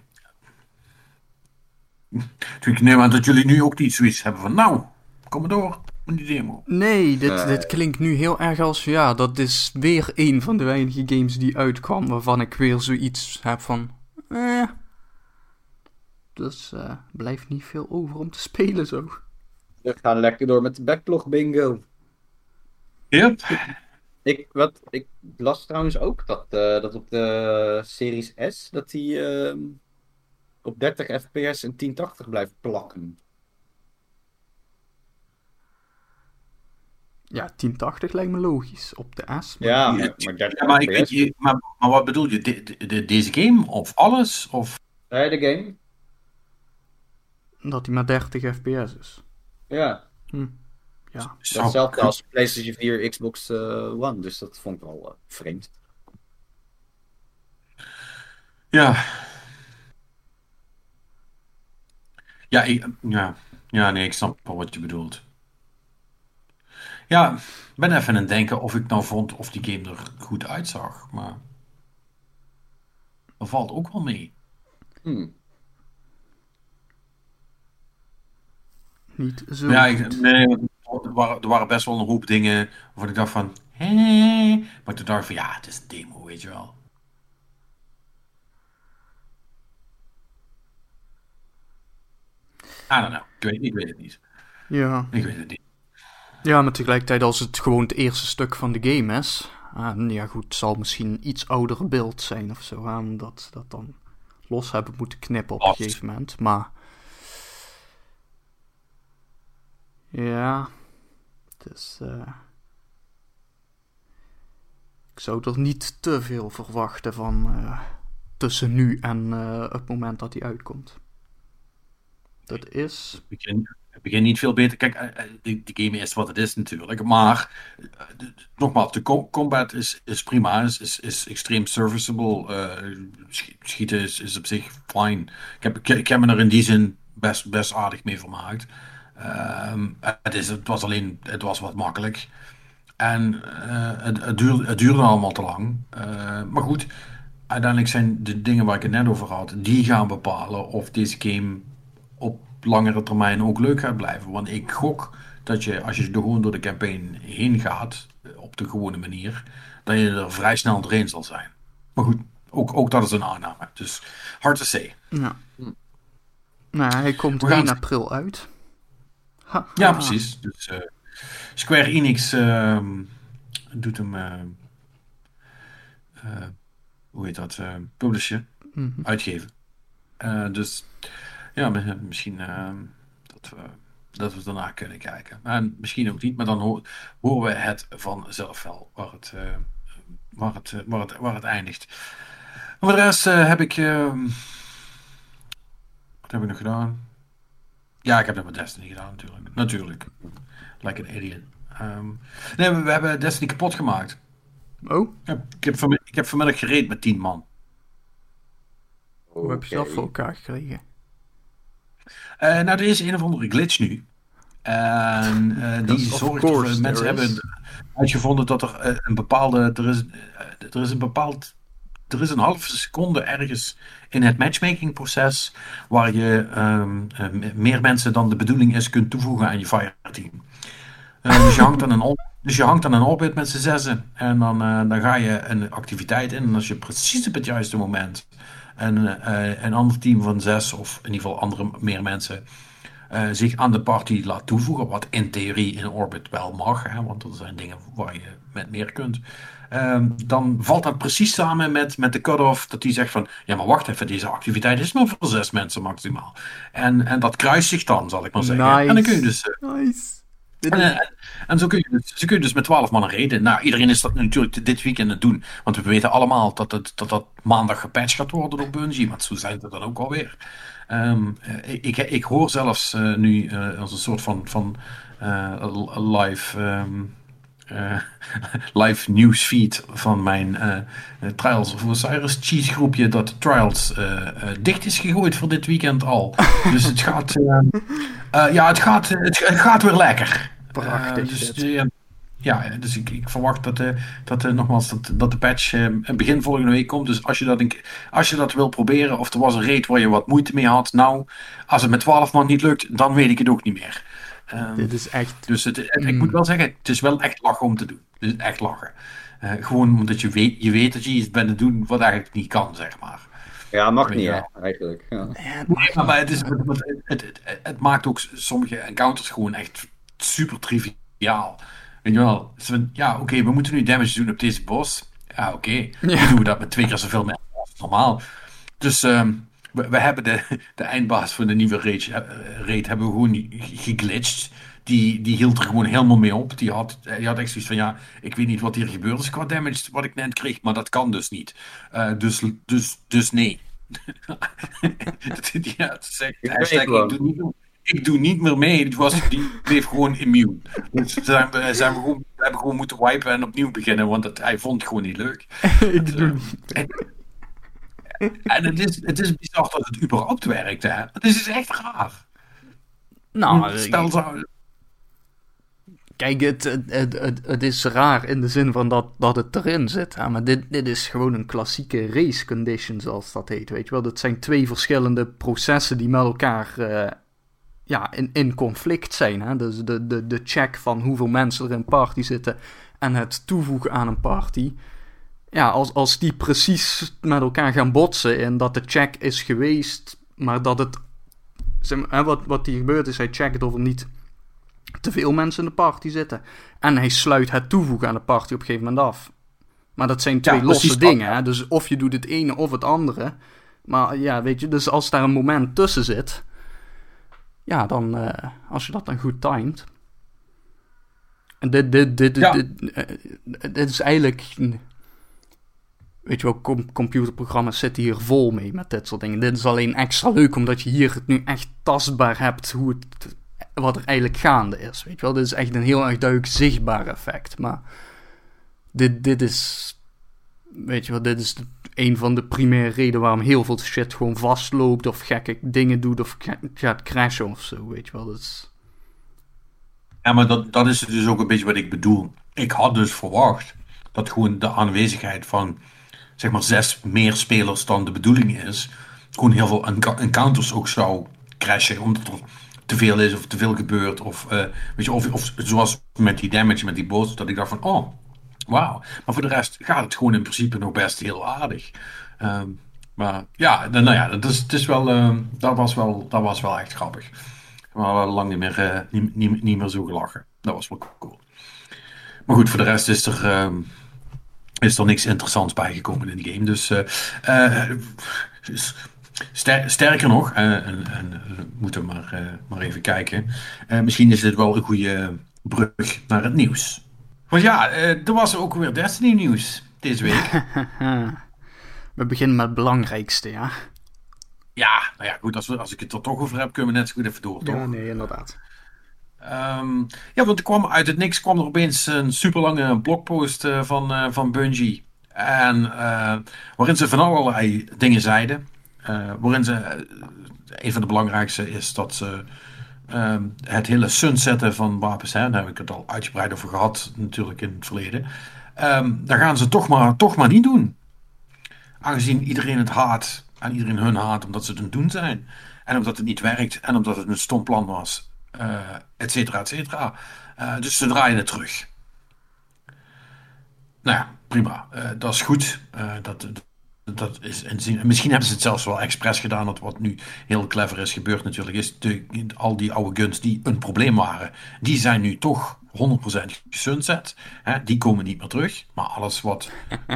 Ik neem aan dat jullie nu ook niet zoiets hebben van, nou, kom maar door met die demo. Nee, dit klinkt nu heel erg als, ja, dat is weer een van de weinige games die uitkwam waarvan ik weer zoiets heb van, dus blijft niet veel over om te spelen zo. We gaan lekker door met de backlog bingo. Yep. Ik las trouwens ook dat op de Series S dat die op 30 fps en 1080 blijft plakken. Ja, 1080 lijkt me logisch op de S. Maar... Ja, maar 30 fps. Maar wat bedoel je? Deze game of alles? Of... Nee, de game. Dat hij maar 30 fps is. Ja. Ja. Hetzelfde als PlayStation 4, Xbox One. Dus dat vond ik wel vreemd. Ja. Nee, ik snap wel wat je bedoelt. Ja, ik ben even aan het denken of ik nou vond of die game er goed uitzag. Maar dat valt ook wel mee. Niet zo goed. Er waren best wel een hoop dingen waarvan ik dacht van, maar toen dacht ik van, ja, het is een demo, weet je wel. I don't know. Ik weet het niet. Ja. Ik weet het niet. Ja, maar tegelijkertijd als het gewoon het eerste stuk van de game is, ja goed, het zal misschien een iets ouder beeld zijn of zo, omdat dat dan los hebben moeten knippen op een gegeven moment, maar ja, het is ik zou er niet te veel verwachten van tussen nu en het moment dat hij uitkomt. Dat is... Het begint niet veel beter. Kijk, de game is wat het is natuurlijk. Maar, nogmaals, de combat is prima. Is extreem serviceable. Schieten is op zich fijn. Ik heb me er in die zin best aardig mee vermaakt. Het was wat makkelijk. En het duurde allemaal te lang. Maar goed, uiteindelijk zijn de dingen waar ik het net over had, die gaan bepalen of deze game op langere termijn ook leuk gaat blijven. Want ik gok dat je, als je er gewoon door de campaign heen gaat, op de gewone manier, dat je er vrij snel doorheen zal zijn. Maar goed, ook dat is een aanname. Dus hard to say. Ja. Nou, hij komt 1 april uit. Ja, precies. Dus Square Enix doet hem hoe heet dat? Publishen. Uitgeven. Dus ja, misschien dat we daarna kunnen kijken. En misschien ook niet, maar dan horen we het vanzelf wel waar het eindigt. En voor de rest heb ik... wat heb ik nog gedaan? Ja, ik heb net met Destiny gedaan natuurlijk. Like an idiot. Nee, we hebben Destiny kapot gemaakt. Oh? Ik heb vanmiddag gereed met 10 man. Hoe heb je dat voor elkaar gekregen? Nou, er is een of andere glitch nu. En die Yes, of zorgt course ervoor, mensen there is. hebben uitgevonden dat er een bepaalde, er is een halve seconde ergens in het matchmaking-proces waar je meer mensen dan de bedoeling is kunt toevoegen aan je fireteam. Dus je hangt aan een orbit met z'n zessen en dan ga je een activiteit in en als je precies op het juiste moment een ander team van 6 of in ieder geval meer mensen zich aan de party laat toevoegen, wat in theorie in orbit wel mag, hè, want er zijn dingen waar je met meer kunt. Dan valt dat precies samen met de cut-off dat die zegt van, ja maar wacht even, deze activiteit is maar voor 6 mensen maximaal. En dat kruist zich dan, zal ik maar zeggen. Nice. En dan kun je dus... Nice. En zo kun je dus met 12 man reden. Nou, iedereen is dat natuurlijk dit weekend aan het doen. Want we weten allemaal dat maandag gepatcht gaat worden door Bungie. Want zo zijn het dan ook alweer. Ik hoor zelfs nu als een soort van live newsfeed van mijn Trials of Osiris cheese groepje dat Trials dicht is gegooid voor dit weekend al. Dus het gaat het gaat weer lekker. Prachtig. Dus ik verwacht dat de patch begin volgende week komt. Dus als je dat wil proberen, of er was een raid waar je wat moeite mee had, nou, als het met 12 man niet lukt, dan weet ik het ook niet meer. Dit is echt... Dus ik moet wel zeggen, het is wel echt lachen om te doen. Het is echt lachen. Gewoon omdat je weet dat je iets bent te doen wat eigenlijk niet kan, zeg maar. Ja, mag Weet niet, je hè, wel. eigenlijk. Ja. Nee, maar het maakt ook sommige encounters gewoon echt super triviaal. Weet je wel? Ja, oké, we moeten nu damage doen op deze boss. Ja, oké. Nu doen we dat met 2 keer zoveel mensen als normaal. Dus we hebben de eindbaas van de nieuwe raid hebben we gewoon geglitcht. Die hield er gewoon helemaal mee op. Die had echt zoiets van, ja, ik weet niet wat hier gebeurd is qua damage wat ik net kreeg, maar dat kan dus niet. Dus nee. Ja, het zegt, hashtag, ik doe niet meer mee. Die bleef gewoon immune. Dus we hebben gewoon moeten wipen en opnieuw beginnen, want hij vond het gewoon niet leuk. En het is bizar dat het überhaupt werkt. Hè? Het is echt raar. Nou, Stel zo... Kijk, het is raar in de zin van dat het erin zit. Hè? Maar dit is gewoon een klassieke race condition, zoals dat heet. Weet je wel? Dat zijn 2 verschillende processen die met elkaar in conflict zijn. Hè? Dus de check van hoeveel mensen er in een party zitten en het toevoegen aan een party. Ja, als die precies met elkaar gaan botsen en dat de check is geweest, maar dat het... Wat hier gebeurt is, hij checkt of er niet te veel mensen in de party zitten. En hij sluit het toevoegen aan de party op een gegeven moment af. Maar dat zijn 2 losse dingen. Hè? Dus of je doet het ene of het andere. Maar ja, weet je, dus als daar een moment tussen zit, ja, dan, als je dat dan goed timed. En dit is eigenlijk... Weet je wel, computerprogramma's zitten hier vol mee met dit soort dingen. Dit is alleen extra leuk omdat je hier het nu echt tastbaar hebt wat er eigenlijk gaande is. Weet je wel, dit is echt een heel erg duidelijk zichtbaar effect. Maar dit is, weet je wel, dit is een van de primaire redenen waarom heel veel shit gewoon vastloopt of gekke dingen doet of gaat crashen of zo, weet je wel. Dat is... Ja, maar dat is dus ook een beetje wat ik bedoel. Ik had dus verwacht dat gewoon de aanwezigheid van, zeg maar, 6 meer spelers dan de bedoeling is, gewoon heel veel encounters ook zou crashen, omdat er te veel is of te veel gebeurt. Of, weet je, of zoals met die damage, met die boss, dat ik dacht van, oh, wauw. Maar voor de rest gaat het gewoon in principe nog best heel aardig. Maar ja, het is wel, dat was wel echt grappig. Maar we hadden lang niet meer zo gelachen. Dat was wel cool. Maar goed, voor de rest is er niks interessants bijgekomen in de game. Dus sterker nog, we moeten maar even kijken. Misschien is dit wel een goede brug naar het nieuws. Want ja, er was ook weer Destiny nieuws deze week. We beginnen met het belangrijkste, ja. Ja, nou ja, goed, als ik het er toch over heb, kunnen we net zo goed even door, toch? Ja, nee, inderdaad. Ja, want er kwam uit het niks kwam er opeens een super lange blogpost van Bungie. En waarin ze van allerlei dingen zeiden. Waarin ze, een van de belangrijkste is dat ze het hele sunsetten van wapens, hè, daar heb ik het al uitgebreid over gehad natuurlijk in het verleden. Daar gaan ze toch maar niet doen. Aangezien iedereen het haat en iedereen hun haat omdat ze het aan het doen zijn. En omdat het niet werkt en omdat het een stom plan was. Et cetera, et cetera. Dus ze draaien het terug. Nou ja, prima. Dat is goed. Dat is misschien hebben ze het zelfs wel expres gedaan. Dat wat nu heel clever is gebeurd natuurlijk. Is al die oude guns die een probleem waren. Die zijn nu toch 100% gesunset. Hè? Die komen niet meer terug. Maar alles wat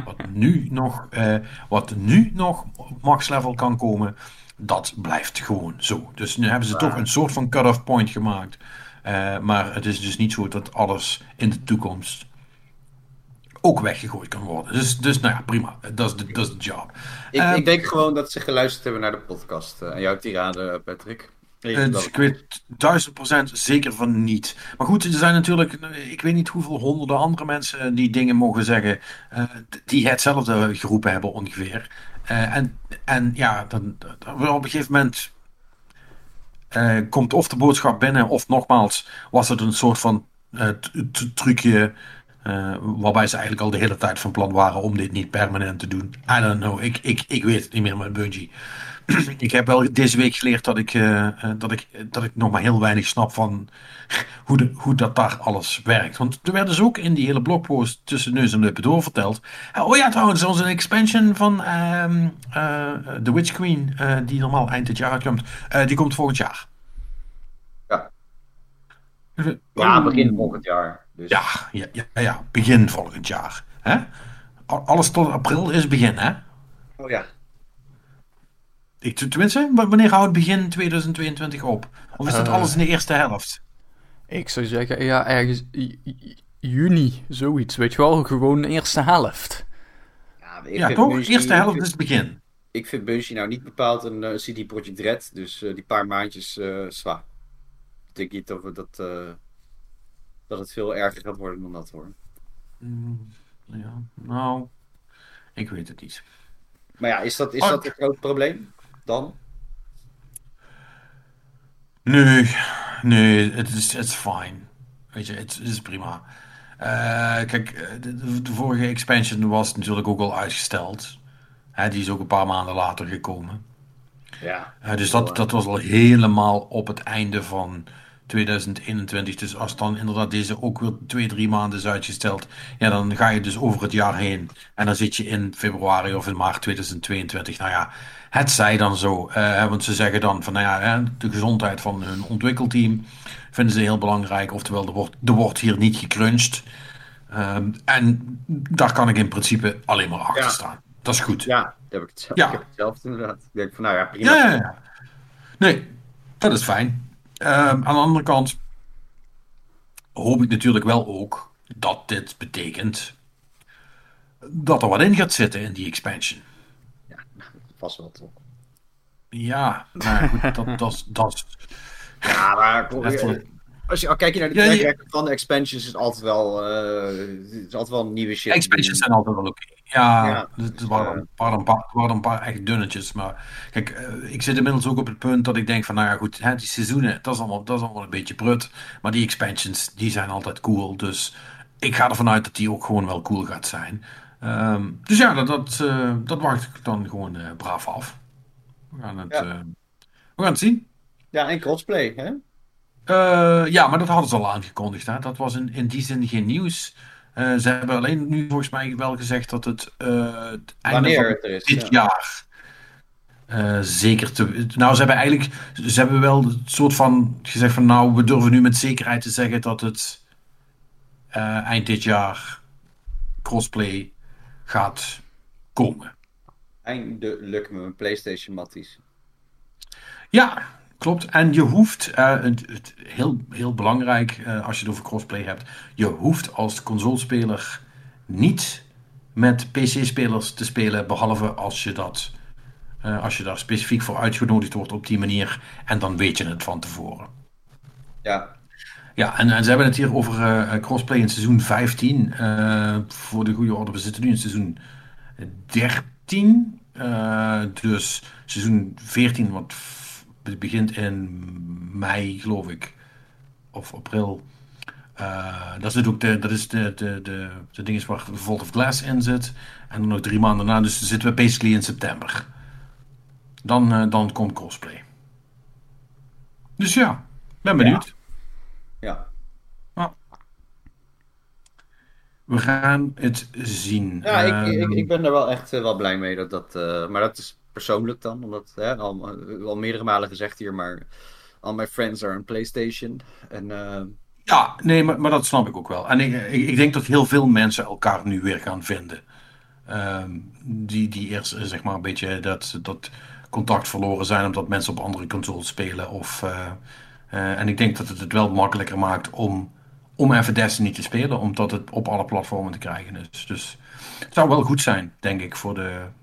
nu nog op max level kan komen. Dat blijft gewoon zo. Dus nu hebben ze toch een soort van cut-off point gemaakt. Maar het is dus niet zo dat alles in de toekomst ook weggegooid kan worden. Dus nou ja, prima. Dat is de job. Ik denk gewoon dat ze geluisterd hebben naar de podcast. En jouw tirade, Patrick. Ik weet 1000% zeker van niet. Maar goed, er zijn natuurlijk, ik weet niet hoeveel honderden andere mensen die dingen mogen zeggen, die hetzelfde geroepen hebben ongeveer. En ja, dan op een gegeven moment komt of de boodschap binnen, of nogmaals, was het een soort van trucje. Waarbij ze eigenlijk al de hele tijd van plan waren om dit niet permanent te doen. I don't know. Ik weet het niet meer met Bungie. Ik heb wel deze week geleerd dat ik nog maar heel weinig snap van hoe dat daar alles werkt. Want er werd dus ook in die hele blogpost tussen neus en lippen door verteld. Oh ja, trouwens, onze expansion van The Witch Queen, die normaal eind dit jaar uitkomt, die komt volgend jaar. Ja, begin volgend jaar. Dus. Ja, begin volgend jaar. Hè? Alles tot april is begin, hè? Oh ja. Tenminste, wanneer houdt begin 2022 op? Of is dat alles in de eerste helft? Ik zou zeggen, ja, ergens juni, zoiets. Weet je wel, gewoon de eerste helft. Ja, toch? De eerste helft is het begin. Ik vind Bungie nou niet bepaald een CD Projekt Red, dus die paar maandjes zwaar. Ik denk niet dat het veel erger gaat worden dan dat, hoor. Ja, nou, ik weet het niet. Maar ja, is dat een groot probleem dan? Nee, het is fijn. Weet je, het is prima. Kijk, de vorige expansion was natuurlijk ook al uitgesteld. Die is ook een paar maanden later gekomen. Ja. Dus dat was al helemaal op het einde van 2021. Dus als dan inderdaad deze ook weer 2-3 maanden is uitgesteld, ja, dan ga je dus over het jaar heen. En dan zit je in februari of in maart 2022. Nou ja, het zij dan zo. Want ze zeggen dan van, nou ja, de gezondheid van hun ontwikkelteam vinden ze heel belangrijk. Oftewel, er wordt hier niet gecrunched. En daar kan ik in principe alleen maar achter staan. Dat is goed. Ja, dat heb ik hetzelfde. Ja. Ik heb hetzelfde inderdaad. Ik denk van, nou ja, prima. Ja. Nee, dat is fijn. Aan de andere kant hoop ik natuurlijk wel ook dat dit betekent dat er wat in gaat zitten in die expansion. Ja, vast wel toch. Ja, maar goed, dat is... Ja, maar als je al kijkt naar de track record van de expansions, is het altijd wel nieuwe shit. Expansions zijn altijd wel oké. Ja, het waren een paar echt dunnetjes. Maar kijk, ik zit inmiddels ook op het punt dat ik denk van, nou ja goed, die seizoenen, dat is allemaal een beetje prut. Maar die expansions, die zijn altijd cool. Dus ik ga ervan uit dat die ook gewoon wel cool gaat zijn. Dus ja, dat wacht ik dan gewoon braaf af. We gaan het zien. Ja, en crossplay, hè? Ja, maar dat hadden ze al aangekondigd. Hè? Dat was in die zin geen nieuws. Ze hebben alleen nu volgens mij wel gezegd dat het einde van dit jaar zeker Nou, ze hebben wel het soort van gezegd van, nou, we durven nu met zekerheid te zeggen dat het eind dit jaar crossplay gaat komen. Eindelijk met mijn PlayStation matties. Ja, klopt. En je hoeft, heel belangrijk als je het over crossplay hebt, je hoeft als consolespeler niet met PC-spelers te spelen, behalve als je daar specifiek voor uitgenodigd wordt op die manier, en dan weet je het van tevoren. Ja. Ja, en ze hebben het hier over crossplay in seizoen 15. Voor de goede orde, we zitten nu in seizoen 13. Dus seizoen 14 wat Het begint in mei, geloof ik. Of april. Dat is de ding waar Vault of Glass in zit. En dan nog 3 maanden na. Dus dan zitten we basically in september. Dan komt crossplay. Dus ja, ben benieuwd. Ja. We gaan het zien. Ja, ik ben er wel echt wel blij mee. Maar dat is persoonlijk dan. Omdat, al meerdere malen gezegd hier, maar all my friends are on PlayStation. En, Ja, nee, maar dat snap ik ook wel. En ik denk dat heel veel mensen elkaar nu weer gaan vinden. Die eerst zeg maar een beetje dat contact verloren zijn omdat mensen op andere consoles spelen. En ik denk dat het wel makkelijker maakt om even Destiny te spelen, omdat het op alle platformen te krijgen is. Dus het zou wel goed zijn, denk ik, voor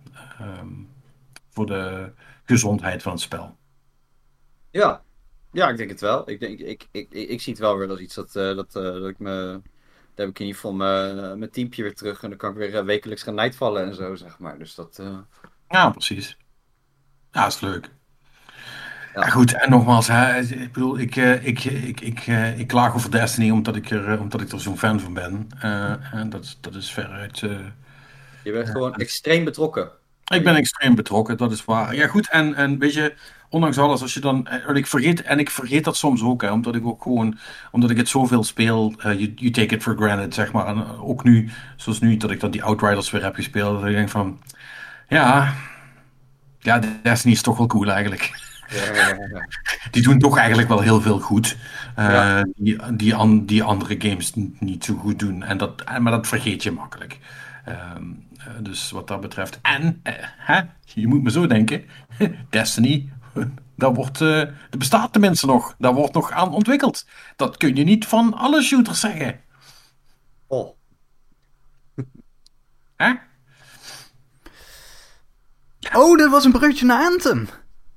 de gezondheid van het spel. ja, ik denk het wel. Ik zie het wel weer als iets dat ik me... Dan heb ik in ieder geval mijn teampje weer terug. En dan kan ik weer wekelijks gaan nightvallen en zo, zeg maar. Dus dat... Ja, precies. Ja, dat is leuk. Ja. Ja, goed, en nogmaals, hè, ik bedoel, ik klaag over Destiny omdat ik er zo'n fan van ben. En dat is veruit... Je bent gewoon extreem betrokken. Ik ben extreem betrokken, dat is waar. Ja, goed, en weet je, ondanks alles, als je dan... Ik vergeet dat soms ook, hè, omdat ik het zoveel speel, you take it for granted, zeg maar. En ook nu, zoals nu, dat ik dan die Outriders weer heb gespeeld, dat ik denk van... Ja, Destiny is toch wel cool eigenlijk. Ja. Die doen toch eigenlijk wel heel veel goed. Ja. Die andere games niet zo goed doen. Maar dat vergeet je makkelijk. Dus wat dat betreft. En, je moet me zo denken. Destiny, er bestaat tenminste nog. Daar wordt nog aan ontwikkeld. Dat kun je niet van alle shooters zeggen. Oh. Hè? Oh, dat was een bruggetje naar Anthem.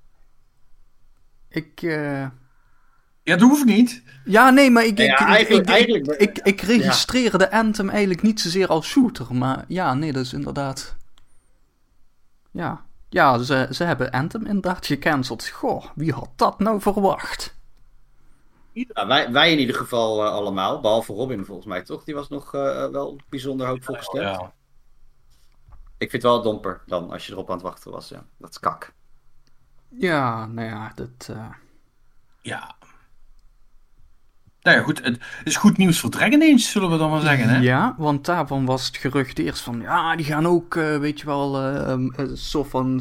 Ja, dat hoeft niet. Ja, nee, maar ik registreer de Anthem eigenlijk niet zozeer als shooter. Maar ja, nee, dat is inderdaad... Ja, ze hebben Anthem inderdaad gecanceld. Goh, wie had dat nou verwacht? Ja, wij in ieder geval allemaal. Behalve Robin volgens mij, toch? Die was nog wel bijzonder hoopvol gestemd. Ja. Ik vind het wel domper dan, als je erop aan het wachten was. Ja. Dat is kak. Ja, nou ja, dat... Ja. Nou ja, goed. Het is goed nieuws voor Dragon Age, zullen we dan maar zeggen, hè? Ja, want daarvan was het gerucht eerst van... Ja, die gaan ook, weet je wel, een soort van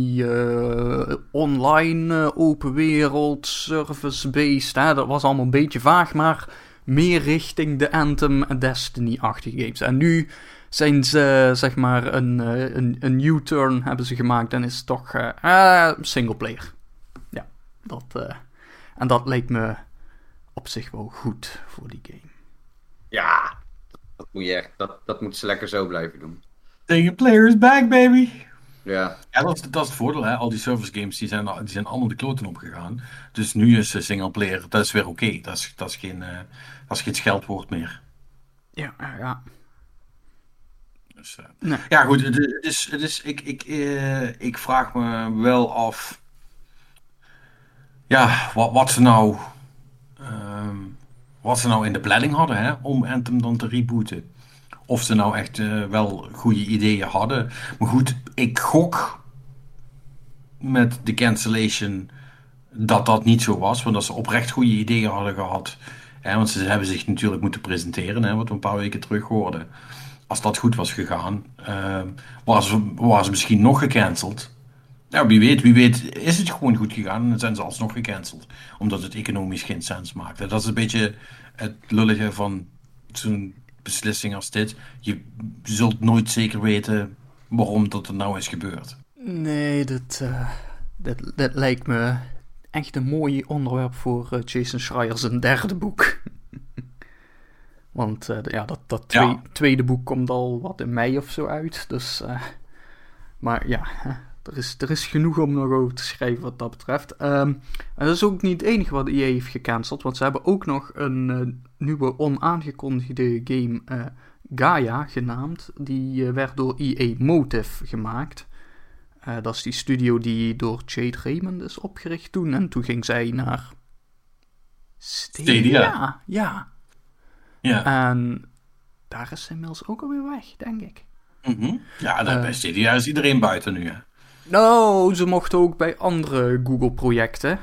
semi-online open wereld, service-based. Hè? Dat was allemaal een beetje vaag, maar meer richting de Anthem en Destiny-achtige games. En nu zijn ze, zeg maar, een U-turn hebben ze gemaakt en is het toch singleplayer. Ja, en dat leek me op zich wel goed voor die game. Ja, dat moet je echt. Dat moeten ze lekker zo blijven doen. Single player is back, baby. Ja. Ja, dat is het voordeel, hè. Al die service games die zijn allemaal de kloten opgegaan. Dus nu is single player, dat is weer oké. Dat is geen scheldwoord meer. Ja. Dus, Nee. ja, goed. Ik vraag me wel af. Ja, wat ze nou in de planning hadden, hè, om Anthem dan te rebooten. Of ze nou echt wel goede ideeën hadden. Maar goed, ik gok met de cancellation dat niet zo was. Want dat ze oprecht goede ideeën hadden gehad. Hè, want ze hebben zich natuurlijk moeten presenteren, hè, wat we een paar weken terug hoorden. Als dat goed was gegaan, waren ze misschien nog gecanceld. Nou, wie weet is het gewoon goed gegaan en dan zijn ze alsnog gecanceld. Omdat het economisch geen sens maakte. Dat is een beetje het lullige van zo'n beslissing als dit. Je zult nooit zeker weten waarom dat er nou is gebeurd. Nee, dat lijkt me echt een mooi onderwerp voor Jason Schreier zijn derde boek. Want dat tweede boek komt al wat in mei of zo uit. Dus, maar ja, er is genoeg om nog over te schrijven wat dat betreft. En dat is ook niet het enige wat EA heeft gecanceld. Want ze hebben ook nog een nieuwe onaangekondigde game, Gaia genaamd. Die werd door EA Motive gemaakt. Dat is die studio die door Jade Raymond is opgericht toen. En toen ging zij naar Stadia. Ja. En daar is ze inmiddels ook alweer weg, denk ik. Mm-hmm. Ja, bij Stadia is iedereen buiten nu. Hè? Nou, ze mochten ook bij andere Google-projecten.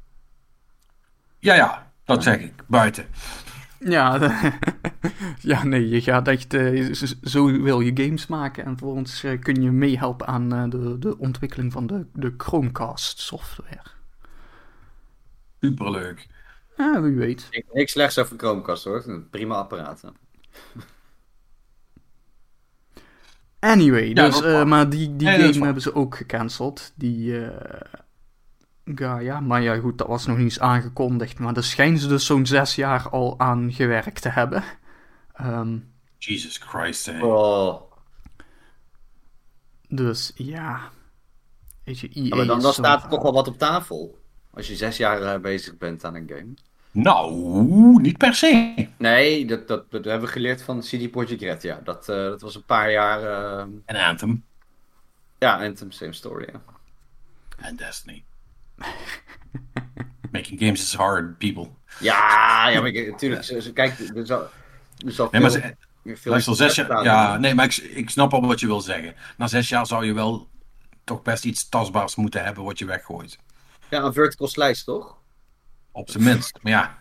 Ja, dat zeg ik. Buiten. Ja, ja, nee, je gaat echt... zo wil je games maken. En vervolgens kun je meehelpen aan de ontwikkeling van de Chromecast-software. Superleuk. Ja, wie weet. Niks slechts over Chromecast, hoor. Een prima apparaat. Anyway, Ja, dus, maar die game waar. hebben ze ook gecanceld. Die Gaia. Maar ja, goed, dat was nog niet eens aangekondigd. Maar daar schijnen ze dus zo'n 6 jaar al aan gewerkt te hebben. Jesus Christ, hè. Oh. Dus ja. Weet je, EA Ja, maar dan is zo staat er raar. toch wel wat op tafel. Als je 6 jaar bezig bent aan een game. Nou, niet per se. Nee, dat hebben we geleerd van CD Projekt Red, ja. Dat was een paar jaar... En Anthem. Ja, Anthem, same story, ja. En Destiny. Making games is hard, people. Ja, maar natuurlijk. Kijk, er zal Nee, maar veel luister, 6 jaar... staan. Ja, nee, maar ik snap al wat je wil zeggen. Na 6 jaar zou je wel toch best iets tastbaars moeten hebben wat je weggooit. Ja, een vertical slice, toch? Op zijn minst. Maar ja,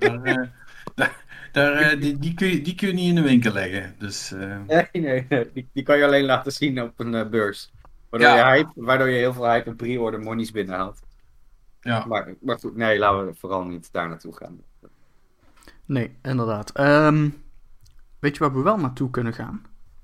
die kun je niet in de winkel leggen. Dus, Nee. Die kan je alleen laten zien op een beurs. Waardoor je heel veel hype en pre-order monies binnenhaalt. ja. Maar goed, nee, laten we vooral niet daar naartoe gaan. Nee, inderdaad. Weet je waar we wel naartoe kunnen gaan?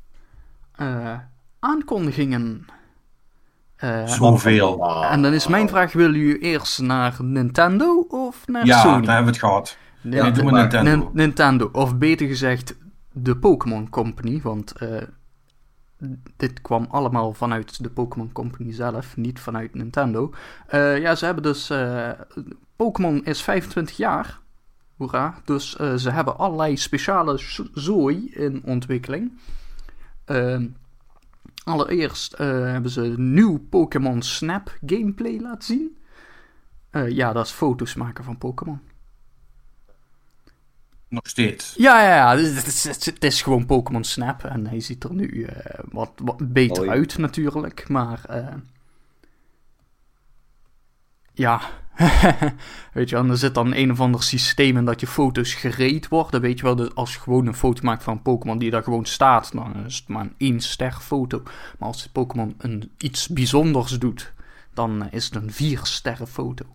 Aankondigingen. Zoveel. En dan is mijn vraag, willen jullie eerst naar Nintendo of naar Ja, Sony? daar hebben we het gehad. Ja, doe maar Nintendo. Nintendo, of beter gezegd de Pokémon Company, want dit kwam allemaal vanuit de Pokémon Company zelf, niet vanuit Nintendo. Ja, ze hebben dus... Pokémon is 25 jaar, hoera, dus ze hebben allerlei speciale zooi in ontwikkeling. Allereerst hebben ze nieuw Pokémon Snap gameplay laten zien. Ja, dat is foto's maken van Pokémon. Nog steeds. Ja, het is gewoon Pokémon Snap. En hij ziet er nu wat beter Mooi. uit natuurlijk. Maar ja, weet je wel, er zit dan een of ander systeem in dat je foto's gereed worden. Weet je wel, dus als je gewoon een foto maakt van een Pokémon die daar gewoon staat, dan is het maar een 1 ster foto. Maar als de Pokémon iets bijzonders doet, dan is het een 4 sterren foto.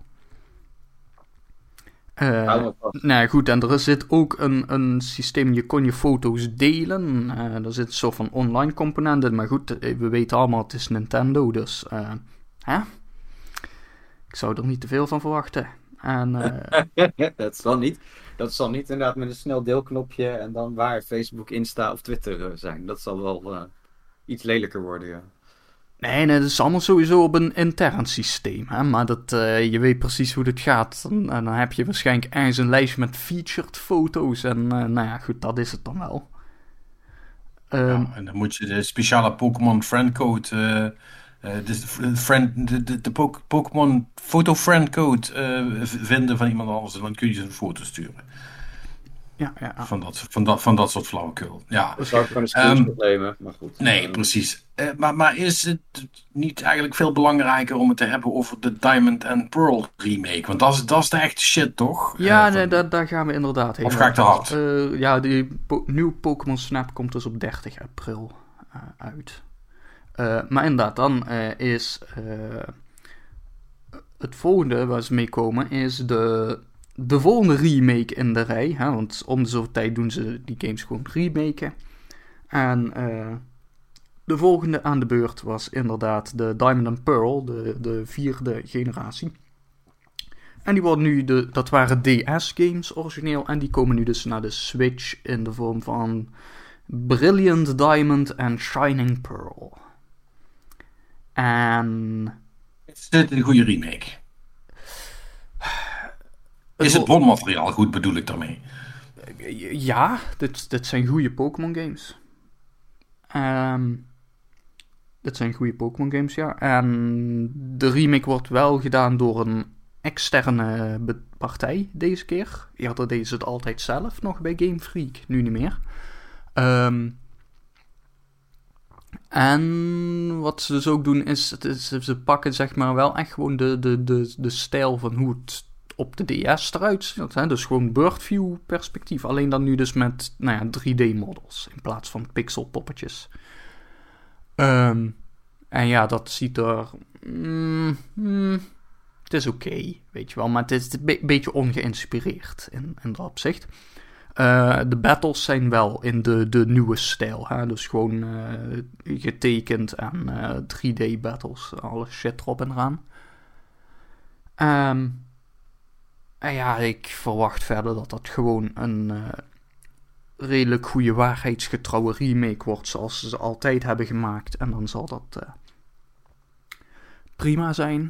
Hou me vast. Nou goed, en er zit ook een systeem, je kon je foto's delen. Er zit een soort van online componenten, maar goed, we weten allemaal, het is Nintendo, dus hè? Ik zou er niet te veel van verwachten. En, Dat zal niet inderdaad met een snel deelknopje en dan waar Facebook, Insta of Twitter zijn. Dat zal wel iets lelijker worden, ja. nee, dat is allemaal sowieso op een intern systeem. Hè? Maar je weet precies hoe dit gaat. En dan heb je waarschijnlijk ergens een lijstje met featured foto's. En nou ja, goed, dat is het dan wel. Ja, en dan moet je de speciale Pokémon friendcode... de Pokémon foto friendcode vinden van iemand anders. En dan kun je ze een foto sturen. Ja. Van dat soort flauwekul. Ja. Dat zou ik gewoon een screenshot nemen, maar goed. Nee, precies. Maar is het niet eigenlijk veel belangrijker om het te hebben over de Diamond and Pearl remake? Want dat is de echte shit, toch? Ja, nee, daar gaan we inderdaad heen. Of ga ik te hard? Ja, die nieuwe Pokémon Snap komt dus op 30 april uit. Maar inderdaad, dan is het volgende waar ze mee komen is de volgende remake in de rij. Hè? Want om de zoveel tijd doen ze die games gewoon remaken. En de volgende aan de beurt was inderdaad de Diamond and Pearl, de 4e generatie. En die worden nu, dat waren DS-games origineel, en die komen nu dus naar de Switch in de vorm van Brilliant Diamond en Shining Pearl. En... Is dit een goede remake? Is het bronmateriaal goed, bedoel ik daarmee? Ja, dit zijn goede Pokémon games. Dit zijn goede Pokémon games, ja. En de remake wordt wel gedaan door een externe partij deze keer. Eerder deden ze het altijd zelf nog bij Game Freak, nu niet meer. En wat ze dus ook doen is ze pakken zeg maar wel echt gewoon de stijl van hoe het op de DS eruit ziet. Hè? Dus gewoon birdview perspectief. Alleen dan nu dus met 3D models in plaats van pixel poppetjes. En ja, dat ziet er... het is oké, weet je wel. Maar het is een beetje ongeïnspireerd in dat opzicht. De battles zijn wel in de nieuwe stijl. Hè? Dus gewoon getekend en 3D battles. Alle shit erop en eraan. En ja, ik verwacht verder dat dat gewoon een redelijk goede waarheidsgetrouwe remake wordt. Zoals ze altijd hebben gemaakt. En dan zal dat prima zijn.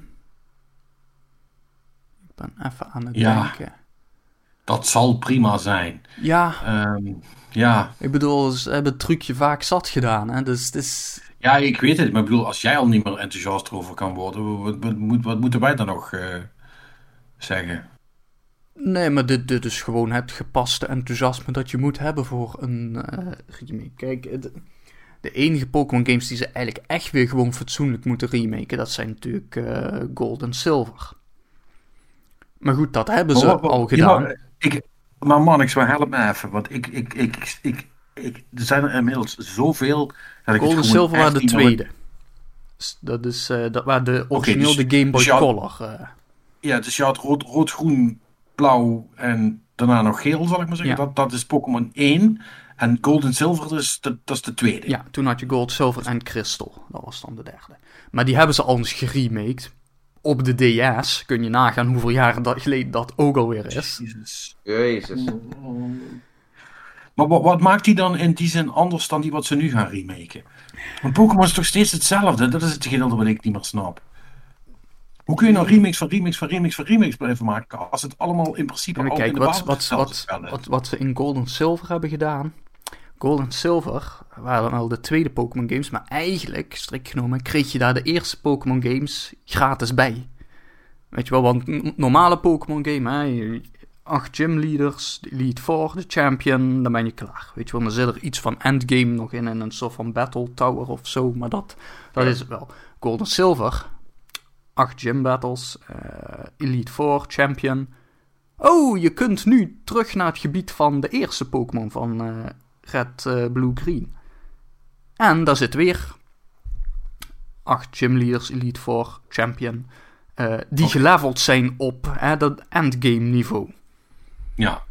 Ik ben even aan het denken. Dat zal prima zijn. Ja. Ja. Ik bedoel, ze hebben het trucje vaak zat gedaan. Hè? Dus het is... Ja, ik weet het. Maar ik bedoel, als jij al niet meer enthousiast over kan worden, wat moeten wij dan nog zeggen? Nee, maar dit is gewoon het gepaste enthousiasme dat je moet hebben voor een remake. Kijk, de enige Pokémon games die ze eigenlijk echt weer gewoon fatsoenlijk moeten remaken, dat zijn natuurlijk Gold en Silver. Maar goed, dat hebben ze al gedaan. Maar Mannix, help me even, want er zijn er inmiddels zoveel... Gold en Silver waren de tweede. Dat is dat waren de origineel de Game Boy Color. Ja, dus je had rood, groen, blauw en daarna nog geel, zal ik maar zeggen. Ja. Dat is Pokémon 1. En Gold en Silver, dat is de tweede. Ja, toen had je Gold, Silver en Crystal. Dat was dan de derde. Maar die hebben ze al eens geremaked. Op de DS kun je nagaan hoeveel jaren geleden dat ook alweer is. Jezus. Maar wat maakt die dan in die zin anders dan die wat ze nu gaan remaken? Want Pokémon is toch steeds hetzelfde? Dat is het gedeelte wat ik niet meer snap. Hoe kun je nou remakes blijven maken als het allemaal in principe al in de basis wat ze in Gold en Silver hebben gedaan. Gold en Silver waren wel de tweede Pokémon games, maar eigenlijk, strikt genomen, kreeg je daar de eerste Pokémon games gratis bij. Weet je wel, want normale Pokémon game, hè, 8 gym leaders, de Elite Four, de Champion, dan ben je klaar. Weet je wel, dan zit er iets van endgame nog in een soort van Battle Tower of zo, maar dat is het wel. Gold en Silver, 8 gym battles, Elite Four, Champion. Oh, je kunt nu terug naar het gebied van de eerste Pokémon van Red, Blue, Green. En daar zit weer 8 gym leaders, Elite Four, Champion, die geleveld zijn op dat endgame niveau. Ja.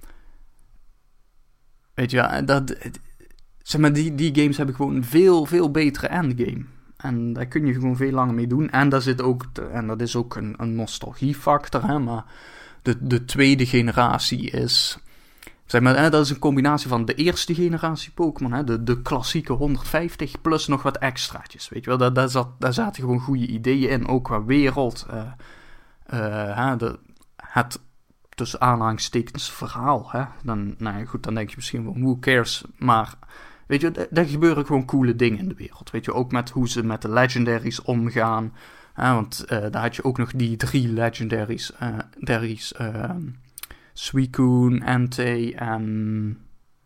Weet je, zeg maar, die games hebben gewoon een veel betere endgame. En daar kun je gewoon veel langer mee doen. En daar zit ook, en dat is ook een nostalgiefactor, hè, maar de tweede generatie is... Zeg maar, dat is een combinatie van de eerste generatie Pokémon, hè, de klassieke 150 plus nog wat extraatjes. Weet je wel, daar zaten gewoon goede ideeën in, ook qua wereld. Het tussen aanhalingstekens verhaal. Hè. Dan denk je misschien van who cares, maar weet je, er gebeuren gewoon coole dingen in de wereld. Weet je, ook met hoe ze met de legendaries omgaan. Want daar had je ook nog die 3 legendaries. Suicune, Entei en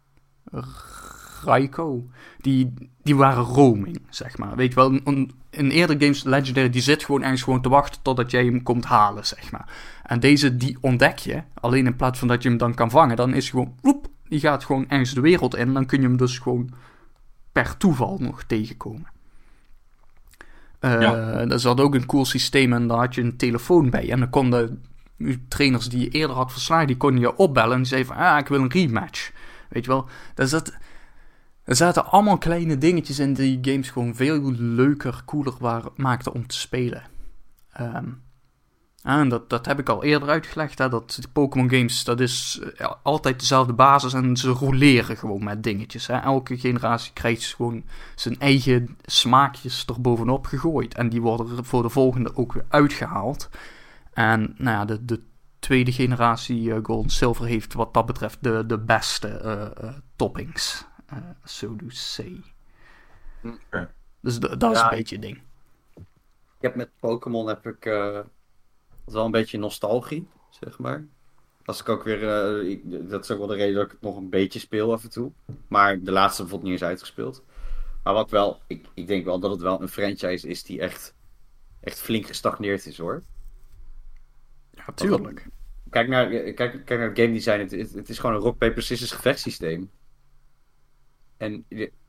Raikou. Die waren roaming, zeg maar. Weet je wel, in eerdere games, Legendary, die zit gewoon ergens gewoon te wachten totdat jij hem komt halen, zeg maar. En deze, die ontdek je. Alleen in plaats van dat je hem dan kan vangen, dan is gewoon, die gaat gewoon ergens de wereld in. Dan kun je hem dus gewoon per toeval nog tegenkomen. Er zat ook een cool systeem en daar had je een telefoon bij. En dan konden trainers die je eerder had verslagen, die konden je opbellen en die zeiden van, ik wil een rematch. Weet je wel, er zaten allemaal kleine dingetjes in die games gewoon veel leuker, cooler maakten om te spelen. En dat heb ik al eerder uitgelegd, hè, dat Pokémon games, dat is altijd dezelfde basis en ze roleren gewoon met dingetjes. Hè. Elke generatie krijgt gewoon zijn eigen smaakjes erbovenop gegooid en die worden voor de volgende ook weer uitgehaald. En nou ja, de tweede generatie Gold en Silver heeft wat dat betreft de beste toppings, so to say. Okay. Dus dat is een beetje het ding. Ik heb met Pokémon wel een beetje nostalgie, zeg maar. Als ik ook weer, dat is ook wel de reden dat ik het nog een beetje speel af en toe. Maar de laatste bijvoorbeeld niet eens uitgespeeld. Maar wat wel, ik denk wel dat het wel een franchise is die echt flink gestagneerd is, hoor. Ja, tuurlijk. Kijk naar het game design. Het is gewoon een rock, paper, scissors gevechtssysteem. En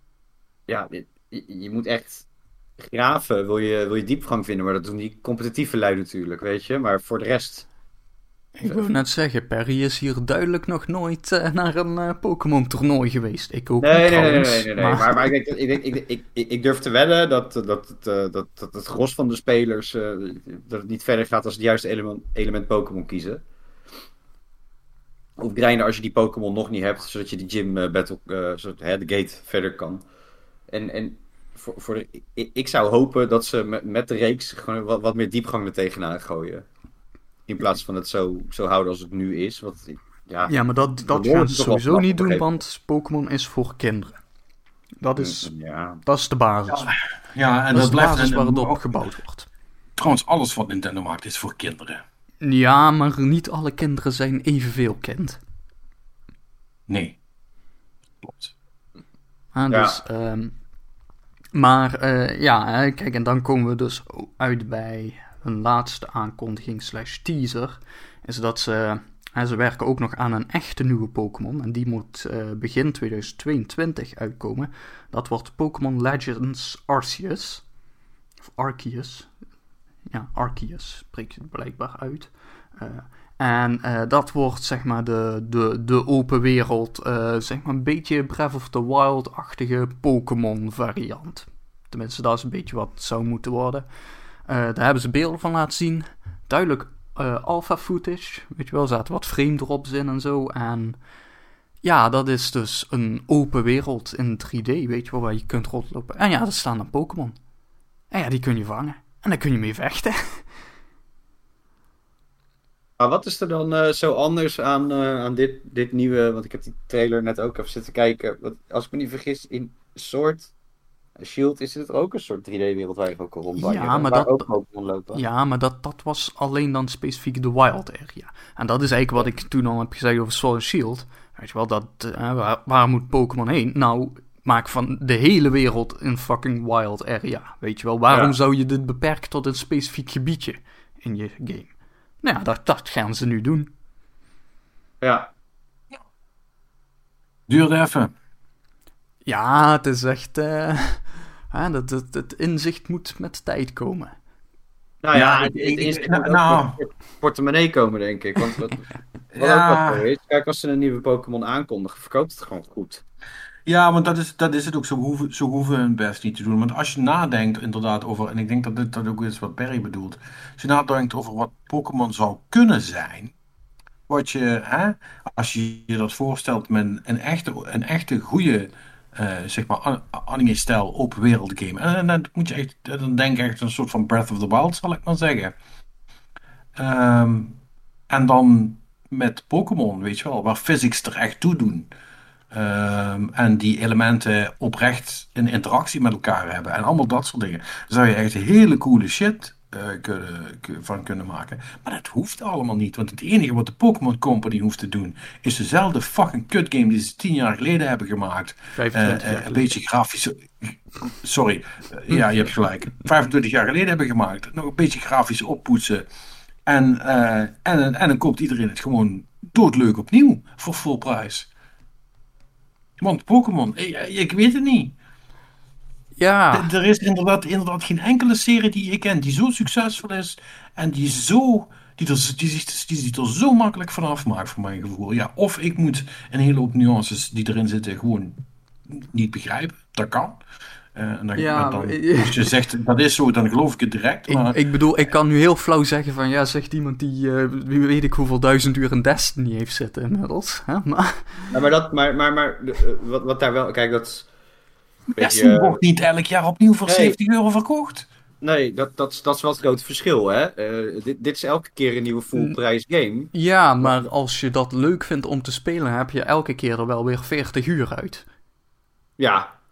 je moet echt graven, wil je diepgang vinden. Maar dat doen die competitieve lui natuurlijk, weet je. Maar voor de rest... Ik wil net zeggen, Perry is hier duidelijk nog nooit naar een Pokémon-toernooi geweest. Ik ook niet trouwens. Nee. Maar ik durf te wedden dat het gros van de spelers dat het niet verder gaat als het juiste element Pokémon kiezen. Of grinden als je die Pokémon nog niet hebt, zodat je die gym battle, de gate verder kan. En ik zou hopen dat ze met de reeks gewoon wat meer diepgang er tegenaan gooien. In plaats van het zo houden als het nu is. Ja, maar dat gaan ze sowieso niet doen, want Pokémon is voor kinderen. Dat is de basis. Ja, en dat is dat de basis waar het op gebouwd wordt. Trouwens, alles wat Nintendo maakt is voor kinderen. Ja, maar niet alle kinderen zijn evenveel kind. Nee. Klopt. Dus, kijk, en dan komen we dus uit bij hun laatste aankondiging / teaser. Is dat ze werken ook nog aan een echte nieuwe Pokémon. En die moet begin 2022 uitkomen. Dat wordt Pokémon Legends Arceus. Of Arceus. Ja, Arceus spreekt het blijkbaar uit. Dat wordt zeg maar de open wereld, zeg maar een beetje Breath of the Wild-achtige Pokémon variant. Tenminste, dat is een beetje wat het zou moeten worden. Daar hebben ze beelden van laten zien. Duidelijk alpha footage. Weet je wel, er zaten wat frame drops in en zo. En ja, dat is dus een open wereld in 3D, weet je wel, waar je kunt rondlopen. En ja, er staan dan Pokémon. En ja, die kun je vangen. En daar kun je mee vechten. Maar wat is er dan zo anders aan dit nieuwe... Want ik heb die trailer net ook even zitten kijken. Als ik me niet vergis, in Sword Shield is het ook een soort 3D-wereld waar je ook al rondwandelt. Ja, maar waar ook Pokémon lopen. Ja, maar dat was alleen dan specifiek de Wild Area. En dat is eigenlijk wat ik toen al heb gezegd over Sword Shield. Weet je wel, waar moet Pokémon heen? Nou, maak van de hele wereld een fucking Wild Area. Weet je wel, waarom zou je dit beperken tot een specifiek gebiedje in je game? Nou ja, dat gaan ze nu doen. Ja. Duurde even. Ja, het is echt... het inzicht moet met tijd komen. Nou ja, het inzicht moet ook met portemonnee komen, denk ik. Want wat ook wat is. Kijk, als ze een nieuwe Pokémon aankondigen, verkoopt het gewoon goed. Ja, want dat is het ook. Ze hoeven hun best niet te doen. Want als je nadenkt inderdaad over... En ik denk dat dit ook is wat Perry bedoelt. Als je nadenkt over wat Pokémon zou kunnen zijn... Als je je dat voorstelt met een echte goede... zeg maar anime-stijl open wereld game. En dan moet je dan denk ik echt een soort van Breath of the Wild, zal ik maar zeggen. En dan met Pokémon, weet je wel, waar physics er echt toe doen. En die elementen oprecht een interactie met elkaar hebben. En allemaal dat soort dingen. Daar zou je echt hele coole shit van kunnen maken. Maar dat hoeft allemaal niet. Want het enige wat de Pokémon Company hoeft te doen... is dezelfde fucking kutgame die ze 10 jaar geleden hebben gemaakt. 25 jaar een beetje grafisch... Sorry. Ja, je hebt gelijk. 25 jaar geleden hebben gemaakt. Nog een beetje grafisch oppoetsen. En dan koopt iedereen het gewoon doodleuk opnieuw. Voor full prijs. Want Pokémon, ik weet het niet. Ja. Er is inderdaad geen enkele serie die ik ken die zo succesvol is en die ziet er zo makkelijk vanaf maakt voor mijn gevoel. Ja, of ik moet een hele hoop nuances die erin zitten gewoon niet begrijpen. Dat kan. Als je zegt dat is zo, dan geloof ik het direct. Maar... Ik bedoel, ik kan nu heel flauw zeggen van ja, zegt iemand die weet ik hoeveel 1000 uur in Destiny heeft zitten inmiddels. Hè? Maar wat daar wel, kijk, dat is... Destiny wordt niet elk jaar opnieuw voor €70 verkocht. Nee, dat is wel het grote verschil, hè. Dit is elke keer een nieuwe fullprijs game. Ja, maar als je dat leuk vindt om te spelen, heb je elke keer er wel weer 40 uur uit. Ja.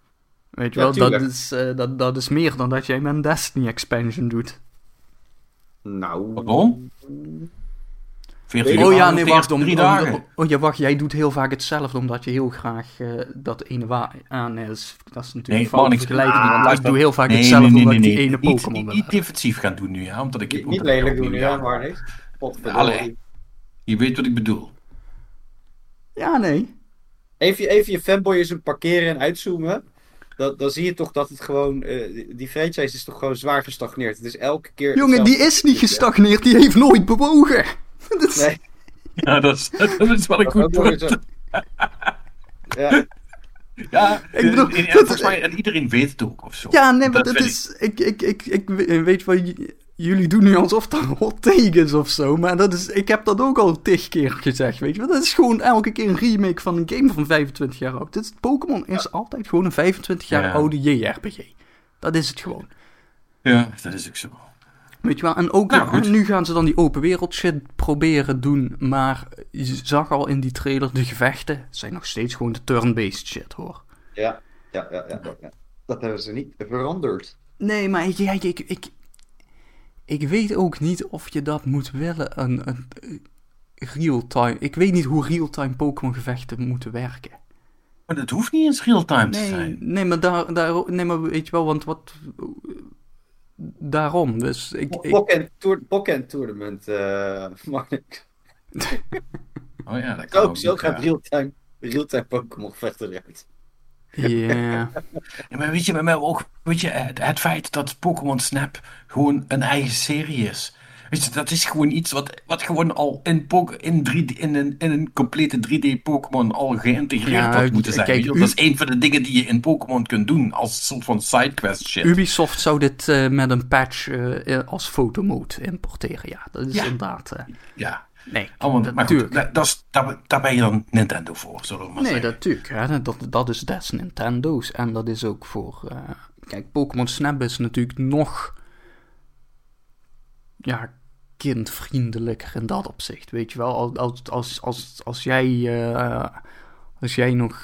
Weet je Ja, wel, dat tuurlijk. dat is meer dan dat jij met een Destiny expansion doet. Nou... Pardon? 40 Oh uur ja, aan nee, 40 wacht. 3 dagen. Wacht, jij doet heel vaak hetzelfde, omdat je heel graag dat ene nee, dat is natuurlijk Nee, een foute niks. vergelijking. Want ik doe heel vaak Nee, hetzelfde, omdat ik die nee. ene Pokémon wil Niet hebben. defensief gaan doen nu, ja. Omdat ik... Niet lelijk doen, ja, maar nee. Allee. Je weet wat ik bedoel. Ja, nee. Even je fanboyism parkeren en uitzoomen. Dan zie je toch dat het gewoon... die franchise is toch gewoon zwaar gestagneerd. Het is elke keer... Jongen, die hetzelfde. is niet gestagneerd. Die heeft nooit bewogen. Dat is- Nee. Ja, dat is wel een goed punt. Ja. Ja, Ik bedoel, volgens mij, en iedereen weet het ook, of zo. Ja, nee, maar dat vind is... Ik weet wel... Jullie doen nu alsof dat een hot take is of zo, maar dat is... Ik heb dat ook al 10 keer gezegd, weet je wel. Dat is gewoon elke keer een remake van een game van 25 jaar oud. Pokémon is altijd gewoon een 25 jaar oude JRPG. Dat is het gewoon. Ja, dat is ook zo. Weet je wel, en ook nu gaan ze dan die open wereld shit proberen doen, maar je zag al in die trailer, de gevechten zijn nog steeds gewoon de turn-based shit, hoor. Ja. Dat hebben ze niet veranderd. Nee, maar ik weet ook niet of je dat moet willen, een real-time... Ik weet niet hoe real-time Pokémon gevechten moeten werken. Maar dat hoeft niet eens real-time te zijn. Nee, maar weet je wel, want wat... Daarom, dus Pokken Tournament, Marnik. Oh ja, dat kan Zo gaat real-time Pokémon gevechten eruit. Ja. Ja, maar weet je, het feit dat Pokémon Snap gewoon een eigen serie is. Weet je, dat is gewoon iets wat gewoon al in een complete 3D Pokémon al geïntegreerd had moeten zijn. Kijk, Weet je? Dat is een van de dingen die je in Pokémon kunt doen als soort van sidequest shit. Ubisoft zou dit met een patch als fotomode importeren, ja. Dat is inderdaad... Ja. Nee, Maar goed, daar ben je dan Nintendo voor, zullen we maar zeggen. Nee, natuurlijk. Hè. Dat is des Nintendo's. En dat is ook voor... Kijk, Pokémon Snap is natuurlijk nog... Ja, kindvriendelijker in dat opzicht. Weet je wel, als jij nog...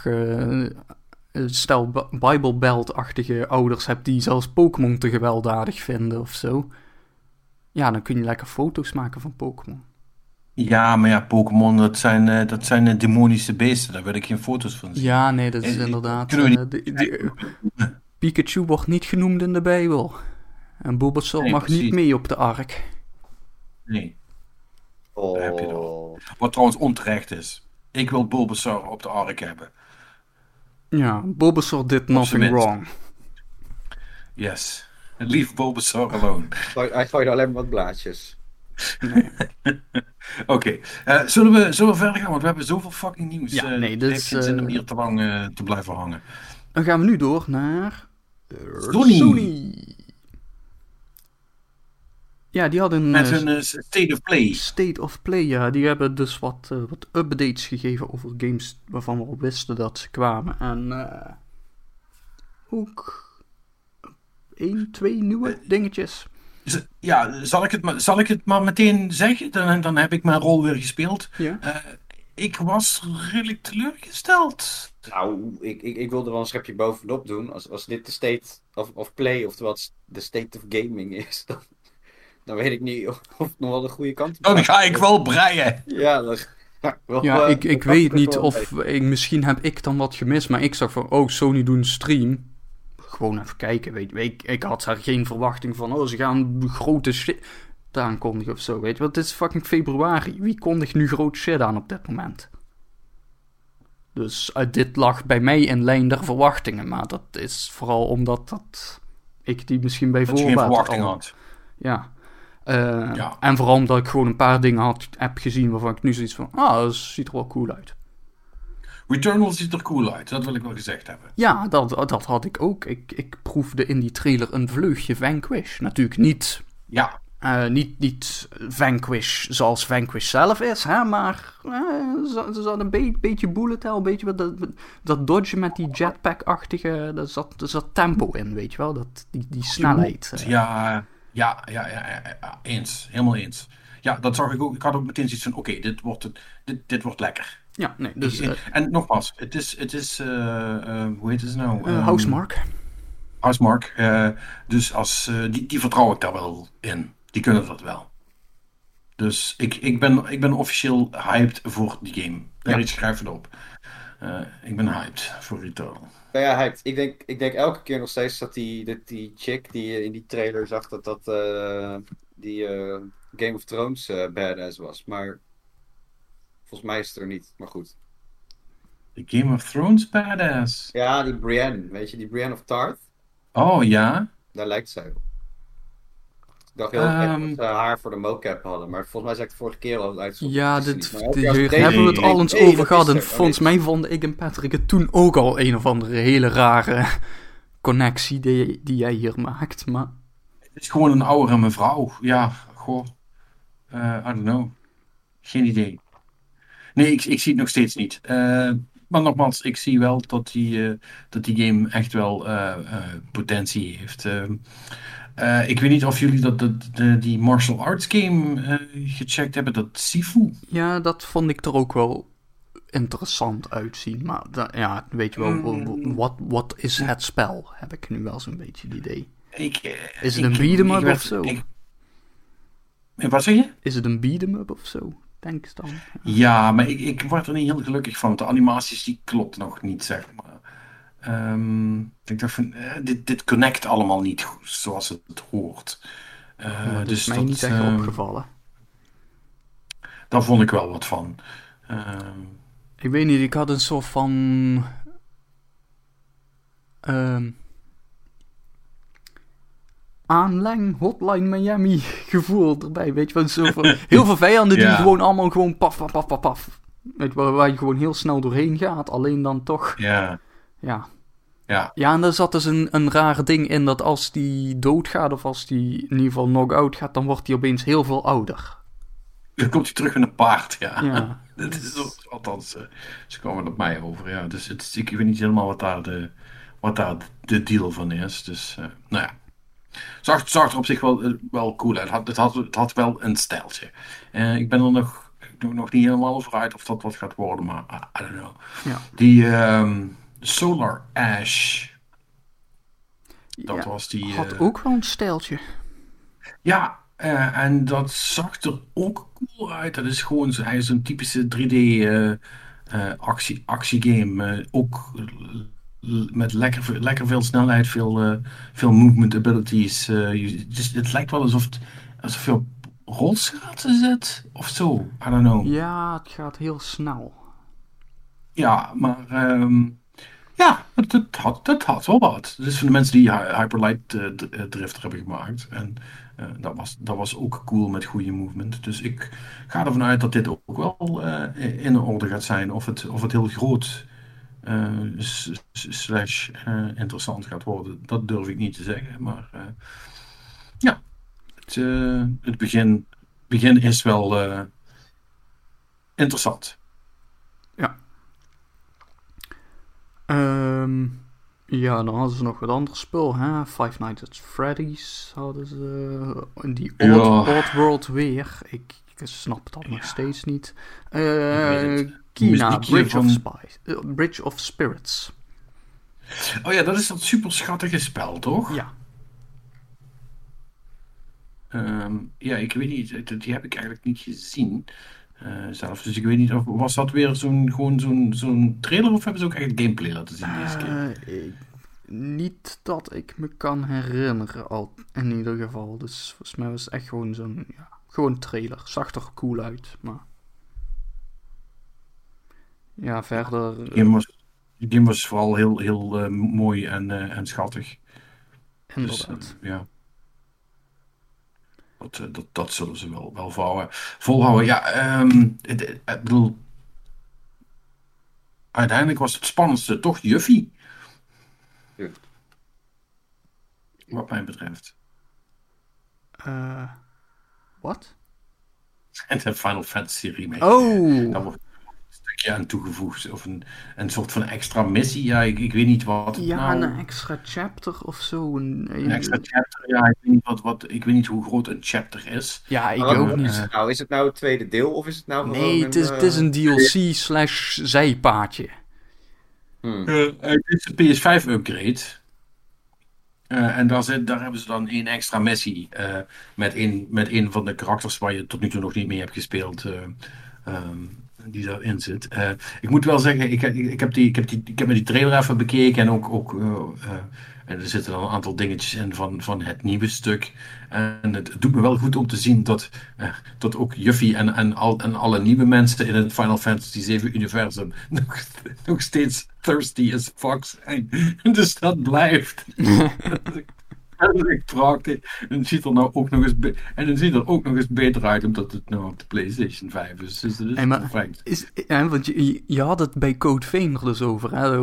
stel Bible Belt-achtige ouders hebt die zelfs Pokémon te gewelddadig vinden of zo. Ja, dan kun je lekker foto's maken van Pokémon. Ja, maar ja, Pokémon, dat zijn demonische beesten. Daar wil ik geen foto's van zien. Ja, nee, dat is inderdaad... Pikachu wordt niet genoemd in de Bijbel. En Bulbasaur mag niet mee op de ark. Nee. Oh. Daar heb je het al. Wat trouwens onterecht is. Ik wil Bulbasaur op de ark hebben. Ja, Bulbasaur did nothing wrong. Yes. Leave Bulbasaur alone. Hij gooit alleen maar wat blaadjes. Nee. Oké. Zullen we verder gaan? Want we hebben zoveel fucking nieuws. Ja, nee, dus... Het heeft geen zin om hier te lang te blijven hangen. Dan gaan we nu door naar... Sony. Ja, die hadden... Met hun State of Play. State of Play, ja. Die hebben dus wat updates gegeven over games waarvan we al wisten dat ze kwamen. En ook 1, 2 nieuwe dingetjes. Ja, zal ik het maar meteen zeggen? Dan heb ik mijn rol weer gespeeld. Ja. Ik was redelijk teleurgesteld. Nou, ik wilde wel een schepje bovenop doen. Als dit de State of Play, oftewel de State of Gaming is, dan weet ik niet of het nog wel de goede kant op Dan gaat. ga ik wel breien. Ja, Ik weet niet of... misschien heb ik dan wat gemist, maar ik zag van... Sony doet een stream. Gewoon even kijken, weet je. Ik had daar geen verwachting van... ze gaan grote shit aankondigen of zo, weet je. Want het is fucking februari. Wie kondigt nu groot shit aan op dit moment? Dus dit lag bij mij in lijn der verwachtingen. Maar dat is vooral omdat ik die misschien bij voorbaat... Dat je geen verwachting had. Ja. En vooral omdat ik gewoon een paar dingen heb gezien waarvan ik nu zoiets van... dat ziet er wel cool uit. Returnal ziet er cool uit, dat wil ik wel gezegd hebben. Ja, dat had ik ook. Ik proefde in die trailer een vleugje Vanquish. Natuurlijk niet... Ja. Niet Vanquish zoals Vanquish zelf is, hè, maar er zat een beetje bullet hell, een beetje dat dodgen met die jetpack-achtige, er zat tempo in, weet je wel, die snelheid. Ja, eens, helemaal eens. Ja, dat zag ik ook. Ik had ook meteen zoiets van, oké, dit wordt lekker. Ja, nee, dus... En nogmaals, het is hoe heet het nou? Housemarque. Housemarque. Dus die vertrouw ik daar wel in. Die kunnen dat wel. Dus ik ben officieel hyped voor die game. Daar iets schrijf het op. Ik ben hyped voor Returnal. Ja, hyped. Ik denk elke keer nog steeds dat die chick die je in die trailer zag, dat die Game of Thrones badass was. Maar volgens mij is het er niet. Maar goed. De Game of Thrones badass. Ja, die Brienne. Weet je, die Brienne of Tarth. Oh ja. Daar lijkt zij op. Ik dacht heel erg dat ze haar voor de mocap hadden. Maar volgens mij zei ik de vorige keer al uit. Ja, hier hebben we het al eens over gehad. En volgens mij vonden ik en Patrick het toen ook al een of andere hele rare connectie die jij hier maakt. Maar... Het is gewoon een oudere mevrouw. Ja, goh. I don't know. Geen idee. Nee, ik zie het nog steeds niet. Maar nogmaals, ik zie wel dat die game echt wel potentie heeft. Ik weet niet of jullie die martial arts game gecheckt hebben, dat Sifu. Ja, dat vond ik er ook wel interessant uitzien. Maar weet je wel, wat is het spel? Heb ik nu wel zo'n beetje het idee. Is het een beat-em-up of zo? Wat zeg je? Is het een beat-em-up of zo? Denk ik dan. Ja, maar ik word er niet heel gelukkig van. Want de animaties die klopt nog niet, zeg maar. Ik dacht van, dit connect allemaal niet goed, zoals het hoort. Dat is mij niet echt opgevallen. Daar vond ik wel wat van. Ik weet niet, ik had een soort van... aanleng Hotline Miami gevoel erbij, weet je wel. Zo van, heel veel vijanden die gewoon allemaal gewoon paf. Weet je wel, waar je gewoon heel snel doorheen gaat, alleen dan toch... Ja. Ja, en daar zat dus een rare ding in dat als die doodgaat of als die in ieder geval knock-out gaat, dan wordt hij opeens heel veel ouder. Dan komt hij terug met een paard, ja. Dat is althans, ze komen op mij over, ja. Dus ik weet niet helemaal wat daar de deal van is. Dus, nou ja. Zag er op zich wel cool uit. Het had wel een stijltje. Ik ben er nog niet helemaal over uit of dat wat gaat worden, maar I don't know. Ja. Die Solar Ash. Dat was die... had ook wel een stijltje. Ja, en dat zag er ook cool uit. Dat is gewoon hij is een typische 3D actiegame. Ook met lekker veel snelheid, veel movement abilities. Dus het lijkt wel alsof je op rolschaatsen zit of zo. I don't know. Ja, het gaat heel snel. Ja, maar ja, dat had wel wat. Dus voor de mensen die Hyperlight Drifter hebben gemaakt. En dat was ook cool met goede movement. Dus ik ga ervan uit dat dit ook wel in orde gaat zijn. Of het heel groot slash interessant gaat worden. Dat durf ik niet te zeggen. Maar ja, het begin is wel interessant. Ja. Ja, dan hadden ze nog wat anders spul, hè? Five Nights at Freddy's hadden ze. Die Oddworld weer. Ik snap dat nog steeds niet. Kina, Bridge of Spirits. Oh ja, dat is dat super schattige spel, toch? Ja. Ja, ik weet niet. Die heb ik eigenlijk niet gezien. Zelf. Dus ik weet niet, of was dat weer zo'n trailer of hebben ze ook echt gameplay laten zien deze keer? Niet dat ik me kan herinneren, al in ieder geval. Dus volgens mij was het echt gewoon gewoon trailer. Zag er cool uit, maar... Ja, verder... De game was vooral heel mooi en schattig. Inderdaad. Dus, ja. Dat zullen ze wel volhouden. Ja, ik bedoel... Uiteindelijk was het spannendste toch Juffie. Ja. Wat mij betreft. Wat? En de Final Fantasy remake. Oh! Dat wordt een feestje aan toegevoegd. Of een soort van extra missie. Ja, ik weet niet wat. Ja, een extra chapter of zo. Een extra chapter, ja. Ik weet niet, ik weet niet hoe groot een chapter is. Ja, ik Maar ook wat niet. is het nou het tweede deel of is het nou Nee, gewoon het is een DLC/zijpaadje. Het is een PS5 upgrade. En daar hebben ze dan één extra missie met een van de karakters waar je tot nu toe nog niet mee hebt gespeeld. Die daarin zit. Ik moet wel zeggen, ik heb me die trailer even bekeken en ook en er zitten dan een aantal dingetjes in van het nieuwe stuk. En het doet me wel goed om te zien dat ook Yuffie en alle nieuwe mensen in het Final Fantasy 7 universum nog steeds thirsty as fuck zijn. Dus dat blijft. Dat is echt prachtig. En het ziet er nou ook nog eens beter uit omdat het nou op de PlayStation 5 is. Dus dat is perfect. Want je had het bij Code Vein er dus over, hè,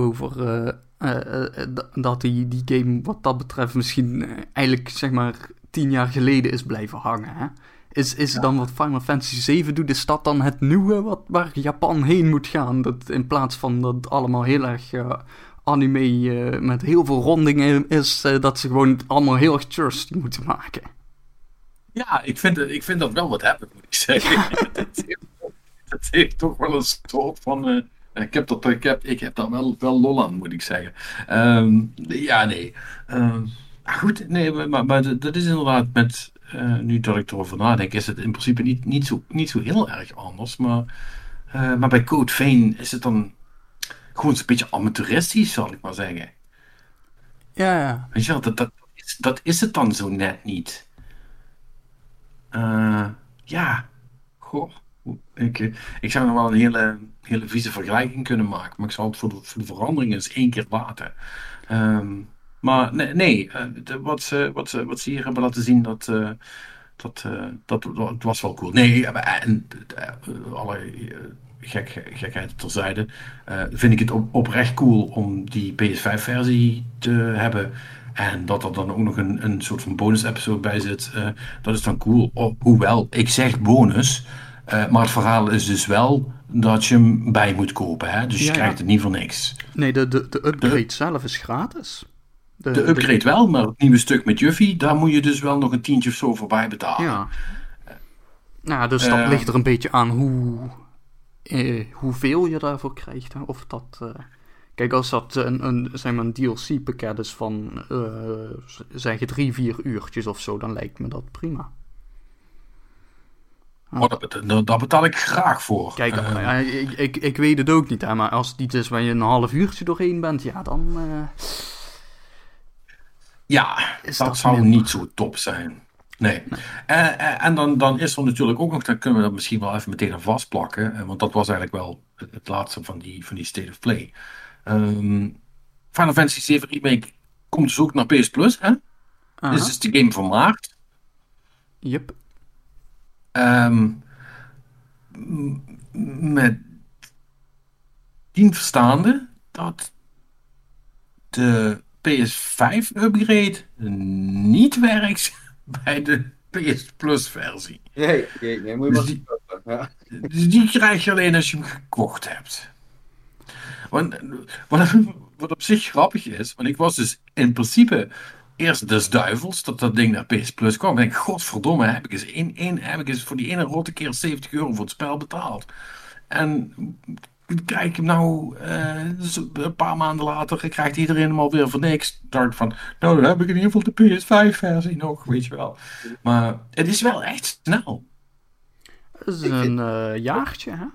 dat die game wat dat betreft misschien eigenlijk zeg maar 10 jaar geleden is blijven hangen. Hè? Is dan wat Final Fantasy 7 doet, is dat dan het nieuwe waar Japan heen moet gaan? Dat in plaats van dat het allemaal heel erg anime met heel veel rondingen is, dat ze gewoon allemaal heel erg thirsty moeten maken. Ja, ik vind dat wel wat hebben, moet ik zeggen. Het heeft toch wel een soort van... ik heb daar wel lol aan, moet ik zeggen. Ja, nee. Goed, nee, maar dat is inderdaad met... nu dat ik erover nadenk, is het in principe niet zo heel erg anders. Maar bij Code Vein is het dan gewoon een beetje amateuristisch, zal ik maar zeggen. Ja. Weet je wel, dat is het dan zo net niet. Ja. Goh. Ik zou nog wel een hele vieze vergelijking kunnen maken, maar ik zal het voor de verandering eens 1 keer laten. Maar nee, wat ze hier hebben laten zien, dat was wel cool. Nee, en alle gekheid terzijde, vind ik het oprecht cool om die PS5-versie te hebben. En dat er dan ook nog een soort van bonus-episode bij zit, dat is dan cool. Hoewel, ik zeg bonus, maar het verhaal is dus wel dat je hem bij moet kopen. Hè? Dus je krijgt het niet voor niks. Nee, de upgrade zelf is gratis. De upgrade wel, maar het nieuwe stuk met Yuffie, daar moet je dus wel nog een tientje of zo voorbij betalen. Ja. Nou, dus dat ligt er een beetje aan hoeveel je daarvoor krijgt. Hè? Of dat... Kijk, als dat een DLC-pakket is van, zeg je 3-4 uurtjes of zo, dan lijkt me dat prima. Oh, daar betaal ik graag voor. Kijk, ik weet het ook niet, hè, maar als het iets is waar je een half uurtje doorheen bent, ja, dan... ja, dat zou niet zo top zijn. Nee. En dan is er natuurlijk ook nog, dan kunnen we dat misschien wel even meteen aan vastplakken, want dat was eigenlijk wel het laatste van die State of Play. Final Fantasy 7 Remake komt dus ook naar PS Plus, hè? Dit is de game van maart. Yep. Met 10 verstaande dat de PS5 upgrade niet werkt bij de PS Plus versie. Nee, moet je maar kopen. Ja. Dus die krijg je alleen als je hem gekocht hebt. Wat op zich grappig is, want ik was dus in principe eerst des duivels dat ding naar PS Plus kwam. En ik denk, godverdomme, heb ik eens voor die ene rotte keer 70 euro voor het spel betaald. En krijg ik hem nou een paar maanden later, krijgt iedereen hem alweer voor niks. Dacht van, nou dan heb ik in ieder geval de PS5 versie nog, weet je wel. Maar het is wel echt snel. Het is een jaartje, hè?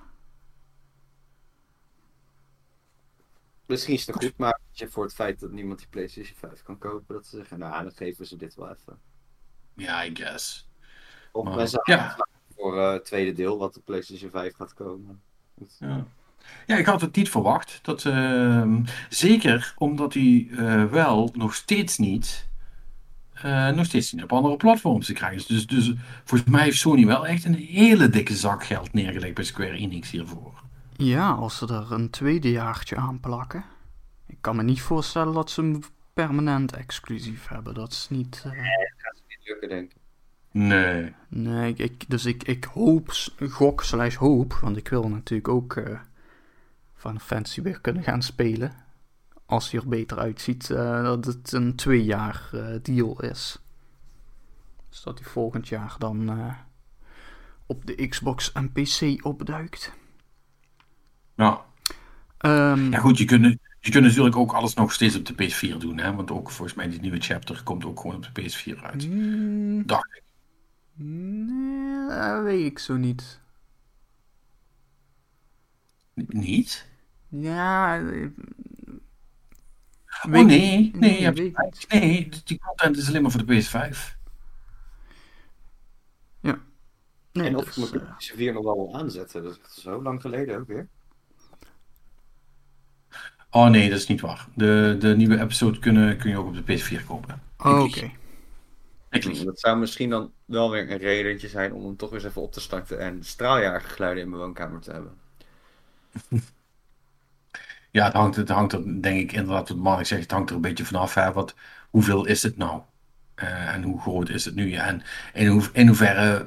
Misschien is het goed, maar voor het feit dat niemand die PlayStation 5 kan kopen, dat ze zeggen, nou, dan geven ze dit wel even. Ja, I guess. Of mensen voor het tweede deel, wat de PlayStation 5 gaat komen. Ja, ik had het niet verwacht. Zeker omdat hij wel nog steeds niet op andere platforms te krijgen is. Dus volgens mij heeft Sony wel echt een hele dikke zak geld neergelegd bij Square Enix hiervoor. Ja, als ze er een tweede jaartje aan plakken. Ik kan me niet voorstellen dat ze hem permanent exclusief hebben. Dat is niet... Nee, dat gaat ze niet lukken, denk ik. Nee. Nee, ik hoop, gok/hoop, want ik wil natuurlijk ook Final Fantasy weer kunnen gaan spelen. Als hij er beter uitziet, dat het een 2 jaar deal is. Dus dat hij volgend jaar dan op de Xbox en PC opduikt. Ja. Ja goed, je kunt natuurlijk ook alles nog steeds op de PS4 doen, hè? Want ook volgens mij die nieuwe chapter komt ook gewoon op de PS4 uit. Dacht ik. Nee, dat weet ik zo niet. Niet? Ja. Nee, die content is alleen maar voor de PS5. Ja. Nee, En of ik mijn PS4 nog wel wil aanzetten. Dat is zo lang geleden ook weer. Oh nee, dat is niet waar. De nieuwe episode kun je ook op de PS4 kopen. Oké. Dat zou misschien dan wel weer een redentje zijn om hem toch eens even op te starten en straaljagergeluiden in mijn woonkamer te hebben. Ja, het hangt er, denk ik, inderdaad, wat Mark zegt, het hangt er een beetje vanaf. Hè, hoeveel is het nou? En hoe groot is het nu? En in hoeverre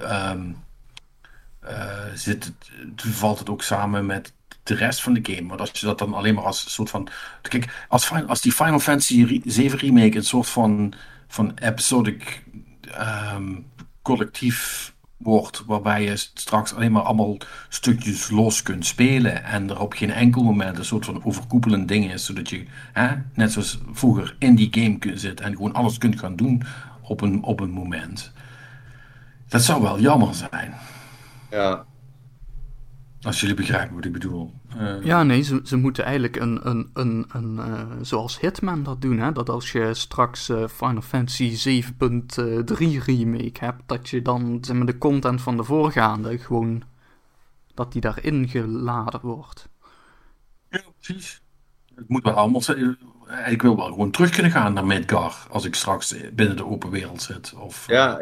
valt het ook samen met de rest van de game? Want als je dat dan alleen maar als een soort van... Kijk, als die Final Fantasy 7 Remake een soort van episodic collectief wordt, waarbij je straks alleen maar allemaal stukjes los kunt spelen en er op geen enkel moment een soort van overkoepelend ding is, zodat je, net zoals vroeger, in die game kunt zitten en gewoon alles kunt gaan doen op een moment. Dat zou wel jammer zijn. Ja. Als jullie begrijpen wat ik bedoel. Ja, nee, ze moeten eigenlijk een zoals Hitman dat doen, hè? Dat als je straks Final Fantasy 7.3 remake hebt, dat je dan, zeg maar, de content van de voorgaande gewoon, dat die daarin geladen wordt. Ja, precies. Het moet wel allemaal zijn. Ik wil wel gewoon terug kunnen gaan naar Midgar als ik straks binnen de open wereld zit. Of, Ja.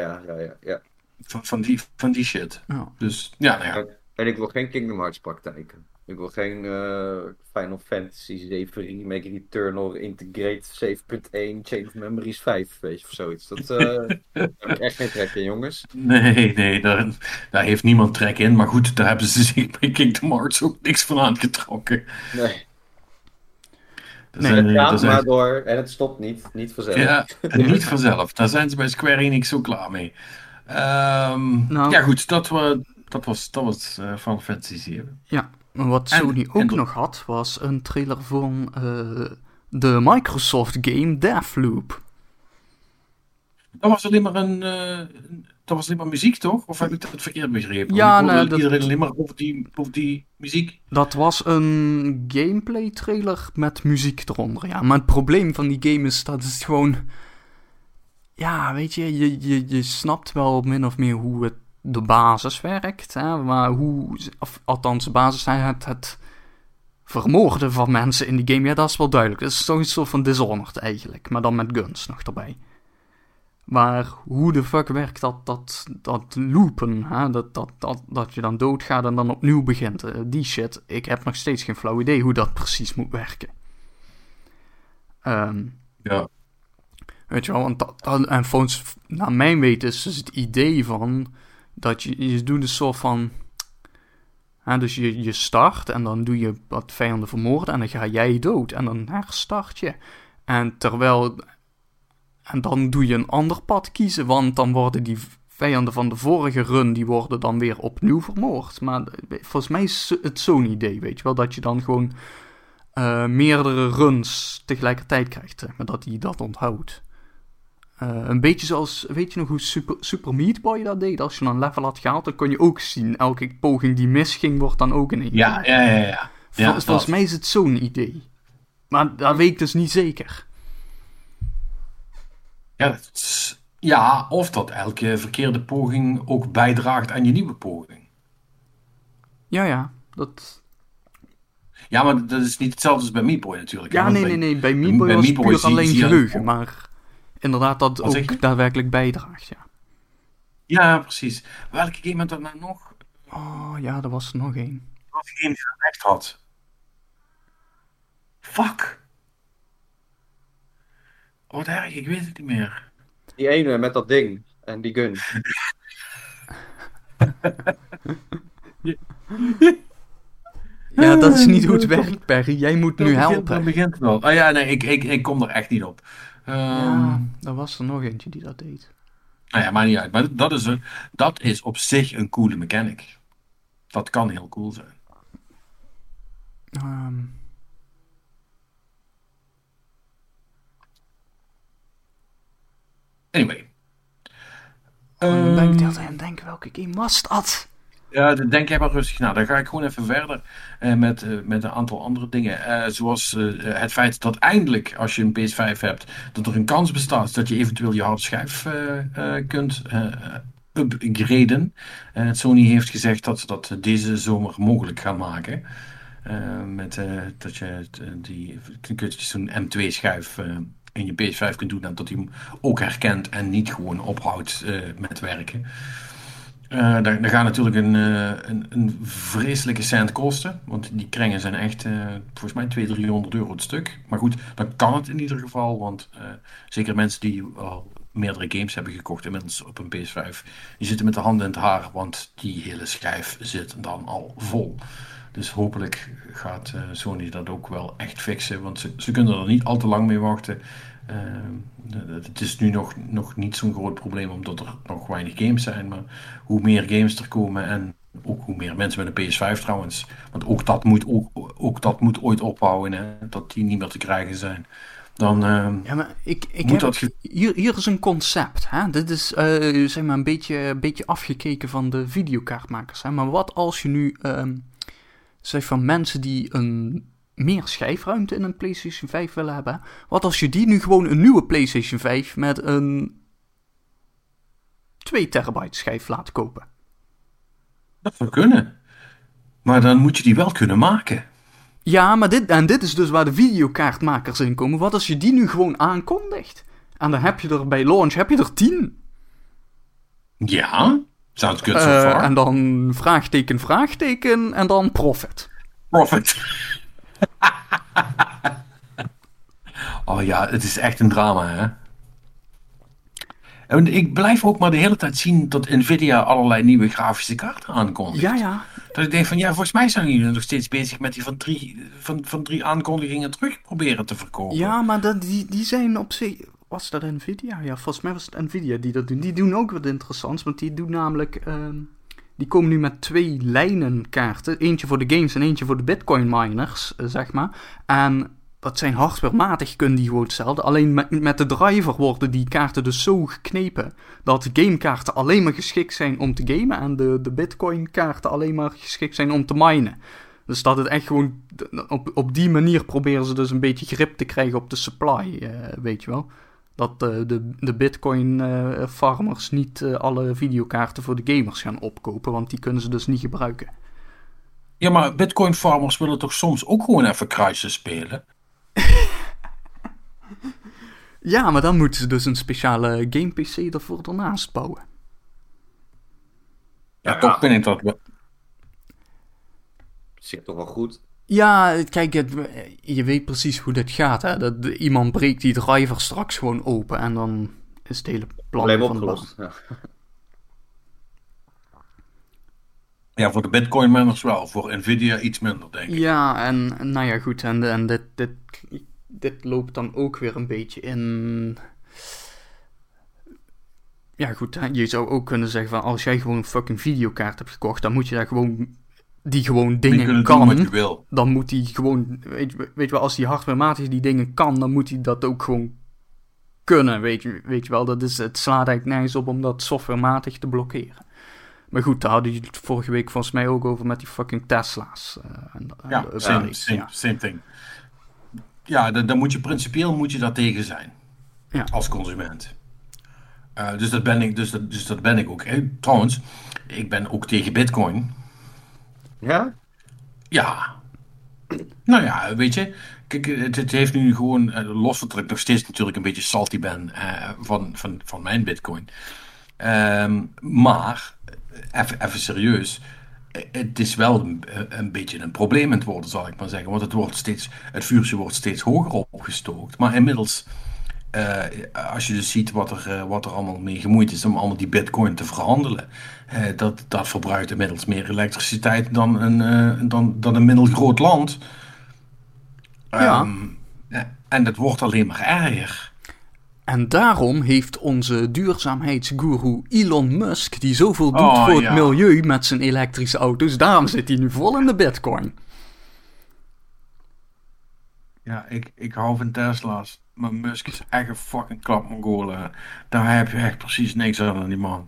Van die shit. Ja. Dus, ja, nou ja. En ik wil geen Kingdom Hearts praktijken. Ik wil geen Final Fantasy 7 Remake Returnal Integrate 7.1 Chain of Memories 5, weet je, of zoiets. Dat daar heb ik echt geen trek in, jongens. Nee, daar heeft niemand trek in. Maar goed, daar hebben ze zich bij Kingdom Hearts ook niks van aangetrokken. Nee. Nee, Het gaat maar door en het stopt niet vanzelf. Ja, niet vanzelf. Daar zijn ze bij Square Enix zo klaar mee. Ja goed, dat was Final Fantasy 7. Ja, wat Sony ook nog had, was een trailer van de Microsoft game Deathloop. Dat was alleen maar muziek, toch? Of heb ik dat verkeerd begrepen? Ja, nee, iedereen alleen maar over die muziek. Dat was een gameplay trailer met muziek eronder, ja. Maar het probleem van die game is dat het gewoon... Ja, weet je snapt wel min of meer hoe het de basis werkt, hè, maar althans de basis zijn het vermoorden van mensen in die game, ja, dat is wel duidelijk. Dat is toch een soort van Dishonored eigenlijk, maar dan met guns nog erbij. Maar hoe de fuck werkt dat loopen, hè, dat je dan doodgaat en dan opnieuw begint, die shit, ik heb nog steeds geen flauw idee hoe dat precies moet werken. Ja. Weet je wel, en volgens, naar mijn weten is dus het idee van dat je doet een soort van... dus je start en dan doe je wat vijanden vermoorden en dan ga jij dood. En dan herstart je. En dan doe je een ander pad kiezen, want dan worden die vijanden van de vorige run, die worden dan weer opnieuw vermoord. Maar volgens mij is het zo'n idee, weet je wel, dat je dan gewoon meerdere runs tegelijkertijd krijgt, maar dat hij dat onthoudt. Een beetje zoals, weet je nog hoe Super Meat Boy dat deed? Als je dan een level had gehaald, dan kon je ook zien, elke poging die misging, wordt dan ook in één. Ja. Volgens mij is het zo'n idee. Maar dat weet ik dus niet zeker. Ja, of dat elke verkeerde poging ook bijdraagt aan je nieuwe poging. Ja, dat... Ja, maar dat is niet hetzelfde als bij Meat Boy natuurlijk. Ja, nee. Bij Meat Boy was het puur alleen geheugen, maar... Inderdaad, dat ook daadwerkelijk bijdraagt, ja. Ja, precies. Welke game had dat nou nog? Oh, ja, er was er nog één. Wat die game die dat echt had. Fuck. Wat erg, ik weet het niet meer. Die ene met dat ding en die gun. Ja, dat is niet hoe het werkt, Perry. Jij moet nu helpen. Dat begint wel. Ah ja, nee, ik kom er echt niet op. Ja, er was er nog eentje die dat deed. Nou ja, maakt niet uit. Maar dat is op zich een coole mechanic. Dat kan heel cool zijn. Anyway. Dan ben ik de hele tijd aan het denken, welke game was dat? Ja, dan denk jij maar rustig na. Dan ga ik gewoon even verder met een aantal andere dingen. Zoals het feit dat eindelijk, als je een PS5 hebt, dat er een kans bestaat dat je eventueel je harde schijf kunt upgraden. Sony heeft gezegd dat ze dat deze zomer mogelijk gaan maken. Dat je zo'n M2-schijf in je PS5 kunt doen en dat hij hem ook herkent en niet gewoon ophoudt met werken. Daar gaan natuurlijk een vreselijke cent kosten. Want die krengen zijn echt volgens mij 200-300 euro het stuk. Maar goed, dan kan het in ieder geval. Want zeker mensen die al meerdere games hebben gekocht inmiddels op een PS5. Die zitten met de handen in het haar. Want die hele schijf zit dan al vol. Dus hopelijk gaat Sony dat ook wel echt fixen. Want ze kunnen er niet al te lang mee wachten. Het is nu nog niet zo'n groot probleem omdat er nog weinig games zijn. Maar hoe meer games er komen en ook hoe meer mensen met een PS5 trouwens. Want ook dat moet ooit ophouden, hè, dat die niet meer te krijgen zijn. Dan ja, maar hier is een concept. Hè? Dit is zeg maar een beetje afgekeken van de videokaartmakers. Hè? Maar wat als je nu zeg van mensen die meer schijfruimte in een PlayStation 5 willen hebben. Wat als je die nu gewoon een nieuwe PlayStation 5 met een 2 terabyte schijf laat kopen? Dat zou kunnen. Maar dan moet je die wel kunnen maken. Ja, maar dit is dus waar de videokaartmakers in komen. Wat als je die nu gewoon aankondigt? En dan heb je er bij launch 10. Ja, sounds good so far. En dan vraagteken en dan profit. Oh ja, het is echt een drama, hè? En ik blijf ook maar de hele tijd zien dat Nvidia allerlei nieuwe grafische kaarten aankondigt. Ja. Dat ik denk van, ja, volgens mij zijn jullie nog steeds bezig met die van drie aankondigingen terug proberen te verkopen. Ja, maar die zijn op zich... Was dat Nvidia? Ja, volgens mij was het Nvidia die dat doen. Die doen ook wat interessants, want die doen namelijk... die komen nu met 2 lijnen kaarten. Eentje voor de games en eentje voor de bitcoin miners, zeg maar. En dat zijn hardwarematig, kunnen die gewoon hetzelfde. Alleen met de driver worden die kaarten dus zo geknepen... dat de gamekaarten alleen maar geschikt zijn om te gamen... en de bitcoin kaarten alleen maar geschikt zijn om te minen. Dus dat het echt gewoon... Op die manier proberen ze dus een beetje grip te krijgen op de supply, weet je wel. Dat de bitcoin farmers niet alle videokaarten voor de gamers gaan opkopen... want die kunnen ze dus niet gebruiken. Ja, maar bitcoin farmers willen toch soms ook gewoon even Crysis spelen? Ja, maar dan moeten ze dus een speciale game PC ervoor ernaast bouwen. Ja, toch vind ik dat wel. Zit toch wel goed. Ja, kijk, je weet precies hoe dit gaat, hè. Dat iemand breekt die driver straks gewoon open en dan is het hele plan van de baan. Ja. Ja, voor de bitcoin miners wel. Voor Nvidia iets minder, denk ik. Ja, en nou ja, goed. En dit loopt dan ook weer een beetje in... Ja, goed. Hè? Je zou ook kunnen zeggen van... Als jij gewoon een fucking videokaart hebt gekocht... Dan moet je daar gewoon... Die gewoon dingen kan. Doen wat je wil. Dan moet hij gewoon... Weet je wel, als die hardwarematig die dingen kan... Dan moet hij dat ook gewoon kunnen. Weet je wel, het slaat eigenlijk nergens op om dat softwarematig te blokkeren. Maar goed, daar hadden jullie het vorige week volgens mij ook over met die fucking Tesla's. Ja, same thing. Ja, dan moet je principieel daar tegen zijn. Ja. Als consument. Dus dat ben ik ook. Trouwens, ik ben ook tegen bitcoin. Ja? Ja. Nou ja, weet je. Kijk, het heeft nu gewoon... los van dat ik nog steeds natuurlijk een beetje salty ben van mijn bitcoin. Maar... Even serieus. Het is wel een beetje een probleem aan het worden, zal ik maar zeggen. Want het vuurtje wordt steeds hoger opgestookt. Maar inmiddels als je dus ziet wat er allemaal mee gemoeid is om allemaal die bitcoin te verhandelen. Dat verbruikt inmiddels meer elektriciteit dan een middelgroot land. Ja. En dat wordt alleen maar erger. En daarom heeft onze duurzaamheidsgoeroe Elon Musk, die zoveel doet voor het milieu met zijn elektrische auto's, daarom zit hij nu vol in de bitcoin. Ja, ik hou van Tesla's. Maar Musk is echt een fucking klapmongolen. Daar heb je echt precies niks aan die man.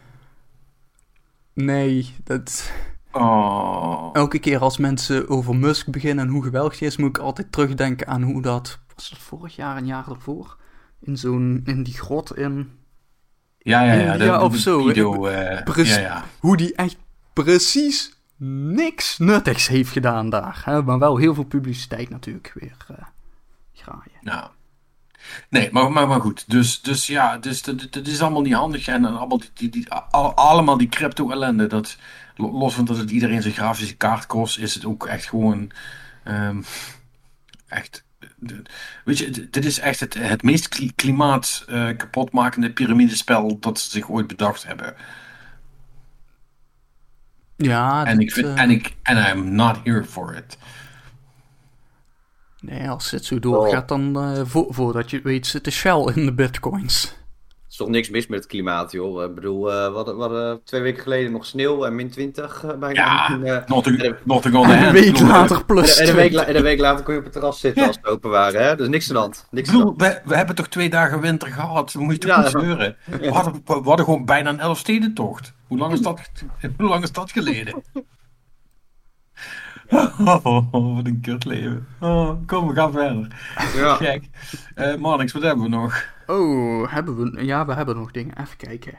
Nee, dat... Oh. Elke keer als mensen over Musk beginnen en hoe geweldig hij is, moet ik altijd terugdenken aan hoe dat... Was dat vorig jaar, een jaar ervoor? In die grot in... Ja, of zo. Video, Hoe die echt precies niks nuttigs heeft gedaan daar. Hè? Maar wel heel veel publiciteit natuurlijk weer graaien. Nou. Nee, maar goed. Dus ja, dat is allemaal niet handig. En dan allemaal die crypto-ellende. Dat, los van dat het iedereen zijn grafische kaart kost, is het ook echt gewoon... echt... Weet je, dit is echt het meest klimaat kapotmakende piramidespel dat ze zich ooit bedacht hebben. Ja, en I'm not here for it. Nee, als het zo doorgaat, dan voordat je het weet zit de Shell in de bitcoins. Er is toch niks mis met het klimaat, joh. Ik bedoel, we hadden 2 weken geleden nog sneeuw en min 20 bijna. Ja, nothing on the En een week later plus en een week later kon je op het terras zitten als we open waren, hè? Dus niks aan de hand. We hebben toch 2 dagen winter gehad? Dan moet je toch niet zeuren. We hadden gewoon bijna een Elfstedentocht. Hoe lang is dat geleden? Oh, wat een kutleven. Oh, kom, we gaan verder. Ja. Gek. Marnix, wat hebben we nog? Oh, we hebben nog dingen. Even kijken.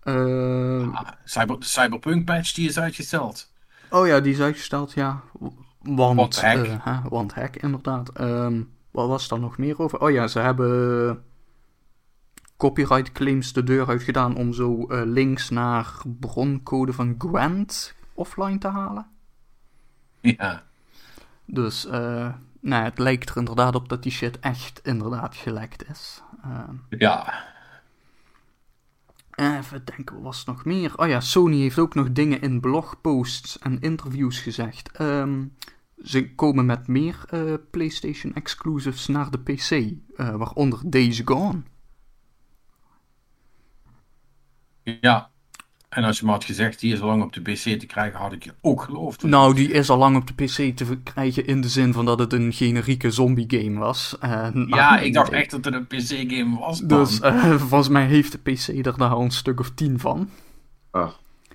De Cyberpunk patch die is uitgesteld. Oh ja, die is uitgesteld, ja. Want hack. Want hack, inderdaad. Wat was er nog meer over? Oh ja, ze hebben copyright claims de deur uitgedaan om zo links naar broncode van Gwent offline te halen. Ja. Dus het lijkt er inderdaad op dat die shit echt inderdaad gelekt is. Ja. Even denken, wat was er nog meer? Oh ja, Sony heeft ook nog dingen in blogposts en interviews gezegd. Ze komen met meer PlayStation exclusives naar de PC, waaronder Days Gone. Ja. En als je me had gezegd, die is al lang op de PC te krijgen, had ik je ook geloofd. Nou, die is al lang op de PC te krijgen in de zin van dat het een generieke zombie-game was. Ik dacht echt dat het een PC-game was. Man. Dus volgens mij heeft de PC er daar al een stuk of 10 van. Oh.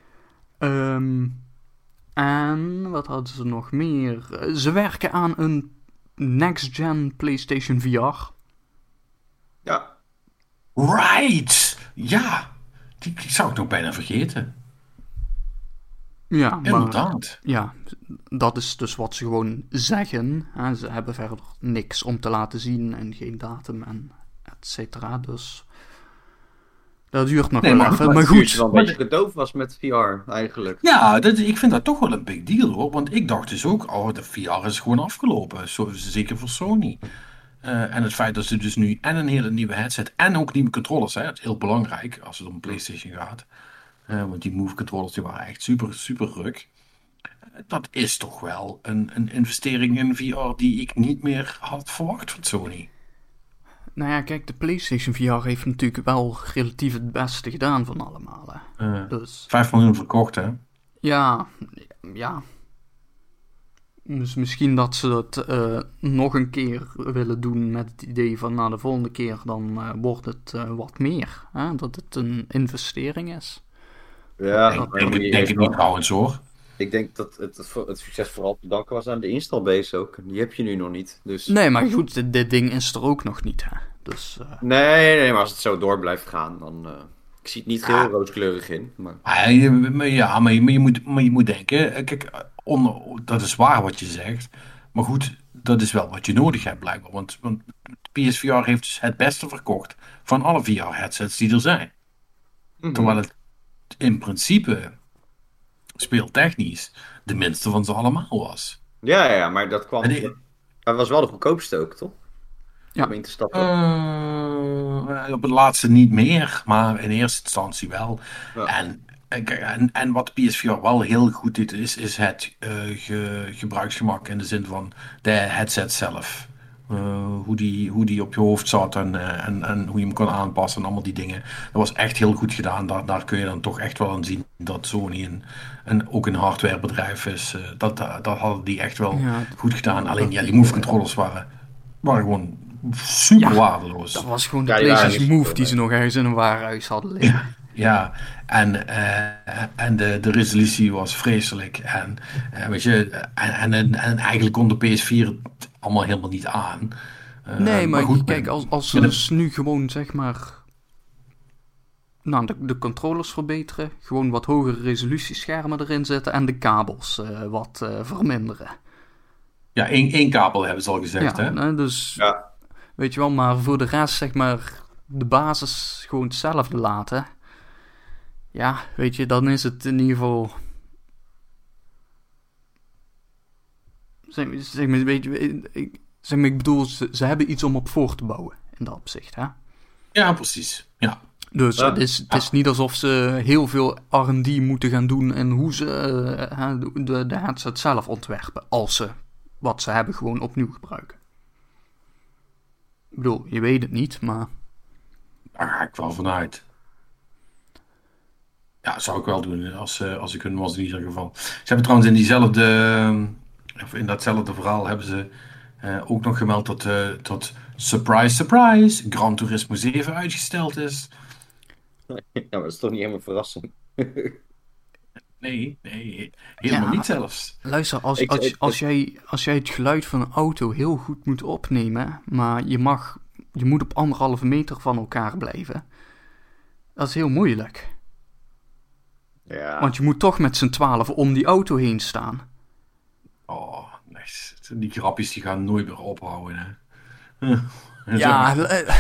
En wat hadden ze nog meer? Ze werken aan een next-gen PlayStation VR. Ja. Right! Ja! Die zou ik nog bijna vergeten. Ja, inderdaad. Ja, dat is dus wat ze gewoon zeggen. Hè. Ze hebben verder niks om te laten zien en geen datum en et cetera. Dus dat duurt nog wel even. Maar goed. Het wel een beetje gedoof was met VR eigenlijk. Ja, ik vind dat toch wel een big deal hoor. Want ik dacht dus ook, de VR is gewoon afgelopen. Zeker voor Sony. En het feit dat ze dus nu en een hele nieuwe headset en ook nieuwe controllers, hè, dat is heel belangrijk als het om PlayStation gaat. Want die Move controllers die waren echt super, super ruk. Dat is toch wel een investering in VR die ik niet meer had verwacht van Sony. Nou ja, kijk, de PlayStation VR heeft natuurlijk wel relatief het beste gedaan van allemaal. Dus 5 miljoen verkocht, hè? Ja. Dus misschien dat ze dat nog een keer willen doen met het idee van, de volgende keer dan wordt het wat meer. Hè? Dat het een investering is. Ja, ik denk het niet trouwens hoor. Ik denk dat het succes vooral te danken was aan de installbase ook. Die heb je nu nog niet. Dus... Nee, maar goed, dit ding is er ook nog niet. Hè? Dus, Nee, maar als het zo door blijft gaan, dan... Ik zie het niet heel rooskleurig in. Maar... Maar je moet denken, kijk, dat is waar wat je zegt. Maar goed, dat is wel wat je nodig hebt blijkbaar. Want PSVR heeft dus het beste verkocht van alle VR-headsets die er zijn. Mm-hmm. Terwijl het in principe speeltechnisch de minste van ze allemaal was. Ja, maar dat kwam... Dat was wel de goedkoopste ook, toch? Ja. Om in te stappen. Op het laatste niet meer, maar in eerste instantie wel. Ja. En wat de PSVR wel heel goed doet, is het gebruiksgemak in de zin van de headset zelf. Hoe die op je hoofd zat en hoe je hem kon aanpassen en allemaal die dingen. Dat was echt heel goed gedaan. Daar kun je dan toch echt wel aan zien dat Sony ook een hardwarebedrijf is. Dat hadden die echt wel goed gedaan. Alleen ja, die move controllers waren gewoon super waardeloos. Dat was gewoon de Ja, die waren PlayStation niet Move zo, die ze nog ergens in een warenhuis hadden liggen. Ja, en de resolutie was vreselijk. Weet je, en eigenlijk kon de PS4 het allemaal helemaal niet aan. Nee, maar goed, kijk, als ze met dus nu gewoon zeg maar... Nou, de controllers verbeteren, gewoon wat hogere resolutieschermen erin zetten en de kabels wat verminderen. Ja, één kabel hebben ze al gezegd, Ja, hè? dus Ja. weet je wel, maar voor de rest zeg maar de basis gewoon hetzelfde laten. Ja, weet je, dan is het in ieder geval... Zeg maar, weet je, ik bedoel, ze hebben iets om op voor te bouwen in dat opzicht, hè? Ja, precies. Ja. Dus Ja. het is niet alsof ze heel veel R&D moeten gaan doen en hoe ze de headset zelf ontwerpen, als ze wat ze hebben gewoon opnieuw gebruiken. Ik bedoel, je weet het niet, maar... Daar ga ik wel vanuit. Ja, zou ik wel doen als ik hun was in ieder geval. Ze hebben trouwens in datzelfde verhaal hebben ze ook nog gemeld dat surprise, surprise, Gran Turismo 7 uitgesteld is. Ja, maar dat is toch niet helemaal verrassend. Nee, helemaal Ja. niet zelfs. Luister, Ik- als jij het geluid van een auto heel goed moet opnemen, maar je moet op 1,5 meter van elkaar blijven, dat is heel moeilijk. Ja. Want je moet toch met z'n 12 om die auto heen staan. Oh, nice. Die grapjes die gaan nooit meer ophouden, hè. Ja,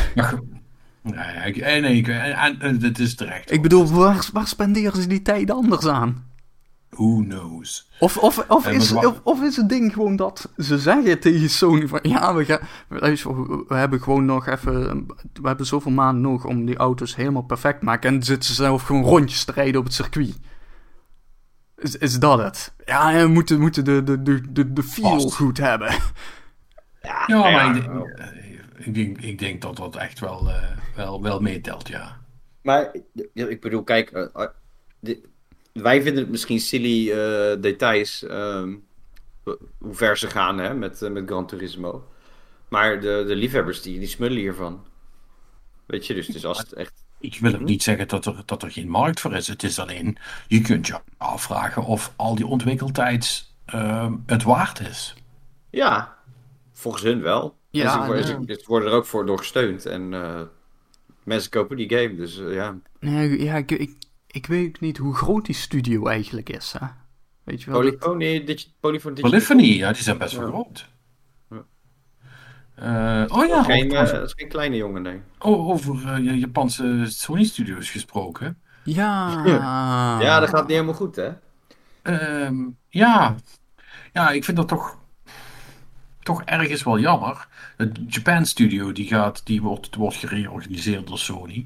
het is terecht. ik bedoel, waar spenderen ze die tijd anders aan? Who knows? Of is het ding gewoon dat ze zeggen tegen Sony van... Ja, we hebben gewoon nog even... We hebben zoveel maanden nog om die auto's helemaal perfect te maken. En dan zitten ze zelf gewoon rondjes te rijden op het circuit. Is dat het? Ja, we moeten de feel Vast. goed hebben. Ja, maar ja. ik denk dat dat echt wel meetelt, ja. Maar ja, ik bedoel, kijk, wij vinden het misschien silly details hoe ver ze gaan hè, met Gran Turismo. Maar de liefhebbers die smullen hiervan. Weet je, dus als het echt... Ik wil ook niet zeggen dat er geen markt voor is. Het is alleen, je kunt je afvragen of al die ontwikkeltijd het waard is. Ja, volgens hun wel. Ja, en ze worden er ook voor door gesteund. En mensen kopen die game, dus ja. Nee, ja, ik weet niet hoe groot die studio eigenlijk is, hè. Weet je wel? Polyphony Digital. Polyphony, ja, die zijn best wel groot. Ja. Oh ja, Dat is geen kleine jongen, nee. over Japanse Sony Studios gesproken. Ja. Ja, dat gaat niet helemaal goed, hè? Ja, ik vind dat toch ergens wel jammer. De Japan Studio die wordt gereorganiseerd door Sony.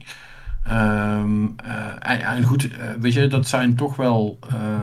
En goed, weet je, dat zijn toch wel...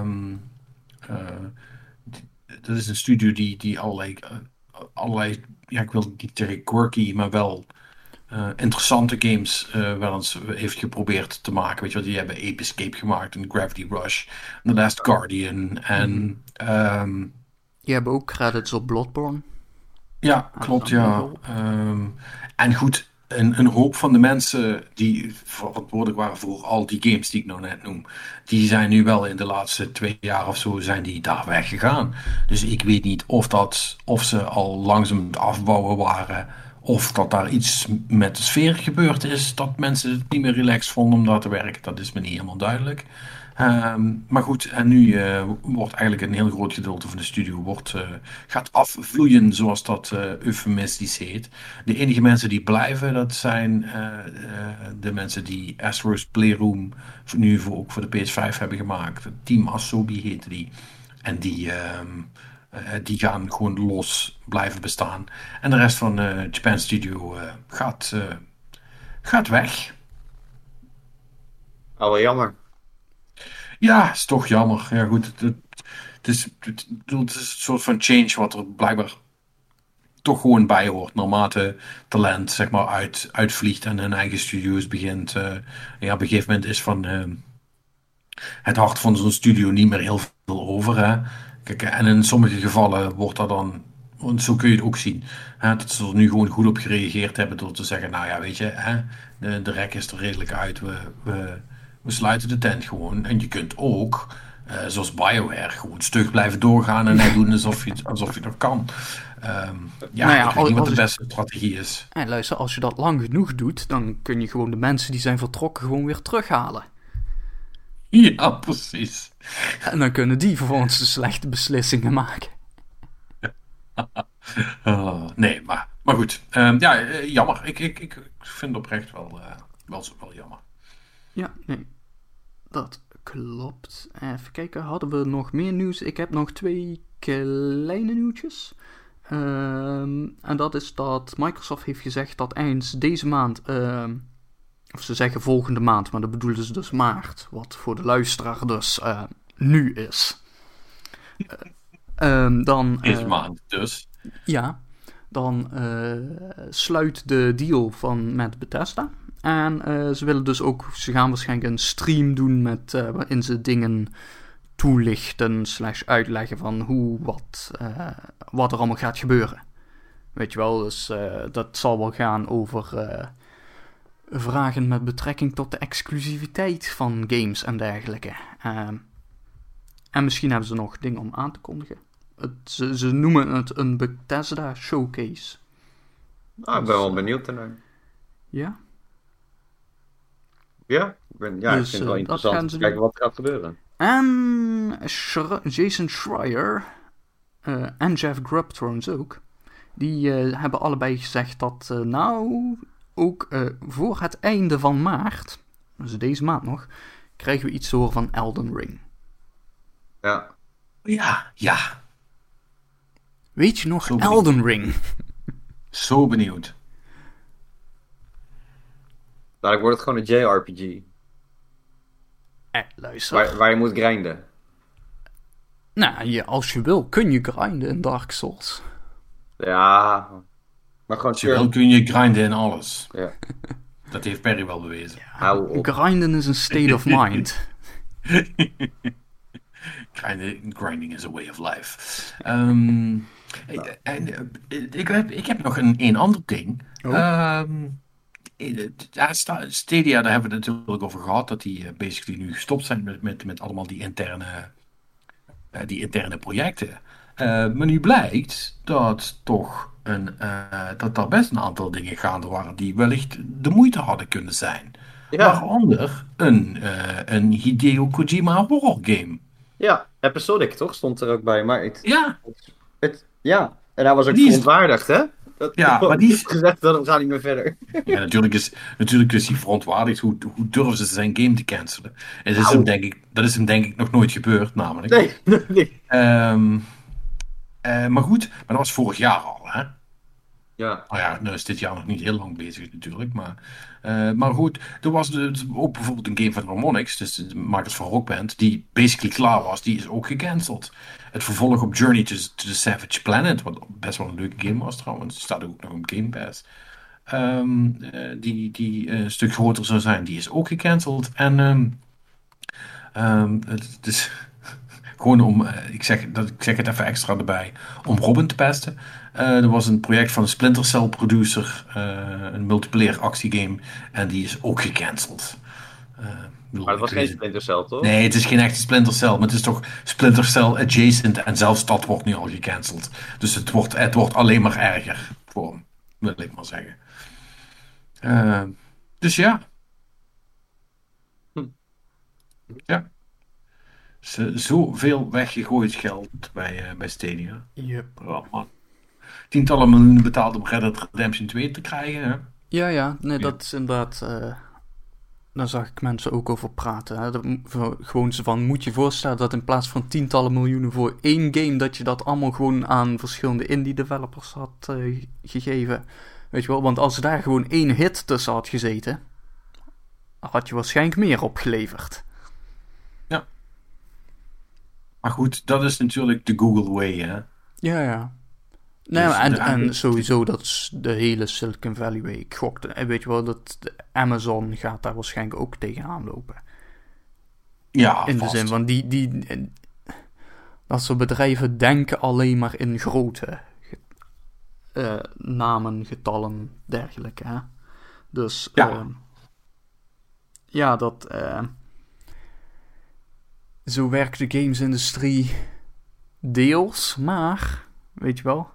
dat is een studio die allerlei, ja, ik wil niet zeggen quirky, maar wel interessante games wel eens heeft geprobeerd te maken. Weet je wel, die hebben Ape Escape gemaakt en Gravity Rush, The Last Guardian en... Je hebt ook credits op Bloodborne. Ja, klopt, ja. En goed, een hoop van de mensen die verantwoordelijk waren voor al die games die ik nou net noem, die zijn nu wel in de laatste 2 jaar of zo zijn die daar weggegaan. Dus ik weet niet of ze al langzaam aan het afbouwen waren, of dat daar iets met de sfeer gebeurd is, dat mensen het niet meer relaxed vonden om daar te werken. Dat is me niet helemaal duidelijk. Maar goed, en nu wordt eigenlijk een heel groot gedeelte van de studio gaat afvloeien, zoals dat eufemistisch heet. De enige mensen die blijven, dat zijn de mensen die Astro's Playroom nu ook voor de PS5 hebben gemaakt. Team Asobi heette die. En die gaan gewoon los blijven bestaan. En de rest van Japan Studio gaat weg. Oh, wel jammer. Ja, is toch jammer. Ja, goed. Het is een soort van change wat er blijkbaar toch gewoon bij hoort. Naarmate talent, zeg maar, uitvliegt en hun eigen studio's begint. Ja, op een gegeven moment is van het hart van zo'n studio niet meer heel veel over. Hè? Kijk, en in sommige gevallen wordt dat dan, want zo kun je het ook zien, hè, dat ze er nu gewoon goed op gereageerd hebben door te zeggen, nou ja, weet je, hè, de rek is er redelijk uit, we sluiten de tent gewoon. En je kunt ook, zoals BioWare, gewoon stug blijven doorgaan en net doen alsof je dat kan. Ja, ik weet niet wat de beste strategie is. En luister, als je dat lang genoeg doet, dan kun je gewoon de mensen die zijn vertrokken gewoon weer terughalen. Ja, precies. En dan kunnen die vervolgens de slechte beslissingen maken. Nee, maar goed. Ja, jammer. Ik vind het oprecht wel jammer. Ja, nee. Dat klopt. Even kijken, hadden we nog meer nieuws? Ik heb nog 2 kleine nieuwtjes. En dat is dat Microsoft heeft gezegd dat eind deze maand, of ze zeggen volgende maand, maar dat bedoelen ze dus maart, wat voor de luisteraar dus nu is. Deze maand dus. Ja, dan sluit de deal met Bethesda. En ze willen dus ook, ze gaan waarschijnlijk een stream doen met, waarin ze dingen toelichten / uitleggen van wat er allemaal gaat gebeuren. Weet je wel, dus dat zal wel gaan over vragen met betrekking tot de exclusiviteit van games en dergelijke. En misschien hebben ze nog dingen om aan te kondigen. Ze noemen het een Bethesda Showcase. Ik ben wel benieuwd ernaar. Ja? Ja, ik vind het wel interessant om te kijken wat er gaat gebeuren. En Jason Schreier en Jeff Grubb trouwens ook, die hebben allebei gezegd dat ook voor het einde van maart, dus deze maand nog, krijgen we iets te horen van Elden Ring. Ja. Ja. Weet je nog, Elden Ring? Zo benieuwd. Nou, ik word het gewoon een JRPG. Luister. Waar je moet grinden. Nou, als je wil, kun je grinden in Dark Souls. Ja. Maar gewoon... Als je wil, kun je grinden in alles. Ja. Dat heeft Perry wel bewezen. Ja, grinden is een state of mind. Grinding is a way of life. Ik heb nog een ander ding. Stadia, daar hebben we het natuurlijk over gehad, dat die basically nu gestopt zijn met allemaal die interne projecten. Maar nu blijkt dat toch dat er best een aantal dingen gaande waren die wellicht de moeite hadden kunnen zijn. Ja. Waaronder een Hideo Kojima horror game. Ja, Episodic toch? Stond er ook bij. Maar ja, en hij was ook verontwaardigd, hè? Maar die is gezegd dat we gaan niet meer verder. Ja, natuurlijk is hij verontwaardigd. Hoe durven ze zijn game te cancelen? En dat is hem denk ik nog nooit gebeurd, namelijk. Nee. Maar goed, maar dat was vorig jaar al, hè? Ja. Nou ja, nu is dit jaar nog niet heel lang bezig natuurlijk, maar goed, er was ook bijvoorbeeld een game van Harmonix, dus de makers van Rock Band, die basically klaar was, die is ook gecanceld. Het vervolg op Journey to the Savage Planet, wat best wel een leuke game was trouwens, staat ook nog op Game Pass, die een stuk groter zou zijn, die is ook gecanceld. En het is gewoon om, ik zeg het even extra erbij, om Robin te pesten. Er was een project van een Splinter Cell producer, een multiplayer actiegame, en die is ook gecanceld. Maar het was geen Splinter Cell, toch? Nee, het is geen echte Splinter Cell, maar het is toch Splinter Cell adjacent, en zelfs dat wordt nu al gecanceld. Dus het wordt alleen maar erger voor hem, wil ik maar zeggen. Dus ja. Ja. Zoveel weggegooid geld bij Stadia. Yep. Oh, man. Tientallen miljoenen betaald om Red Dead Redemption 2 te krijgen. Hè? Ja, nee, dat is inderdaad... daar zag ik mensen ook over praten. Hè? Gewoon zo van, moet je voorstellen dat in plaats van tientallen miljoenen voor één game, dat je dat allemaal gewoon aan verschillende indie developers had gegeven. Weet je wel, want als er daar gewoon 1 hit tussen had gezeten, had je waarschijnlijk meer opgeleverd. Ja. Maar goed, dat is natuurlijk de Google way, hè. Ja. Nee, Dus en sowieso, dat is de hele Silicon Valley way. Ik gokte, weet je wel, dat Amazon gaat daar waarschijnlijk ook tegenaan lopen. Ja, in vast. de zin van, dat soort bedrijven denken alleen maar in grote namen, getallen, dergelijke. Hè? Dus zo werkt de gamesindustrie deels, maar weet je wel.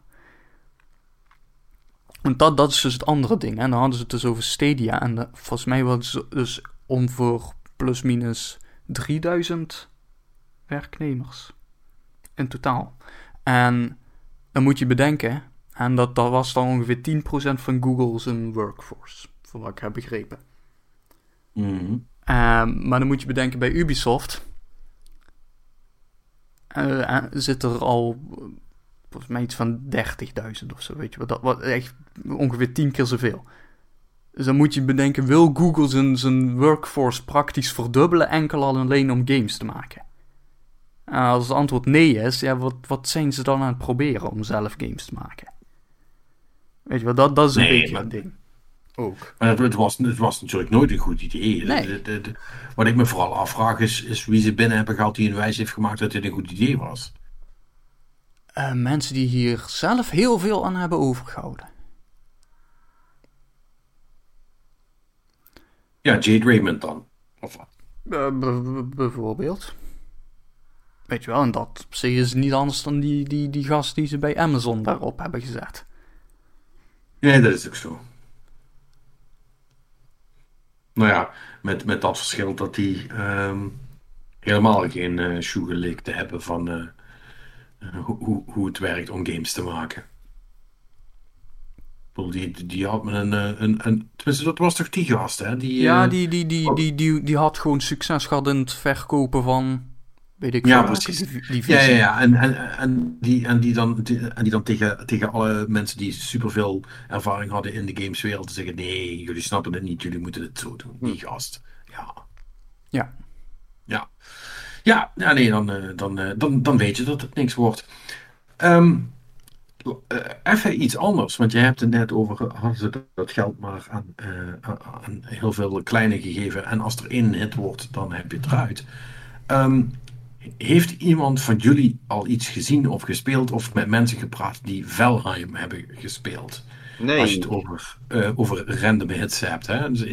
Want dat is dus het andere ding. En dan hadden ze het dus over Stadia. En volgens mij was het dus ongeveer plus minus 3000 werknemers in totaal. En dan moet je bedenken, en dat was dan ongeveer 10% van Google's workforce, van wat ik heb begrepen. Mm-hmm. Maar dan moet je bedenken, bij Ubisoft zit er al volgens mij iets van 30.000 of zo, weet je wat? Dat was echt ongeveer 10 keer zoveel. Dus dan moet je bedenken, wil Google zijn workforce praktisch verdubbelen enkel al alleen om games te maken? Als het antwoord nee is, ja, wat zijn ze dan aan het proberen om zelf games te maken? Weet je wel, dat is een beetje een ding. Ook. Maar het was natuurlijk nooit een goed idee. Nee. Wat ik me vooral afvraag is wie ze binnen hebben gehaald die een wijs heeft gemaakt dat dit een goed idee was. Mensen die hier zelf heel veel aan hebben overgehouden. Ja, Jade Raymond dan. Of wat? Bijvoorbeeld. Weet je wel, en dat op zich is niet anders dan die gast die ze bij Amazon daarop hebben gezet. Ja, dat is ook zo. Nou ja, met dat verschil dat hij helemaal geen shoe geleek te hebben van hoe het werkt om games te maken. Die had met een tenminste, dat was toch die gast, hè? Die had gewoon succes gehad in het verkopen van, weet ik ja, veel, precies. die visie. Ja. En die dan tegen alle mensen die superveel ervaring hadden in de gameswereld te zeggen, nee, jullie snappen het niet, jullie moeten het zo doen. Die gast. Ja, nee, dan weet je dat het niks wordt. Even iets anders, want je hebt het net over, hadden ze dat geld maar aan heel veel kleine gegeven en als er 1 hit wordt, dan heb je het eruit. Heeft iemand van jullie al iets gezien of gespeeld of met mensen gepraat die Valheim hebben gespeeld? Nee. Als je het over random hits hebt. Hè? Dus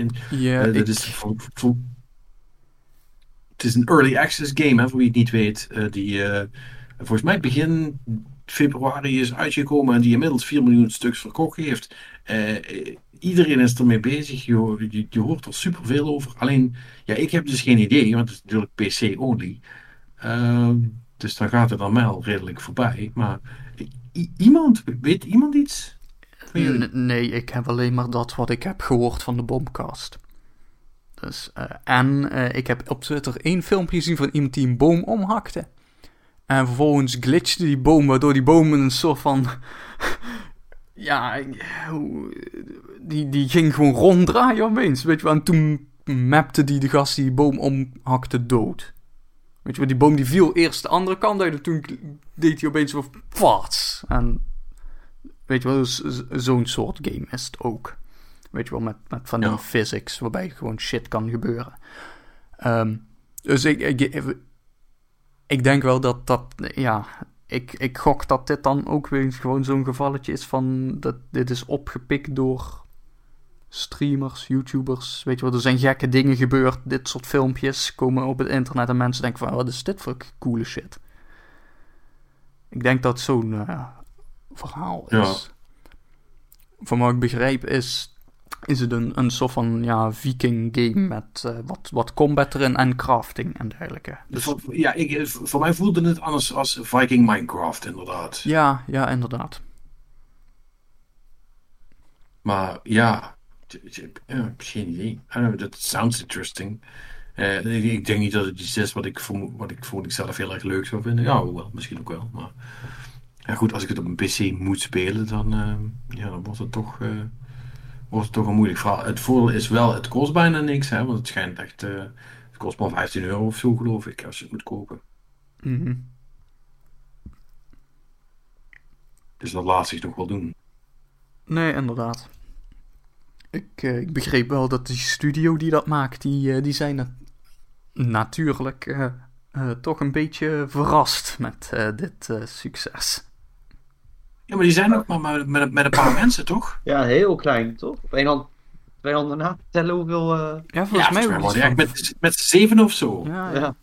het is een early access game, hè, voor wie het niet weet. Die volgens mij begin februari is uitgekomen en die inmiddels 4 miljoen stuks verkocht heeft. Iedereen is ermee bezig. Je hoort er superveel over. Alleen, ja, ik heb dus geen idee, want het is natuurlijk PC-only. Dus dan gaat het dan wel redelijk voorbij. Maar weet iemand iets? Nee, ik heb alleen maar dat wat ik heb gehoord van de Boomcast. Dus, ik heb op Twitter 1 filmpje gezien van iemand die een boom omhakte. En vervolgens glitchte die boom, waardoor die boom een soort van... ja, die ging gewoon ronddraaien opeens. Weet je wel, en toen mapte de gast die boom omhakte dood. Weet je wel, die boom die viel eerst de andere kant uit en toen deed hij opeens zo pats. En weet je wel, dus zo'n soort game is het ook. Weet je wel, met van die physics, waarbij gewoon shit kan gebeuren. Dus ik denk wel dat ja, ik gok dat dit dan ook weer gewoon zo'n gevalletje is van, dat dit is opgepikt door streamers, YouTubers, weet je wel, er zijn gekke dingen gebeurd, dit soort filmpjes komen op het internet en mensen denken van, wat is dit voor coole shit? Ik denk dat zo'n verhaal is. Ja. Van wat ik begrijp is het een soort van viking game met wat combat erin en crafting en dergelijke. Dus... voor mij voelde het anders als Viking Minecraft, inderdaad. Ja, inderdaad. Maar geen idee. Dat sounds interesting. Ik denk niet dat het iets is wat ik voor mezelf heel erg leuk zou vinden. Ja, wel, misschien ook wel. Maar ja, goed, als ik het op een PC moet spelen, dan wordt het toch wordt het toch een moeilijk verhaal. Het voordeel is wel, het kost bijna niks, hè, want het schijnt echt, het kost maar €15 of zo, geloof ik, als je het moet kopen. Mhm. Dus dat laat zich nog wel doen. Nee, inderdaad. Ik begreep wel dat die studio die dat maakt, die zijn natuurlijk toch een beetje verrast met dit succes. Ja, maar die zijn ook maar met een paar mensen, toch? Ja, heel klein, toch? Op één hand, twee handen na te tellen hoeveel... Ja, volgens mij was was die het echt met 7 of zo. Ja, ja.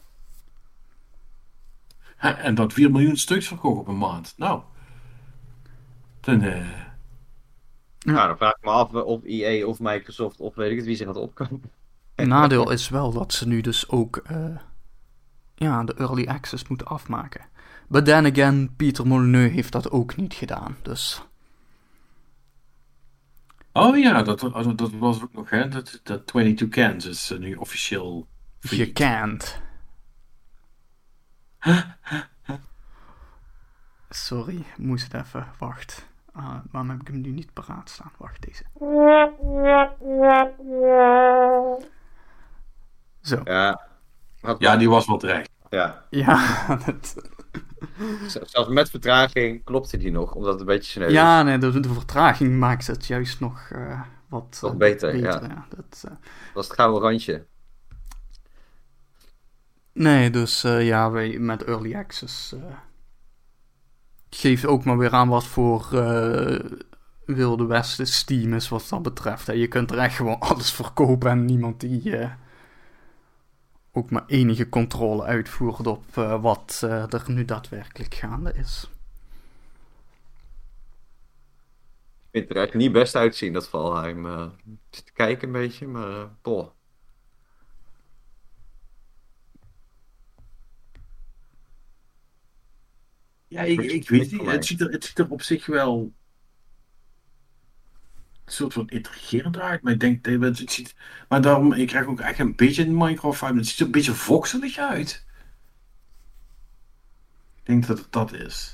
Hè, en dat 4 miljoen stuks verkocht op een maand. Nou, dan, Nou, dan vraag ik me af of EA of Microsoft of weet ik het wie zich gaat opkomen. Het nadeel is wel dat ze nu dus ook de early access moeten afmaken. But then again, Pieter Molyneux heeft dat ook niet gedaan, dus... Oh ja, dat was ook nog, hè? Dat 22 Cans is nu officieel. Je can't. Sorry, moest even. Wacht. Waarom heb ik hem nu niet paraat staan? Wacht, deze. Zo. Ja, Die was wel terecht. ja. Ja, dat... Zelfs met vertraging klopte die nog, omdat het een beetje sneu is. Ja, nee, de vertraging maakt het juist nog wat Nog beter, ja. Dat, Dat was het gouden randje. nee, dus wij met Early Access geeft ook maar weer aan wat voor Wilde Westen Steam is wat dat betreft. Hè. Je kunt er echt gewoon alles verkopen en niemand die ook maar enige controle uitvoert op wat er nu daadwerkelijk gaande is. Ik vind het er echt niet best uitzien, dat Valheim. Ik zit te kijken een beetje, maar boah. Ja, ik weet niet. Het ziet er op zich wel een soort van intrigerend uit. Maar ik denk dat het ziet. Maar daarom, ik krijg ook echt een beetje een Minecraft-vibe. Het ziet er een beetje voxelig uit. Ik denk dat het dat is.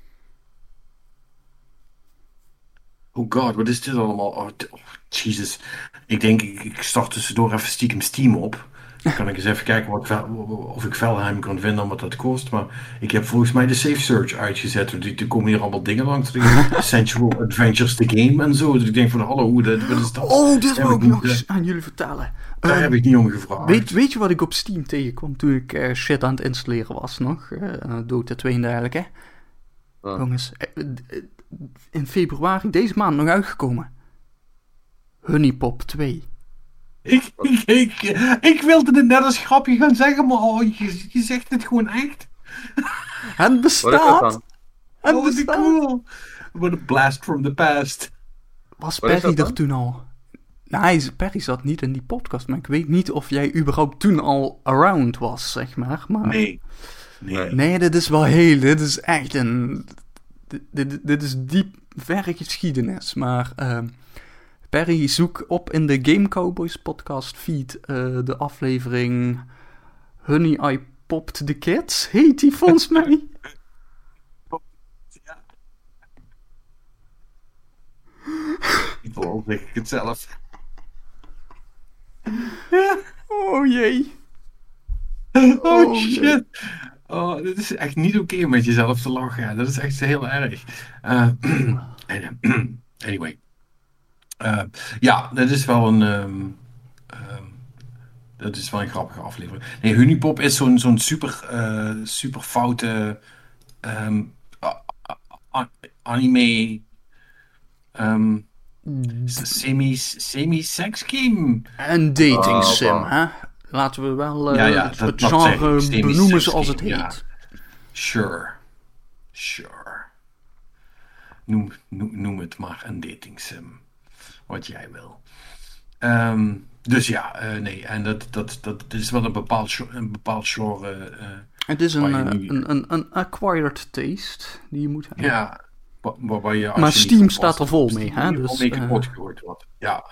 Oh god, wat is dit allemaal? Oh, Jesus. Ik denk, ik start tussendoor even stiekem Steam op. Dan kan ik eens even kijken of ik Valheim kan vinden en wat dat kost. Maar ik heb volgens mij de Safe Search uitgezet. Want er komen hier allemaal dingen langs. Sensual Adventures the Game en zo. Dus ik denk van, hallo, wat is dat? Oh, dit wil ik nog eens aan jullie vertellen. Daar heb ik niet om gevraagd. Weet je wat ik op Steam tegenkwam toen ik shit aan het installeren was nog? Dota 2 en dergelijke. Oh. Jongens, in februari deze maand nog uitgekomen. Honeypop 2. Ik wilde het net als grapje gaan zeggen, maar je zegt het gewoon echt. Het Wat is dat bestaat. dan? Het Wat bestaat. cool. What a blast from the past. Was Wat is Perry dat er dan? toen al? Nou, Perry zat niet in die podcast, maar ik weet niet of jij überhaupt toen al around was, zeg maar. Nee. Nee, dit is wel heel... Dit is echt een... Dit is diep verre geschiedenis, maar... Perry, zoek op in de Game Cowboys podcast feed de aflevering Honey, I Popped the Kids. Heet die volgens mij? Ja. Ik geloof ik het zelf. Oh jee. Oh shit. Oh, dit is echt niet oké met jezelf te lachen. Dat is echt heel erg. Anyway. Ja, dat is wel een... dat is wel een grappige aflevering. Nee, Honeypop is zo'n super foute anime semi-sex game. Een dating sim, hè? Laten we wel het dat genre zeg ik, benoemen zoals het semi-sex heet. Ja. Sure. Noem het maar een dating sim. Wat jij wil. Dus ja, nee. En dat is wel een bepaald genre. Het is waar je een acquired taste die je moet hebben. Ja. Waar je, als Maar je niet Steam oppast, staat er vol mee, hè? Steam Dus, mee kapot gegooid wordt. Ja.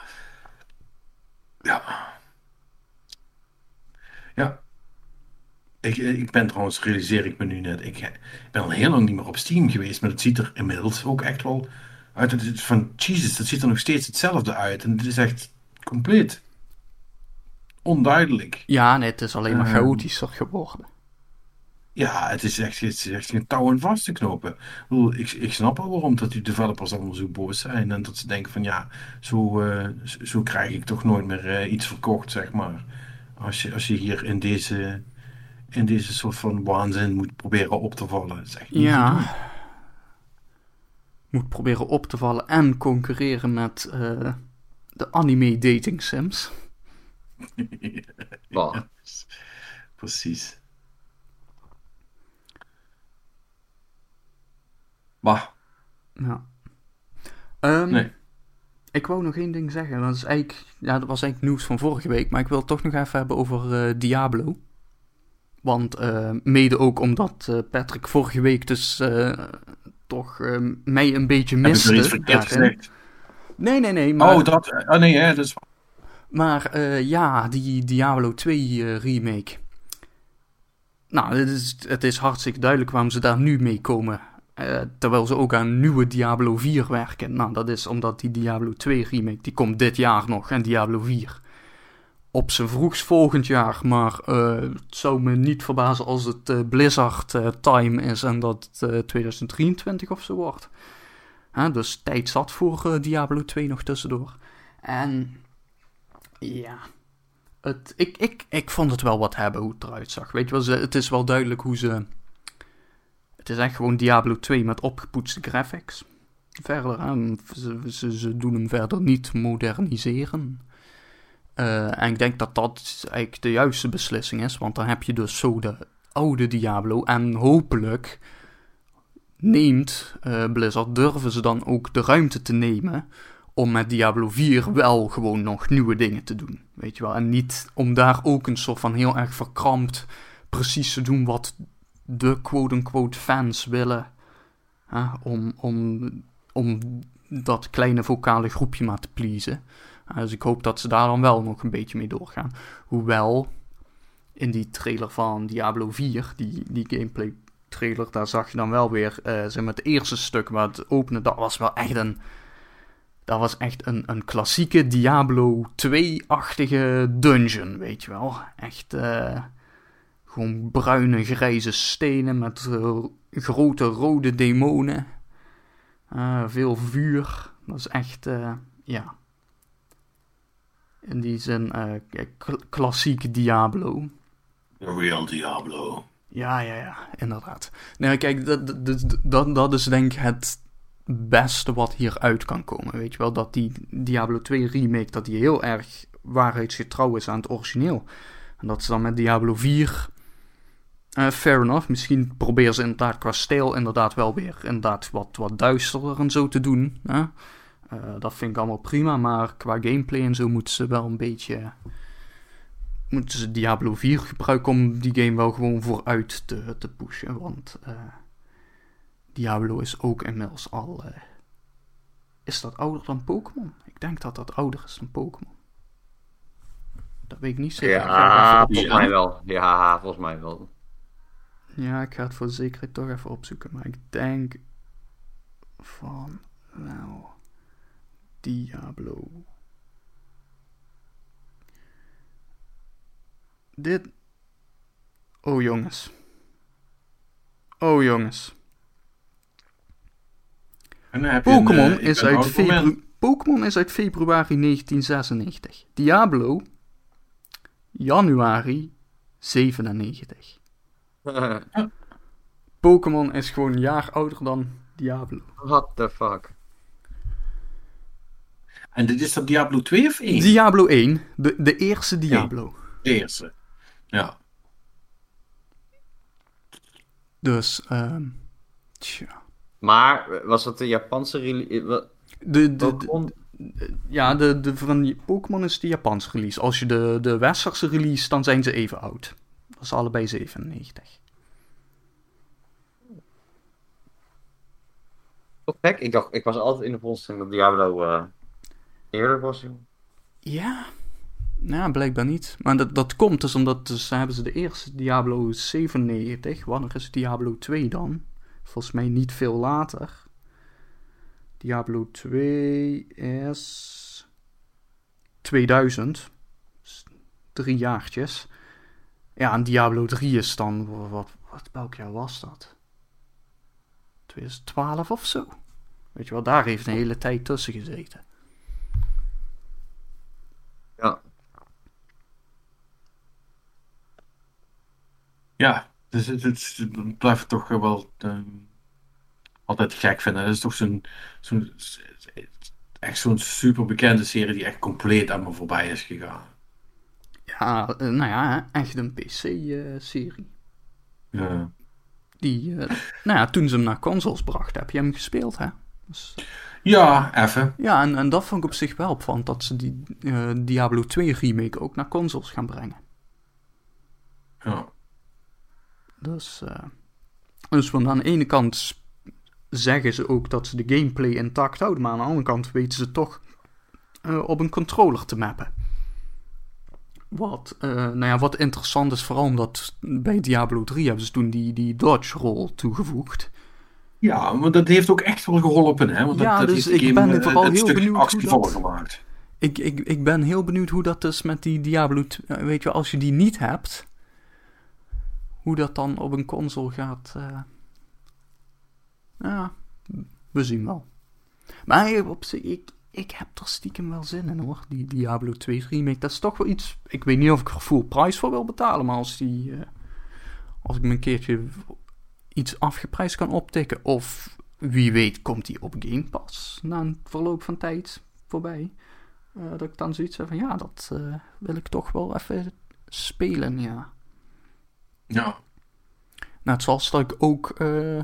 Ja. Ja. Ik ben trouwens, realiseer ik me nu net, ik ben al heel lang niet meer op Steam geweest, maar het ziet er inmiddels ook echt wel Van, Jesus, dat ziet er nog steeds hetzelfde uit. En het is echt compleet onduidelijk. Ja, nee, het is alleen maar chaotischer geworden. Ja, het is echt geen touw en vast te knopen. Ik bedoel, ik snap wel waarom dat die developers allemaal zo boos zijn. En dat ze denken van ja, zo krijg ik toch nooit meer iets verkocht, zeg maar. Als je hier in deze soort van waanzin moet proberen op te vallen. Dat is echt niet te doen. Moet proberen op te vallen en concurreren met de anime dating sims. Wow. Ja, precies. Bah. Ja. Nee. Ik wou nog één ding zeggen. Dat was eigenlijk nieuws van vorige week. Maar ik wil het toch nog even hebben over Diablo. Want mede ook omdat Patrick vorige week dus toch mij een beetje miste. Heb ik er iets verkeerd gezegd? Nee. Maar, dat is... Maar die Diablo 2 remake. Nou, het is hartstikke duidelijk waarom ze daar nu mee komen. Terwijl ze ook aan nieuwe Diablo 4 werken. Nou, dat is omdat die Diablo 2 remake, die komt dit jaar nog. En Diablo 4 op zijn vroegst volgend jaar. Maar het zou me niet verbazen als het Blizzard time is en dat het 2023 of zo wordt. Dus tijd zat voor Diablo 2 nog tussendoor. En ja, ik vond het wel wat hebben hoe het eruit zag. Weet je wel, het is wel duidelijk hoe ze... Het is echt gewoon Diablo 2 met opgepoetste graphics. Verder, ze doen hem verder niet moderniseren. En ik denk dat dat eigenlijk de juiste beslissing is. Want dan heb je dus zo de oude Diablo. En hopelijk durven ze dan ook de ruimte te nemen om met Diablo 4 wel gewoon nog nieuwe dingen te doen. Weet je wel? En niet om daar ook een soort van heel erg verkrampt precies te doen wat de quote-unquote fans willen. Om dat kleine vocale groepje maar te pleasen. Dus ik hoop dat ze daar dan wel nog een beetje mee doorgaan. Hoewel, in die trailer van Diablo 4, die gameplay trailer, daar zag je dan wel weer, het eerste stuk waar het opende, dat was wel echt een klassieke Diablo 2-achtige dungeon, weet je wel. Echt gewoon bruine, grijze stenen met grote rode demonen. Veel vuur. Dat is echt, in die zin, klassiek Diablo. The real Diablo. Ja, inderdaad. Nee, kijk, dat is denk ik het beste wat hieruit kan komen. Weet je wel, dat die Diablo 2 remake, dat die heel erg waarheidsgetrouw is aan het origineel. En dat ze dan met Diablo 4... fair enough, misschien proberen ze inderdaad qua stijl inderdaad wel weer inderdaad wat duisterder en zo te doen. Dat vind ik allemaal prima, maar qua gameplay en zo moeten ze wel een beetje... Moeten ze Diablo 4 gebruiken om die game wel gewoon vooruit te pushen. Want Diablo is ook inmiddels al... is dat ouder dan Pokémon? Ik denk dat dat ouder is dan Pokémon. Dat weet ik niet zeker. Ja, volgens mij wel. Ja, volgens mij wel. Ja, ik ga het voor de zekerheid toch even opzoeken. Maar ik denk van... Nou... Diablo... Dit... Oh jongens. Pokémon is uit februari 1996. Diablo... Januari 97. Pokémon is gewoon een jaar ouder dan Diablo. What the fuck? En dit is dat Diablo 2 of 1? Diablo 1, de eerste Diablo. De eerste, ja. Dus, tja. Maar, was dat de Japanse release? Van Pokémon is de Japanse release. Als je de westerse release, dan zijn ze even oud. Dat is allebei 97. Toch gek? Ik was altijd in de volstelling dat Diablo eerder was. Joh. Ja, nou, blijkbaar niet. Maar dat komt dus omdat hebben ze de eerste Diablo 97. Wanneer is Diablo 2 dan? Volgens mij niet veel later. Diablo 2 is 2000. 3 jaartjes. Ja, en Diablo 3 is dan... Welk jaar was dat? 2012 of zo. Weet je wel, daar heeft een hele tijd tussen gezeten. Ja. Ja, dus het blijft toch wel altijd gek vinden. Dat is toch echt zo'n super bekende serie die echt compleet aan me voorbij is gegaan. Ja, nou ja, echt een PC-serie. Ja. Die, nou ja, toen ze hem naar consoles brachten, heb je hem gespeeld, hè? Dus, Ja, even. ja, en dat vond ik op zich wel opvallend, dat ze die Diablo 2 remake ook naar consoles gaan brengen. Ja. Dus van aan de ene kant zeggen ze ook dat ze de gameplay intact houden, maar aan de andere kant weten ze toch op een controller te mappen. Wat interessant is, vooral omdat bij Diablo 3 hebben ze toen die dodge roll toegevoegd. Ja, maar dat heeft ook echt wel geholpen, hè? Want Ja, dat dus heeft de ik game ben vooral een heel stuk benieuwd actievoller gemaakt. Ik ben heel benieuwd hoe dat is met die Diablo 2. Weet je, als je die niet hebt, hoe dat dan op een console gaat. Ja, we zien wel. Maar op zich, ik heb er stiekem wel zin in, hoor. Die Diablo 2 remake, dat is toch wel iets... Ik weet niet of ik er full price voor wil betalen, maar als ik me een keertje iets afgeprijsd kan optikken, of wie weet komt die op Game Pass na een verloop van tijd voorbij, dat ik dan zoiets heb van, ja, dat wil ik toch wel even spelen, ja. Ja. Net zoals dat ik ook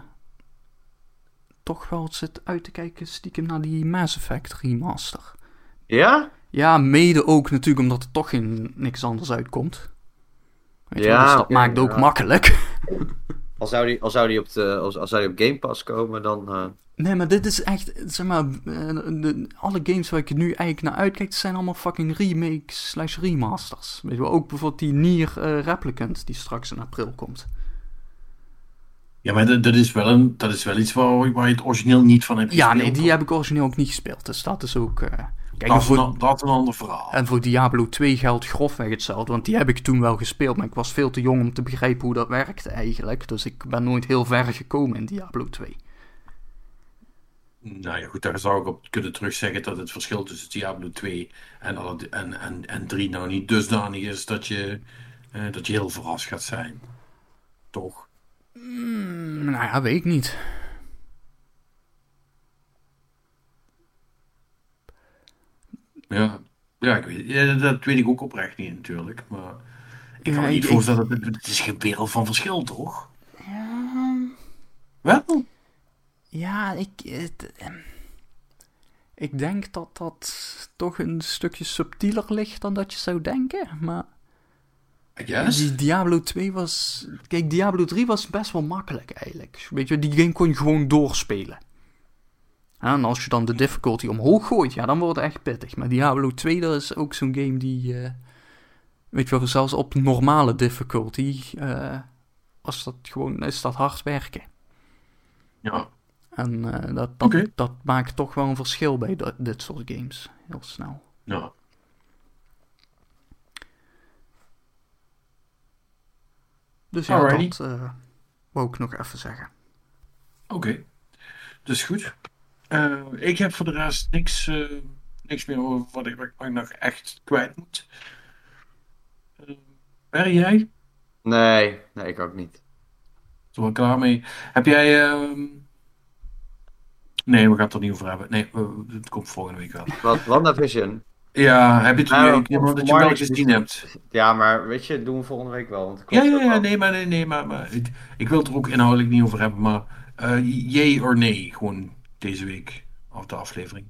toch wel zit uit te kijken stiekem naar die Mass Effect remaster. Ja? Ja, mede ook natuurlijk omdat er toch niks anders uitkomt. Weet je wel, Ja, dus dat oké, maakt ook ja. makkelijk. Als zou die op Game Pass komen, dan... Nee, maar dit is echt, zeg maar, alle games waar ik nu eigenlijk naar uitkijk, zijn allemaal fucking remakes / remasters. Weet je wel, ook bijvoorbeeld die Nier Replicant die straks in april komt. Ja, maar dat is wel iets waar je het origineel niet van hebt Ja, gespeeld. nee, die heb ik origineel ook niet gespeeld. Dus dat is ook... Kijk, Dat is een ander verhaal. En voor Diablo 2 geldt grofweg hetzelfde, want die heb ik toen wel gespeeld, maar ik was veel te jong om te begrijpen hoe dat werkte eigenlijk. Dus ik ben nooit heel ver gekomen in Diablo 2. Nou ja, goed, daar zou ik op kunnen terugzeggen dat het verschil tussen Diablo 2 en 3 nou niet dusdanig is dat je heel verrast gaat zijn. Toch? Nou ja, weet ik niet. Ja, dat weet ik ook oprecht niet natuurlijk. Maar ik kan me niet voorstellen dat het is geen wereld van verschil, toch? Ja, Wel? ja ik denk dat dat toch een stukje subtieler ligt dan dat je zou denken, maar... Yes. Die Diablo 2 was... Kijk, Diablo 3 was best wel makkelijk eigenlijk. Weet je, die game kon je gewoon doorspelen. En als je dan de difficulty omhoog gooit, ja, dan wordt het echt pittig. Maar Diablo 2, dat is ook zo'n game die... weet je wel, zelfs op normale difficulty... is dat hard werken. Ja. En dat maakt toch wel een verschil bij dit soort games. Heel snel. Ja. Dus ja, Alrighty. dat wou ik nog even zeggen. Oké. Dus goed. Ik heb voor de rest niks meer over wat ik nog echt kwijt moet. Ben jij? Nee, ik ook niet. Zijn we klaar mee? Heb jij... Nee, we gaan het er niet over hebben. Nee, het komt volgende week wel. WandaVision. Ja, heb je het Nou, ik neem aan dat je hem wel gezien hebt. Ja, maar weet je, doen we volgende week wel. Want er Ja, komt ook wel- nee, maar ik wil het er ook inhoudelijk niet over hebben, maar jee of nee, gewoon deze week, of de aflevering.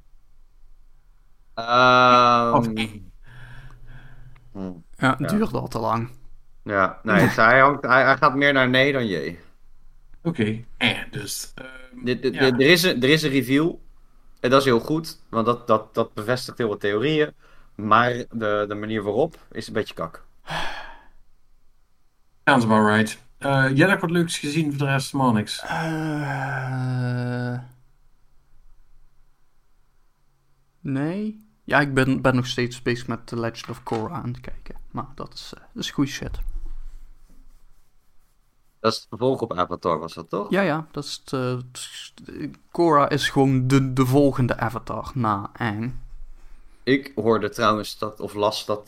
Of nee. Ja, het duurde al te lang. Ja, nee, hij gaat meer naar nee dan jee. Oké, dus... Er is een review. En dat is heel goed, want dat bevestigt heel wat theorieën. Maar de manier waarop is een beetje kak. Sounds about right. Jij hebt wat leuks gezien voor de rest, maar niks. Nee. Ja, ik ben nog steeds bezig met The Legend of Korra aan het kijken. Maar dat is goede shit. Dat is het vervolg op Avatar, was dat toch? Ja, dat is Korra is gewoon de volgende Avatar na Aang. Ik hoorde trouwens las dat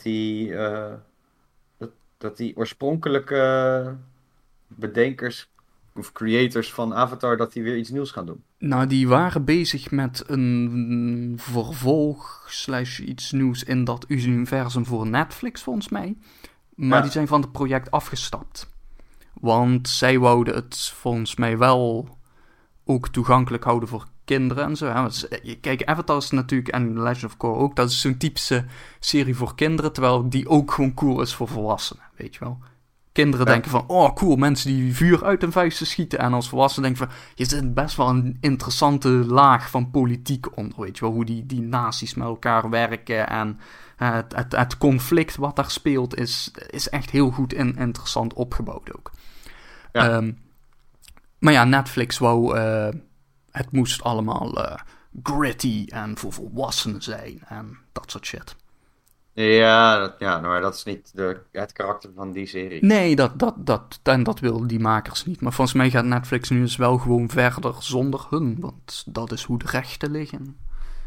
die oorspronkelijke bedenkers of creators van Avatar, dat die weer iets nieuws gaan doen. Nou, die waren bezig met een vervolg / iets nieuws in dat universum voor Netflix, volgens mij. Maar die zijn van het project afgestapt. Want zij wouden het volgens mij wel ook toegankelijk houden voor kinderen en zo. Hè? Kijk, Avatar is natuurlijk, en Legend of Korra ook, dat is zo'n typische serie voor kinderen, terwijl die ook gewoon cool is voor volwassenen, weet je wel. Kinderen denken van, oh cool, mensen die vuur uit hun vuisten schieten. En als volwassenen denken van, je zit best wel een interessante laag van politiek onder, weet je wel. Hoe die naties met elkaar werken en het conflict wat daar speelt is echt heel goed en interessant opgebouwd ook. Ja. Maar ja, Netflix wou, het moest allemaal gritty en voor volwassenen zijn en dat soort shit. Ja, maar dat is niet het karakter van die serie. Nee, dat willen die makers niet. Maar volgens mij gaat Netflix nu dus wel gewoon verder zonder hun. Want dat is hoe de rechten liggen.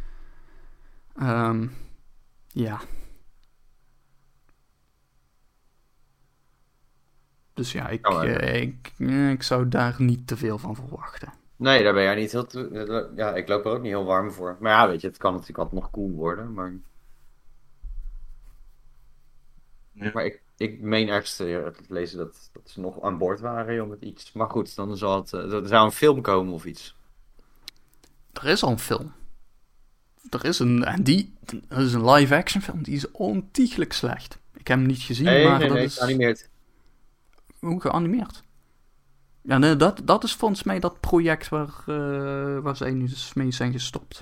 Ja. Dus ja, ik zou daar niet te veel van verwachten. Nee, daar ben jij niet heel... Ja, ik loop er ook niet heel warm voor. Maar ja, weet je, het kan natuurlijk altijd nog cool worden, maar... Ja. Maar ik meen ergens te lezen dat ze nog aan boord waren, joh, met iets. Maar goed, dan zal er zou een film komen of iets. Er is al een film. Er is een live-action film. Die is ontiegelijk slecht. Ik heb hem niet gezien, maar dat is... geanimeerd. Hoe geanimeerd? Ja, nee, dat is volgens mij dat project waar zij nu dus mee zijn gestopt.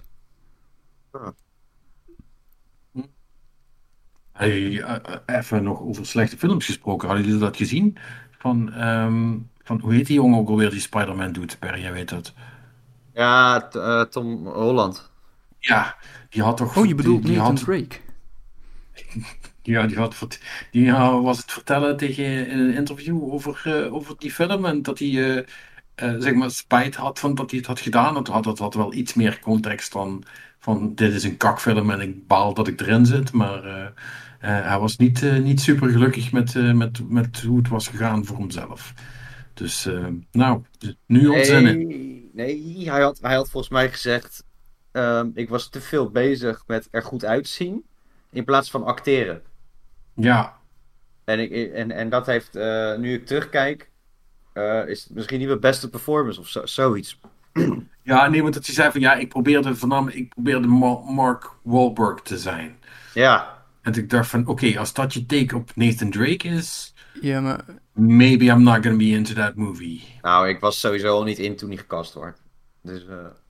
Even nog over slechte films gesproken. Hadden jullie dat gezien? Van hoe heet die jongen ook alweer die Spider-Man doet? Per, jij weet dat. Ja, Tom Holland. Ja, die had toch... Oh, je bedoelt Nathan Drake? Ja, die was het vertellen in een interview over die film. En dat hij zeg maar spijt had van dat hij het had gedaan. Dat had wel iets meer context dan van dit is een kakfilm en ik baal dat ik erin zit. Maar hij was niet super gelukkig met hoe het was gegaan voor hemzelf. Dus nu ontzinnen. Nee, hij had volgens mij gezegd... ik was te veel bezig met er goed uitzien in plaats van acteren. Ja. En dat heeft, nu ik terugkijk, is het misschien niet mijn beste performance of zoiets. Ja, nee, want dat hij zei van ja, ik probeerde Mark Wahlberg te zijn. Ja. En ik dacht van oké, als dat je take op Nathan Drake is, ja, maar... maybe I'm not gonna be into that movie. Nou, ik was sowieso al niet in toen hij gecast wordt. Dus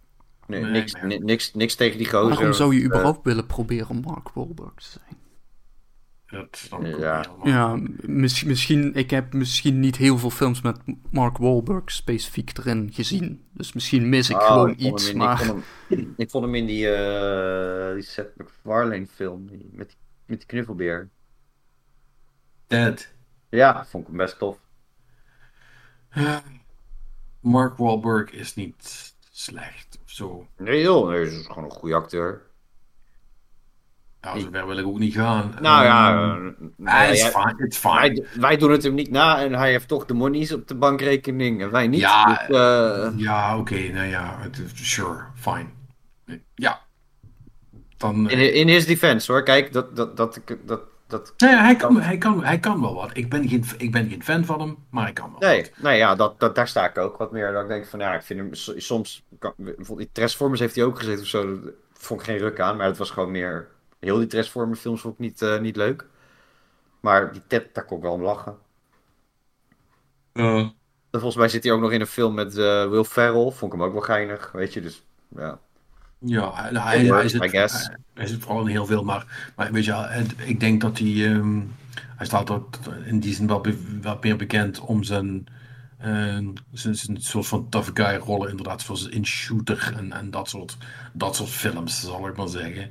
niks tegen die gozer. Waarom zou je überhaupt willen proberen om Mark Wahlberg te zijn? Dat snap ik ja, ik heb misschien niet heel veel films met Mark Wahlberg specifiek erin gezien. Dus misschien mis ik gewoon iets, maar... Ik vond hem in die Seth MacFarlane film, met die knuffelbeer. Dead. Ja, vond ik hem best tof. Mark Wahlberg is niet slecht of zo. Nee joh, hij is gewoon een goede acteur. Nou, zover wil ik ook niet gaan. It's fine. Wij doen het hem niet na en hij heeft toch de monies op de bankrekening en wij niet. Ja, dus, oké, nou ja, sure, fine. Ja. Dan, in his defense hoor, kijk, dat hij kan wel wat. Ik ben geen fan van hem, maar hij kan wel wat. Nee, ja, daar sta ik ook wat meer. Dat ik denk van, ja, ik vind hem soms... Bijvoorbeeld die Transformers heeft hij ook gezeten of zo. Dat vond ik geen ruk aan, maar het was gewoon meer... Heel die Transformers films vond ik niet leuk. Maar die Ted, daar kon ik wel om lachen. Volgens mij zit hij ook nog in een film met Will Ferrell. Vond ik hem ook wel geinig, weet je, dus ja. Ja, hij zit vooral in heel veel, maar weet je, ik denk dat hij staat in die zin wel meer bekend om zijn Het is een soort van tough guy rollen, inderdaad, zoals in Shooter en dat soort films, zal ik maar zeggen.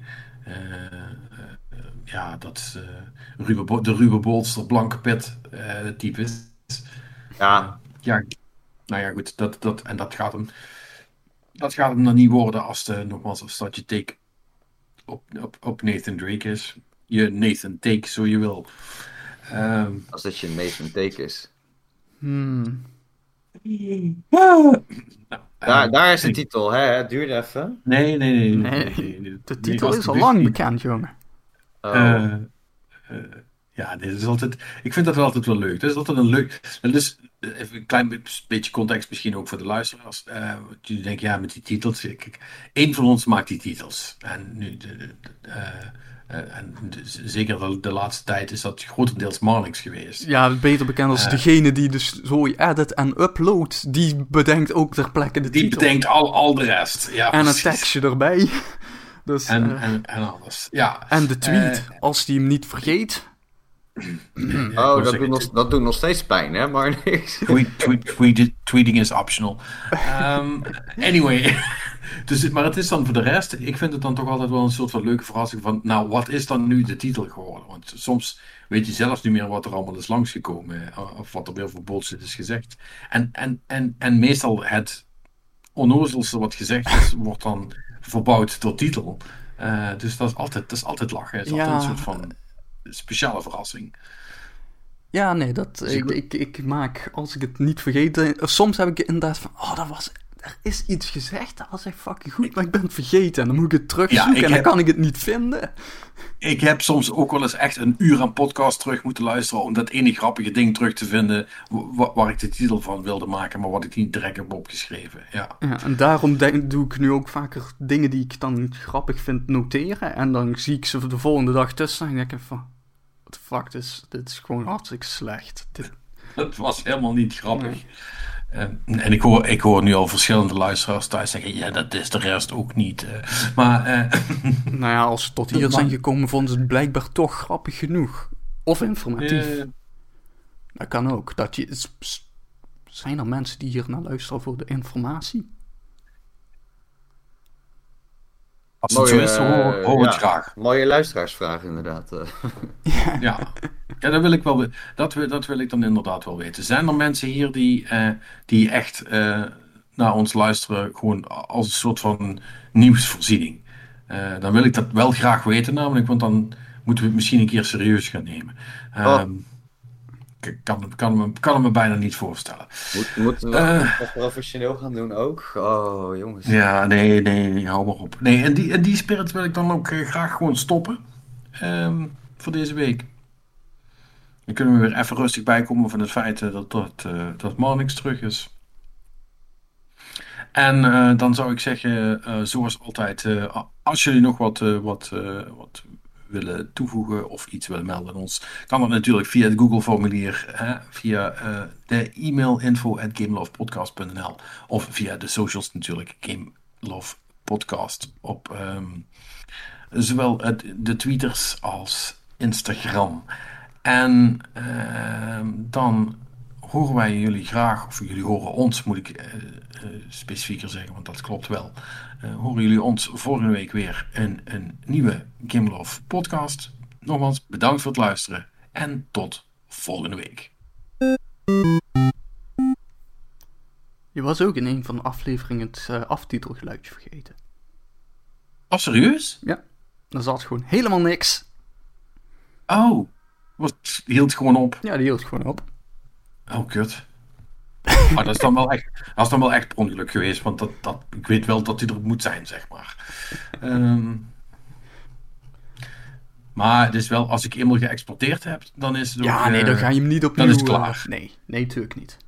Ja, dat is de ruwe bolster, blanke pit type. Ja, Ja, nou ja, goed, dat gaat hem dan niet worden als dat je take op Nathan Drake is. Je Nathan take, zo je wil. als dat je Nathan Take is. Daar is de titel, hè? Het duurde even. Nee. De titel is al lang bekend, jongen. Ja, dit is altijd. Ik vind dat altijd wel leuk. Dat is altijd een leuk. Dus even een klein beetje context misschien ook voor de luisteraars. Je denkt, ja, met die titels. Kijk, één van ons maakt die titels. En nu, zeker de laatste tijd is dat grotendeels Marnix geweest. Ja, beter bekend als degene die dus zo edit en uploadt. Die bedenkt ook ter plekke de titel. Die bedenkt al de rest. Ja, en precies. een tekstje erbij. Dus, en alles. Ja. En de tweet, als die hem niet vergeet. Dat doet nog steeds pijn, hè? Maar niks. Tweeting is optional. Anyway. Maar het is dan voor de rest, ik vind het dan toch altijd wel een soort van leuke verrassing van, nou, wat is dan nu de titel geworden? Want soms weet je zelfs niet meer wat er allemaal is langsgekomen, of wat er weer voor bullshit is gezegd. En meestal het onnozelste wat gezegd is, wordt dan verbouwd door titel. Dus dat is altijd lachen. Het is altijd een soort van speciale verrassing. Ja, nee, ik maak, als ik het niet vergeet, soms heb ik inderdaad van, er is iets gezegd, dat was echt fucking goed, maar ik ben het vergeten. En dan moet ik het terugzoeken en dan kan ik het niet vinden. Ik heb soms ook wel eens echt een uur aan podcast terug moeten luisteren om dat ene grappige ding terug te vinden waar ik de titel van wilde maken, maar wat ik niet direct heb opgeschreven. Ja, en daarom doe ik nu ook vaker dingen die ik dan grappig vind noteren. En dan zie ik ze de volgende dag tussen en denk ik van, what the fuck, dit is gewoon hartstikke slecht. Het was helemaal niet grappig. Nee. En ik hoor nu al verschillende luisteraars thuis zeggen, ja, dat is de rest ook niet. Nou ja, als ze tot hier zijn gekomen, vonden ze het blijkbaar toch grappig genoeg. Of informatief. Dat kan ook. Zijn er mensen die hier naar luisteren voor de informatie? Als het zo is, hoor het graag. Mooie luisteraarsvraag, inderdaad. Ja, dat wil ik wel. Dat wil ik dan inderdaad wel weten. Zijn er mensen hier die echt naar ons luisteren, gewoon als een soort van nieuwsvoorziening? Dan wil ik dat wel graag weten, namelijk, want dan moeten we het misschien een keer serieus gaan nemen. Ik kan me bijna niet voorstellen. Moeten we het professioneel gaan doen ook? Oh, jongens. Ja, nee, hou maar op. Nee, en die spirit wil ik dan ook graag gewoon stoppen. Voor deze week. Dan kunnen we weer even rustig bijkomen van het feit dat Marnix terug is. En dan zou ik zeggen, zoals altijd, als jullie nog wat willen toevoegen of iets willen melden aan ons, kan dat natuurlijk via het Google-formulier, via de e-mail info@gamelovepodcast.nl of via de socials natuurlijk, Gamelove Podcast op zowel de Twitters als Instagram. En dan horen wij jullie graag, of jullie horen ons, moet ik specifieker zeggen, want dat klopt wel. Horen jullie ons volgende week weer in een nieuwe Gamelove podcast. Nogmaals, bedankt voor het luisteren en tot volgende week. Je was ook in een van de afleveringen het aftitelgeluidje vergeten. Oh, serieus? Ja, er zat gewoon helemaal niks. Oh, die hield gewoon op. Ja, die hield gewoon op. Oh, kut. Maar dat is dan wel echt per ongeluk geweest, want ik weet wel dat hij er moet zijn, zeg maar. Maar het is wel, als ik eenmaal geëxporteerd heb, dan is het ook... Ja, nee, dan ga je hem niet opnieuw... Dan is het klaar. Nee, natuurlijk niet.